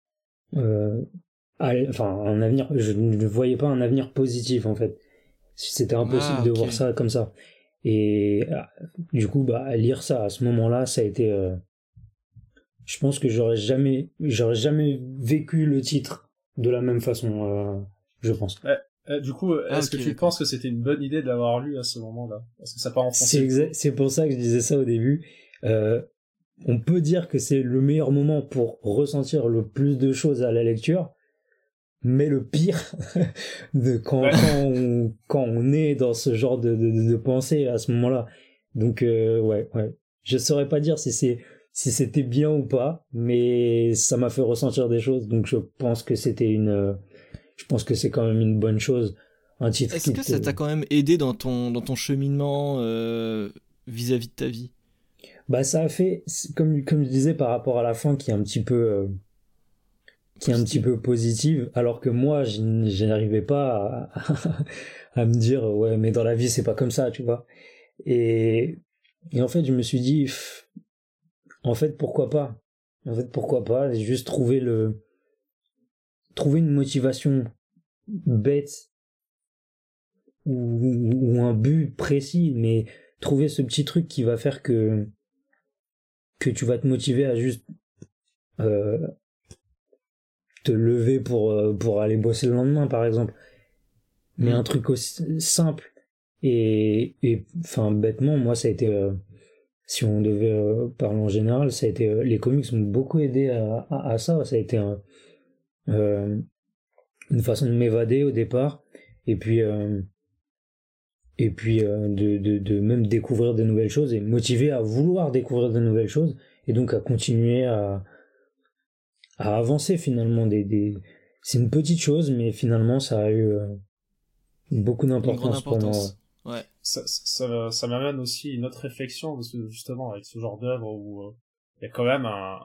un avenir, je ne voyais pas un avenir positif en fait. C'était impossible de voir ça comme ça. Et du coup, lire ça à ce moment-là, ça a été, je pense que j'aurais jamais vécu le titre de la même façon, je pense. Du coup, est-ce que tu penses que c'était une bonne idée de l'avoir lu à ce moment-là? Parce que ça part en français. C'est pour ça que je disais ça au début. On peut dire que c'est le meilleur moment pour ressentir le plus de choses à la lecture, mais le pire quand on est dans ce genre de pensée à ce moment-là. Donc ouais. Je saurais pas dire si c'était bien ou pas, mais ça m'a fait ressentir des choses. Donc je pense que c'est quand même une bonne chose. Un titre. Est-ce que ça t'a quand même aidé dans ton cheminement vis-à-vis de ta vie? Ça a fait, comme je disais, par rapport à la fin qui est un petit peu positive, alors que moi je n'arrivais pas à me dire ouais, mais dans la vie c'est pas comme ça, tu vois. Et en fait je me suis dit en fait pourquoi pas juste trouver une motivation bête ou un but précis, mais trouver ce petit truc qui va faire que tu vas te motiver à juste te lever pour aller bosser le lendemain par exemple, mais un truc aussi simple et enfin bêtement, moi ça a été si on devait parler en général, ça a été les comics m'ont beaucoup aidé à ça a été une façon de m'évader au départ et puis de même découvrir de nouvelles choses et motiver à vouloir découvrir de nouvelles choses et donc à continuer à avancer finalement. C'est une petite chose, mais finalement ça a eu beaucoup d'importance pour moi. Ouais. Ça m'amène aussi une autre réflexion, parce que justement avec ce genre d'œuvre où il y a quand même un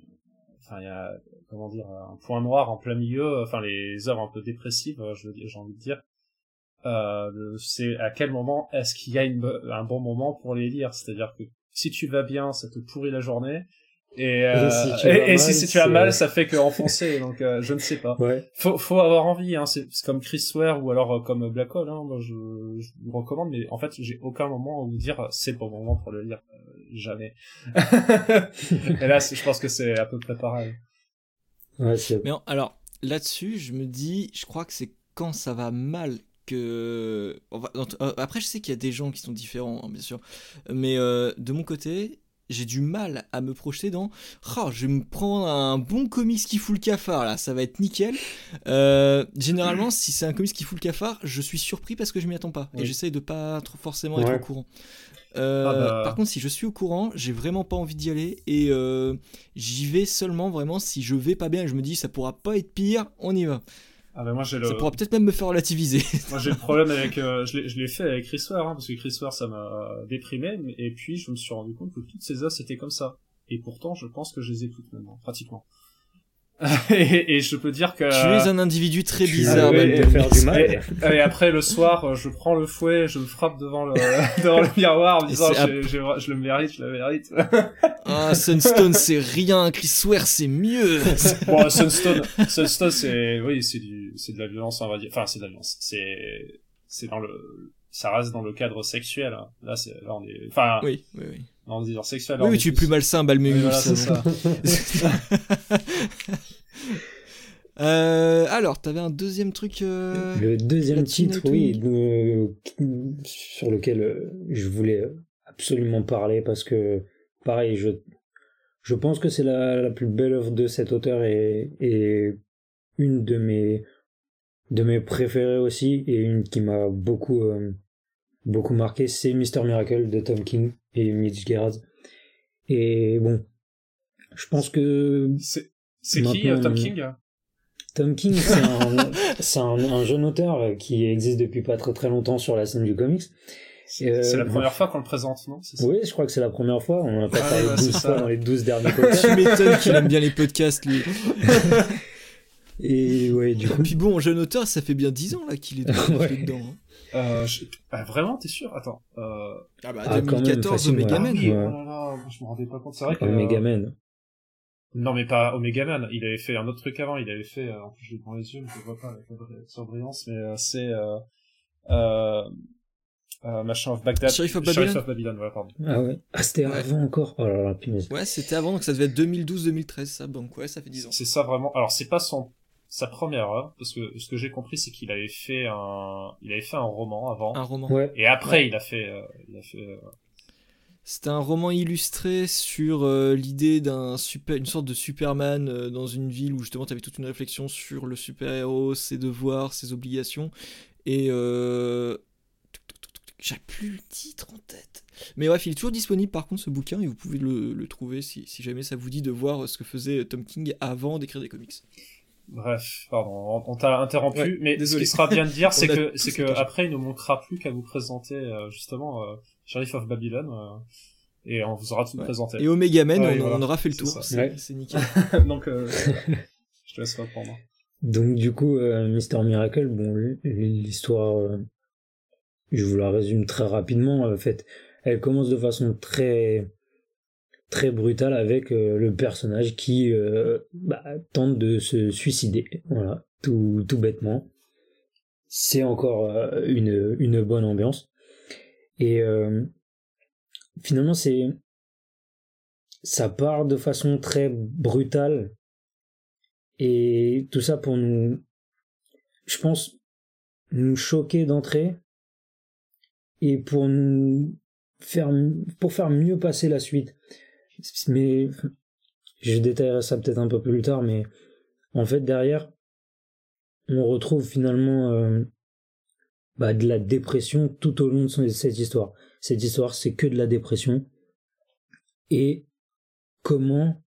point noir en plein milieu, les œuvres un peu dépressives, j'ai envie de dire. C'est à quel moment est-ce qu'il y a un bon moment pour les lire, c'est-à-dire que si tu vas bien ça te pourrit la journée et si tu vas mal ça fait que enfoncer. Donc je ne sais pas. Ouais. Faut avoir envie, hein. C'est comme Chris Ware ou alors comme Black Hole, hein. Moi je vous recommande, mais en fait j'ai aucun moment où vous dire c'est le bon moment pour le lire, jamais. Et là je pense que c'est à peu près pareil. Ouais, mais alors là-dessus je me dis, je crois que c'est quand ça va mal que... Après, je sais qu'il y a des gens qui sont différents, hein, bien sûr. Mais de mon côté, j'ai du mal à me projeter dans... je vais me prendre un bon comics qui fout le cafard, là, ça va être nickel. Généralement, si c'est un comics qui fout le cafard, je suis surpris parce que je m'y attends pas. Oui. Et j'essaye de pas trop forcément être au courant. Par contre, si je suis au courant, j'ai vraiment pas envie d'y aller. Et j'y vais seulement vraiment si je vais pas bien et je me dis ça pourra pas être pire, on y va. Moi, ça pourra peut-être même me faire relativiser. Moi j'ai le problème avec je l'ai fait avec Chris Ware, hein, parce que Chris Ware ça m'a déprimé, et puis je me suis rendu compte que toutes ces œuvres c'était comme ça, et pourtant je pense que je les ai toutes maintenant pratiquement. et je peux dire que tu es un individu très bizarre, faire du mal. Et après le soir je prends le fouet, je me frappe devant le miroir en me disant je le mérite, je le mérite. Sunstone c'est rien, Chris Ware c'est mieux. Bon, Sunstone c'est de la violence, on va dire. Enfin c'est de la violence, c'est dans ça reste dans le cadre sexuel, hein. Là on est oui. Non, disant sexuel. Oui, tu es plus malsain, Balméus. Voilà, c'est ça. Alors, t'avais un deuxième truc. Le deuxième titre, oui, sur lequel je voulais absolument parler parce que, pareil, je pense que c'est la plus belle œuvre de cet auteur et une de mes préférées aussi, et une qui m'a beaucoup marqué, c'est Mr. Miracle de Tom King et Mitch Gerads. Et bon, je pense que c'est qui Tom King? Tom King, c'est un jeune auteur qui existe depuis pas très très longtemps sur la scène du comics. C'est la première fois qu'on le présente, non? Oui, je crois que c'est la première fois. On en a pas parlé 12 fois dans les 12 derniers podcasts. Tu m'étonnes qu'il aime bien les podcasts, lui. Et ouais, du coup. Puis bon, jeune auteur, ça fait bien 10 ans là qu'il est dedans. Ouais. Dedans, hein. Vraiment, t'es sûr? Attends. Ah bah Ah, quand même, 2014 facilement. Omega Man. Oui, Ouais. oh là là, je me rendais pas compte. C'est vrai que... Omega Man. Non, mais pas Omega Man. Il avait fait un autre truc avant. Il avait fait... en plus, je l'ai devant les yeux, mais je le vois pas avec la surbrillance, mais c'est... machin of Baghdad. Sheriff of Babylon. Babylon, ouais, pardon. Ah ouais. Ah, c'était Ouais. avant encore. Oh là là, punaise. Ouais, c'était avant, donc ça devait être 2012-2013, ça. Donc ouais, ça fait 10 ans. C'est ça vraiment. Alors, c'est pas sa première œuvre, parce que ce que j'ai compris, c'est qu'il avait fait un roman avant. Un roman. Ouais. Et après, Ouais. il a fait C'était un roman illustré sur l'idée une sorte de Superman dans une ville où justement tu avais toute une réflexion sur le super-héros, ses devoirs, ses obligations. Et j'ai plus le titre en tête. Mais bref, il est toujours disponible par contre ce bouquin et vous pouvez le trouver si jamais ça vous dit de voir ce que faisait Tom King avant d'écrire des comics. Bref, pardon, on t'a interrompu, Ouais, mais désolé. ce qui sera bien de dire, c'est On a que, tous c'est que été après, il ne manquera plus qu'à vous présenter, justement, Sheriff of Babylon, et on vous aura tout Ouais. présenté. Et Omega Man, Ouais, on voilà, aura fait le c'est tour, ça. c'est Ouais. c'est nickel. Donc, je te laisse reprendre. Donc du coup, Mister Miracle, bon, l'histoire, je vous la résume très rapidement. En fait, elle commence de façon très très brutale avec le personnage qui tente de se suicider. Voilà, tout bêtement. C'est encore une bonne ambiance. Et finalement, ça part de façon très brutale. Et tout ça pour nous, je pense, nous choquer d'entrée et pour faire mieux passer la suite. Mais je détaillerai ça peut-être un peu plus tard, mais en fait derrière on retrouve finalement de la dépression tout au long de cette histoire. Cette histoire, c'est que de la dépression et comment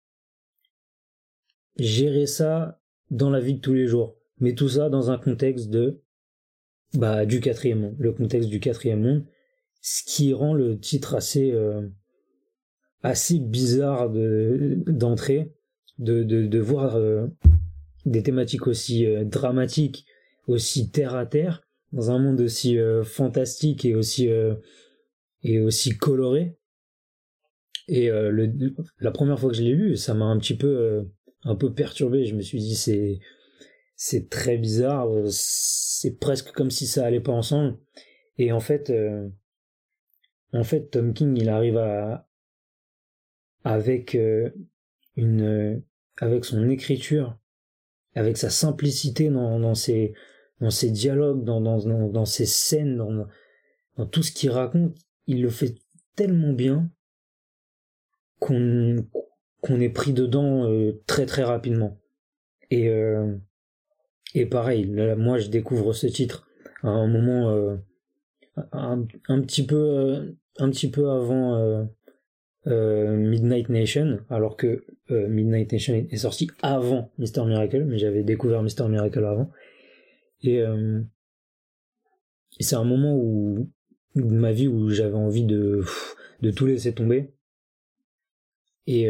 gérer ça dans la vie de tous les jours, mais tout ça dans un contexte du quatrième monde, le contexte du quatrième monde, ce qui rend le titre assez bizarre d'entrée, de voir des thématiques aussi dramatiques, aussi terre à terre, dans un monde aussi fantastique et aussi coloré. Et la première fois que je l'ai lu, ça m'a un peu perturbé. Je me suis dit c'est très bizarre, c'est presque comme si ça allait pas ensemble. Et en fait Tom King, il arrive avec avec son écriture, avec sa simplicité dans ses dialogues, dans ses scènes, dans tout ce qu'il raconte, il le fait tellement bien qu'on est pris dedans très très rapidement. Et pareil, là, moi je découvre ce titre à un moment un petit peu avant Midnight Nation, alors que Midnight Nation est sorti avant Mister Miracle, mais j'avais découvert Mister Miracle avant. Et c'est un moment de ma vie où j'avais envie de tout laisser tomber. Et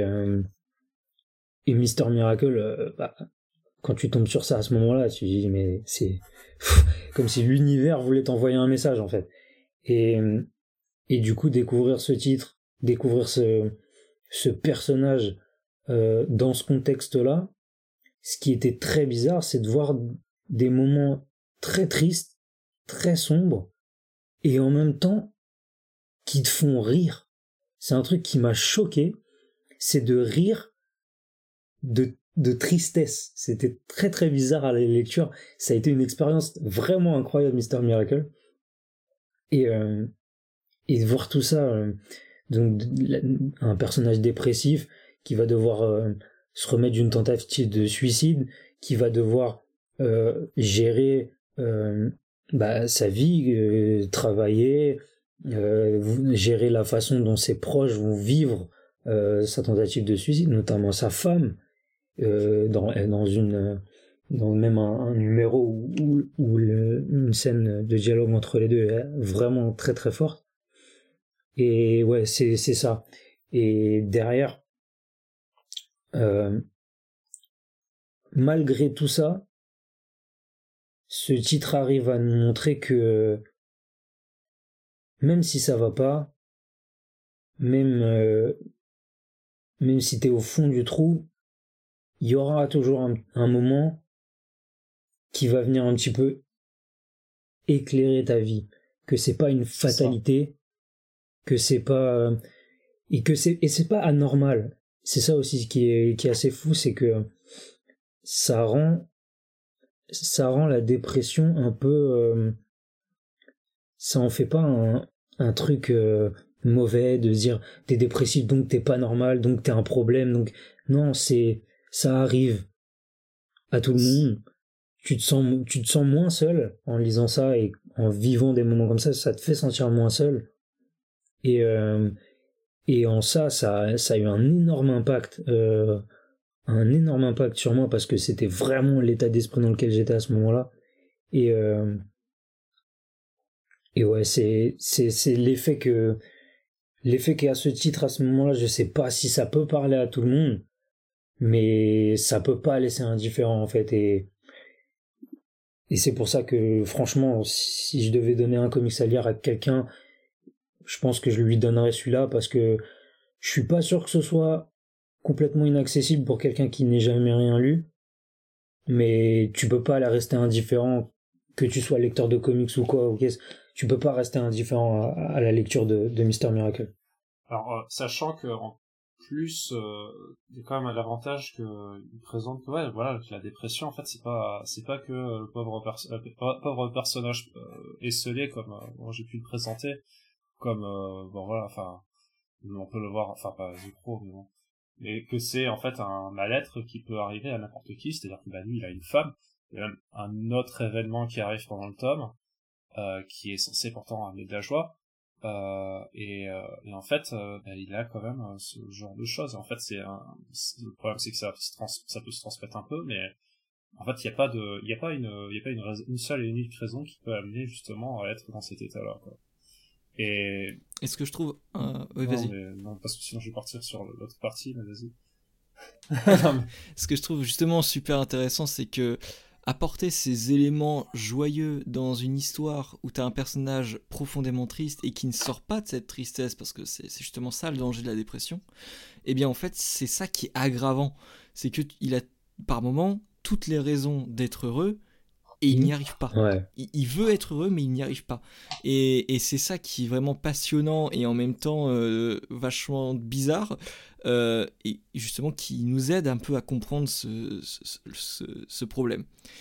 Mister Miracle, quand tu tombes sur ça à ce moment-là, tu te dis mais c'est comme si l'univers voulait t'envoyer un message en fait. Et du coup découvrir ce titre, découvrir ce personnage dans ce contexte-là, ce qui était très bizarre, c'est de voir des moments très tristes, très sombres, et en même temps qui te font rire. C'est un truc qui m'a choqué, c'est de rire de tristesse. C'était très très bizarre à la lecture. Ça a été une expérience vraiment incroyable, Mister Miracle. Et de voir tout ça, donc un personnage dépressif qui va devoir se remettre d'une tentative de suicide, qui va devoir gérer sa vie, travailler, gérer la façon dont ses proches vont vivre sa tentative de suicide, notamment sa femme, dans même un numéro où une scène de dialogue entre les deux est vraiment très très forte. Et ouais, c'est ça. Et derrière, malgré tout ça, ce titre arrive à nous montrer que même si ça va pas, même si t'es au fond du trou, il y aura toujours un moment qui va venir un petit peu éclairer ta vie, que c'est pas une fatalité, que c'est pas c'est pas anormal. C'est ça aussi qui est assez fou, c'est que ça rend la dépression un peu ça en fait pas un truc mauvais de dire t'es dépressif donc t'es pas normal donc t'es un problème donc non, ça arrive à tout le monde. Tu te sens moins seul en lisant ça et en vivant des moments comme ça te fait sentir moins seul et en ça a eu un énorme impact sur moi parce que c'était vraiment l'état d'esprit dans lequel j'étais à ce moment-là et ouais, c'est l'effet qu'il y a ce titre à ce moment-là. Je sais pas si ça peut parler à tout le monde, mais ça peut pas laisser indifférent en fait. Et c'est pour ça que franchement, si je devais donner un comics à lire à quelqu'un, je pense que je lui donnerais celui-là parce que je suis pas sûr que ce soit complètement inaccessible pour quelqu'un qui n'ait jamais rien lu, mais tu peux pas aller rester indifférent, que tu sois lecteur de comics ou quoi, ok, tu peux pas rester indifférent à la lecture de Mister Miracle. Alors, sachant que en plus, il y a quand même l'avantage qu'il présente que ouais, voilà, que la dépression en fait c'est pas que le pauvre personnage esseulé comme bon, j'ai pu le présenter comme bon voilà, enfin on peut le voir, enfin pas du pro mais bon, mais que c'est en fait un mal-être qui peut arriver à n'importe qui, c'est-à-dire que bah lui il a une femme, il y a même un autre événement qui arrive pendant le tome qui est censé pourtant amener de la joie. Et en fait, bah, il a quand même ce genre de choses. En fait, le problème, c'est que ça peut se transmettre un peu, mais en fait, il y a pas une seule et unique raison qui peut amener justement à être dans cet état-là, quoi. Et ce que je trouve, oui, vas-y. Non, parce que sinon je vais partir sur l'autre partie, mais vas-y. Ce que je trouve justement super intéressant, c'est que apporter ces éléments joyeux dans une histoire où tu as un personnage profondément triste et qui ne sort pas de cette tristesse, parce que c'est justement ça le danger de la dépression, et bien en fait c'est ça qui est aggravant, c'est que il a par moments toutes les raisons d'être heureux et il n'y arrive pas. Ouais. Il veut être heureux mais il n'y arrive pas. Et c'est ça qui est vraiment passionnant et en même temps vachement bizarre. Et justement qui nous aide un peu à comprendre ce problème.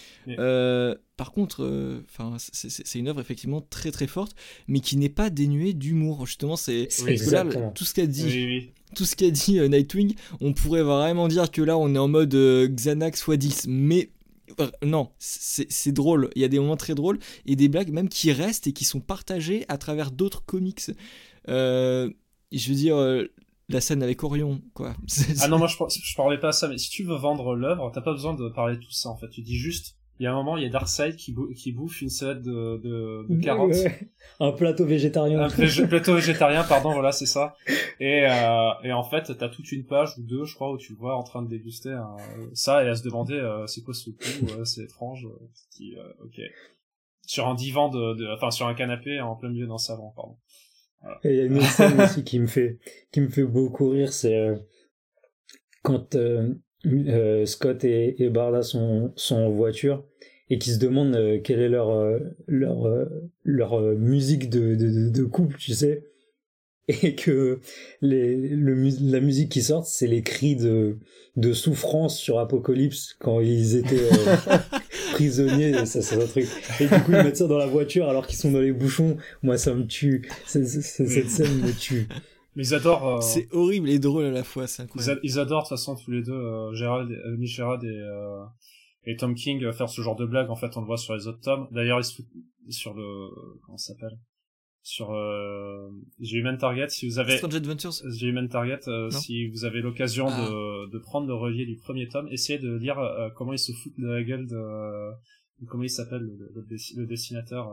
Par contre, c'est une œuvre effectivement très très forte, mais qui n'est pas dénuée d'humour. Justement, c'est là, tout ce qu'a dit, tout ce qu'a dit Nightwing, on pourrait vraiment dire que là, on est en mode Xanax x10, mais non, c'est drôle. Il y a des moments très drôles et des blagues même qui restent et qui sont partagées à travers d'autres comics. Je veux dire. La scène avec Orion, quoi. Ah non, moi je parlais pas à ça, mais si tu veux vendre l'œuvre, t'as pas besoin de parler de tout ça en fait. Tu dis juste, il y a un moment, il y a Darkseid qui bouffe une salade de carottes. Ouais. Un plateau végétarien. Un plateau végétarien, pardon, voilà, c'est ça. Et en fait, t'as toute une page ou deux, je crois, où tu le vois en train de déguster ça et à se demander c'est quoi ce goût, c'est étrange. Ok. Sur un divan enfin sur un canapé en plein milieu d'un salon, pardon. Voilà. Et il y a une autre scène aussi qui me fait beaucoup rire, c'est quand Scott et Barda sont en voiture et qui se demandent quelle est leur musique de couple, tu sais, et que la musique qui sort, c'est les cris de souffrance sur Apocalypse quand ils étaient prisonniers, ça c'est un truc. Et du coup ils mettent ça dans la voiture alors qu'ils sont dans les bouchons. Moi ça me tue, cette scène me tue. Mais ils adorent. C'est horrible et drôle à la fois, c'est incroyable. Ils adorent de toute façon tous les deux, Nick Gerard et Tom King faire ce genre de blague. En fait, on le voit sur les autres tomes. D'ailleurs, ils se foutent sur le comment ça s'appelle, sur The Human Target. Si vous avez Strange Adventures, The Human Target, si vous avez l'occasion de prendre le relié du premier tome, essayez de lire comment ils se foutent de la gueule de comment il s'appelle le dessinateur.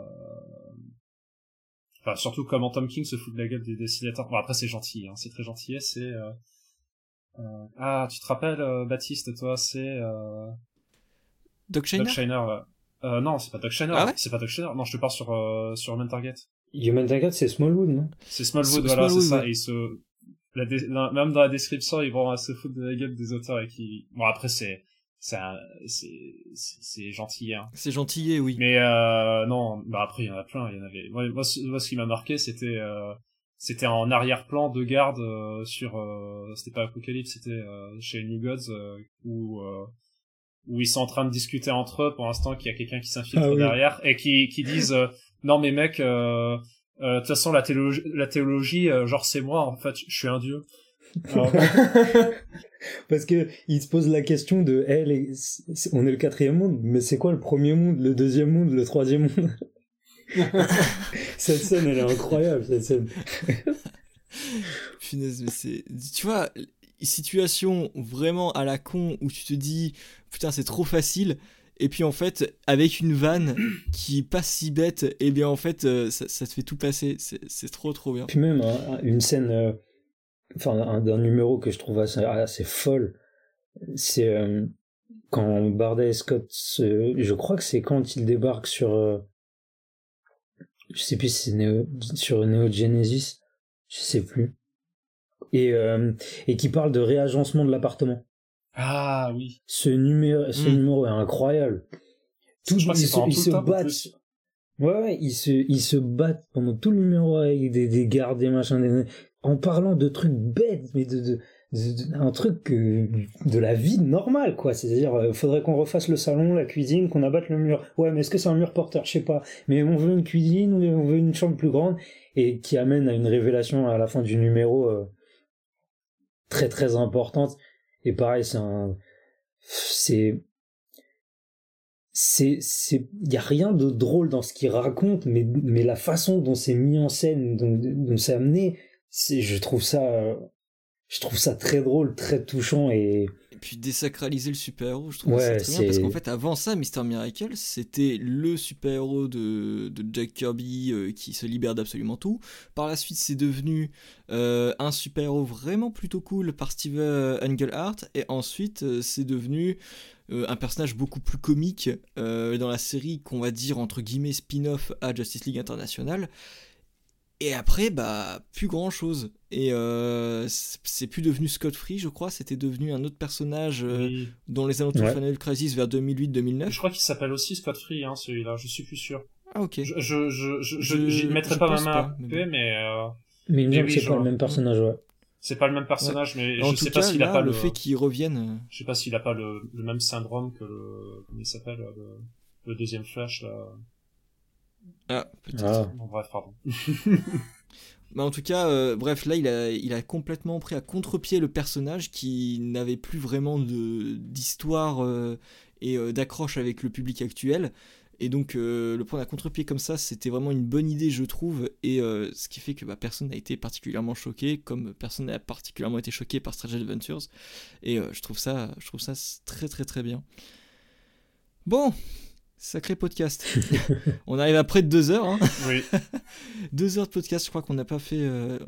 Enfin, surtout comment Tom King se fout de la gueule des dessinateurs. Bon, après, c'est gentil, hein, c'est très gentil, c'est, ah, tu te rappelles, Baptiste, toi, c'est, Doc Shainer? Doc Shainer, Non, c'est pas Doc Shaner. Ah ouais, c'est pas Doc Shaner. Non, je te parle sur Human Target. Human Target, c'est Smallwood, non? C'est Smallwood, voilà, Smallwood, c'est ça. ouais. Et même dans la description, ils vont se foutre de la gueule des auteurs et qui, bon, après, c'est gentil, hein. C'est gentillet, oui. Mais, non, bah après, il y en a plein, il y en avait. Moi, ce qui m'a marqué, c'était en arrière-plan de garde, c'était pas Apocalypse, c'était, chez New Gods, où ils sont en train de discuter entre eux pour l'instant qu'il y a quelqu'un qui s'infiltre derrière et qui disent non mais mec de toute façon la théologie genre c'est moi en fait je suis un dieu. Alors... Parce que il se pose la question de on est le 4e monde, mais c'est quoi le premier monde, le 2e monde, le 3e monde? Cette scène elle est incroyable, cette scène. Punaise, mais tu vois, situation vraiment à la con où tu te dis putain c'est trop facile, et puis en fait avec une vanne qui est pas si bête, et bien en fait ça te fait tout passer, c'est trop bien. Puis même une scène d'un numéro que je trouve assez folle, c'est quand Barda et Scott je crois que c'est quand ils débarquent sur je sais plus si c'est sur Neo Genesis, je sais plus, et qui parle de réagencement de l'appartement. Ah oui. Ce numéro est incroyable. Je crois que c'est pendant tout le temps, battent. Ouais, ils se battent pendant tout le numéro avec des gardes, des machins, en parlant de trucs bêtes, mais de un truc de la vie normale, quoi. C'est-à-dire, faudrait qu'on refasse le salon, la cuisine, qu'on abatte le mur. Ouais, mais est-ce que c'est un mur porteur? Je sais pas. Mais on veut une cuisine, on veut une chambre plus grande, et qui amène à une révélation à la fin du numéro très très importante. Et pareil, il y a rien de drôle dans ce qu'il raconte, mais la façon dont c'est mis en scène, dont c'est amené, je trouve ça très drôle, très touchant, et puis désacraliser le super-héros, je trouve ça très bien, parce qu'en fait avant ça, Mr. Miracle c'était le super-héros de Jack Kirby qui se libère d'absolument tout. Par la suite c'est devenu un super-héros vraiment plutôt cool par Steve Englehart, et ensuite c'est devenu un personnage beaucoup plus comique dans la série qu'on va dire entre guillemets spin-off à Justice League International. Et après, bah, plus grand chose. Et c'est plus devenu Scott Free, je crois. C'était devenu un autre personnage dans les alentours de Final Crisis vers 2008-2009. Je crois qu'il s'appelle aussi Scott Free, hein, celui-là. Je suis plus sûr. Ah, ok. Je mettrai pas ma main à couper, mais il me semble que c'est pas le même personnage, ouais. C'est pas le même personnage, mais en je sais pas s'il a pas le fait qu'il revienne. Je sais pas s'il a pas le même syndrome que comment il s'appelle, le deuxième Flash, là. Ah, peut-être. Ah. Bon, bref, pardon. Mais en tout cas, bref, là, il a complètement pris à contre-pied le personnage qui n'avait plus vraiment d'histoire et d'accroche avec le public actuel. Et donc, le prendre à contre-pied comme ça, c'était vraiment une bonne idée, je trouve. Et ce qui fait que personne n'a été particulièrement choqué, comme personne n'a particulièrement été choqué par Strange Adventures. Et je trouve ça très très très bien. Bon, sacré podcast. On arrive à près de 2 heures. Hein. Oui. 2 heures de podcast, je crois qu'on n'a pas fait...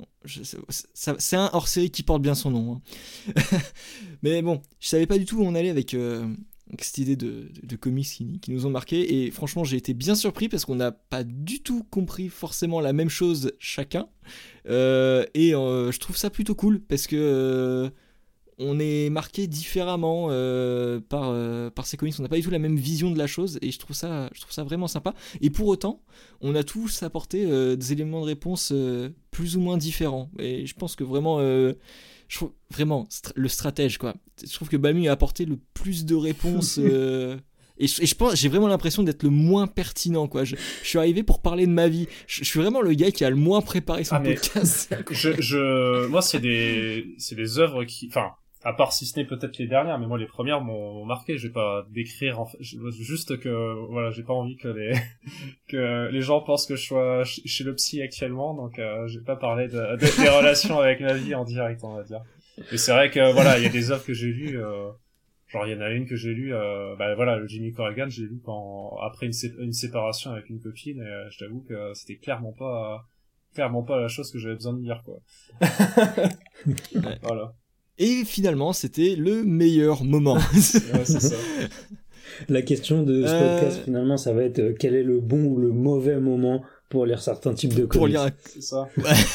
c'est un hors-série qui porte bien son nom. Hein. Mais bon, je savais pas du tout où on allait avec cette idée de comics qui nous ont marqué. Et franchement, j'ai été bien surpris parce qu'on n'a pas du tout compris forcément la même chose chacun. Et je trouve ça plutôt cool parce que... on est marqué différemment par ces comics, on n'a pas du tout la même vision de la chose, et je trouve ça vraiment sympa. Et pour autant, on a tous apporté des éléments de réponse plus ou moins différents. Et je pense que vraiment, je trouve vraiment le stratège, quoi. Je trouve que Balmu a apporté le plus de réponses. Et je pense, j'ai vraiment l'impression d'être le moins pertinent, quoi. Je suis arrivé pour parler de ma vie. Je suis vraiment le gars qui a le moins préparé son podcast. Moi, c'est des œuvres qui, enfin, à part si ce n'est peut-être les dernières, mais moi les premières m'ont marqué. Je vais pas décrire, juste que voilà, j'ai pas envie que les gens pensent que je sois chez le psy actuellement, donc je vais pas parler des relations avec ma vie en direct, on va dire. Mais c'est vrai que voilà, il y a des œuvres que j'ai lues, genre il y en a une que j'ai lue, voilà, le Jimmy Corrigan, j'ai lu après une séparation avec une copine, et je t'avoue que c'était clairement pas la chose que j'avais besoin de lire, quoi. Ouais. Voilà. Et finalement, c'était le meilleur moment. Ouais, c'est ça. La question de ce podcast, finalement, ça va être quel est le bon ou le mauvais moment pour lire certains types de comics. Pour lire C'est ça.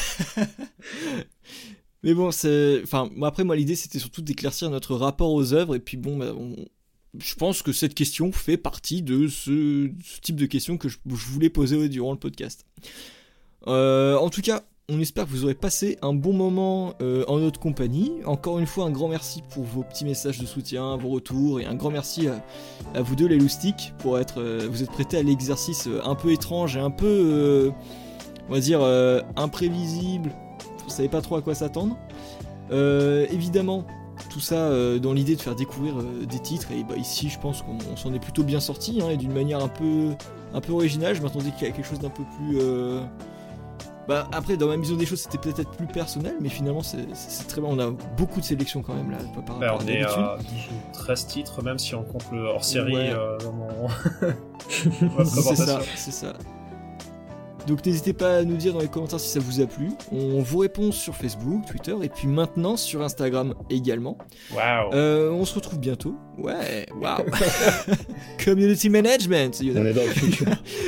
Mais bon, après, moi, l'idée, c'était surtout d'éclaircir notre rapport aux œuvres. Et puis, bon, je pense que cette question fait partie de ce type de questions que je voulais poser durant le podcast. En tout cas, on espère que vous aurez passé un bon moment en notre compagnie. Encore une fois, un grand merci pour vos petits messages de soutien, vos retours, et un grand merci à vous deux, les loustiques, pour vous êtes prêtés à l'exercice un peu étrange et un peu, on va dire, imprévisible. Vous savez pas trop à quoi s'attendre. Évidemment, tout ça dans l'idée de faire découvrir des titres, et ici, je pense qu'on s'en est plutôt bien sorti, et d'une manière un peu originale. Je m'attendais qu'il y ait quelque chose d'un peu plus... après, dans ma vision des choses, c'était peut-être plus personnel, mais finalement, c'est très bien. On a beaucoup de sélections quand même là, par rapport à d'habitude. On est 13 titres, même si on compte le hors-série dans mon... c'est ça. Donc n'hésitez pas à nous dire dans les commentaires si ça vous a plu. On vous répond sur Facebook, Twitter, et puis maintenant sur Instagram également. Waouh. On se retrouve bientôt. Ouais, waouh. Community management. On est dans le futur.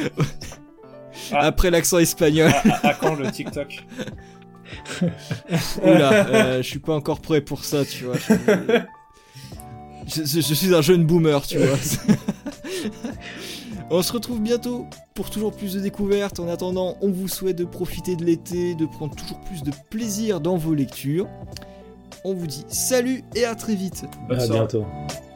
Après l'accent espagnol. À quand le TikTok? Oula, je suis pas encore prêt pour ça, tu vois. Je suis un jeune boomer, tu vois. On se retrouve bientôt pour toujours plus de découvertes. En attendant, on vous souhaite de profiter de l'été, de prendre toujours plus de plaisir dans vos lectures. On vous dit salut et à très vite. À bientôt.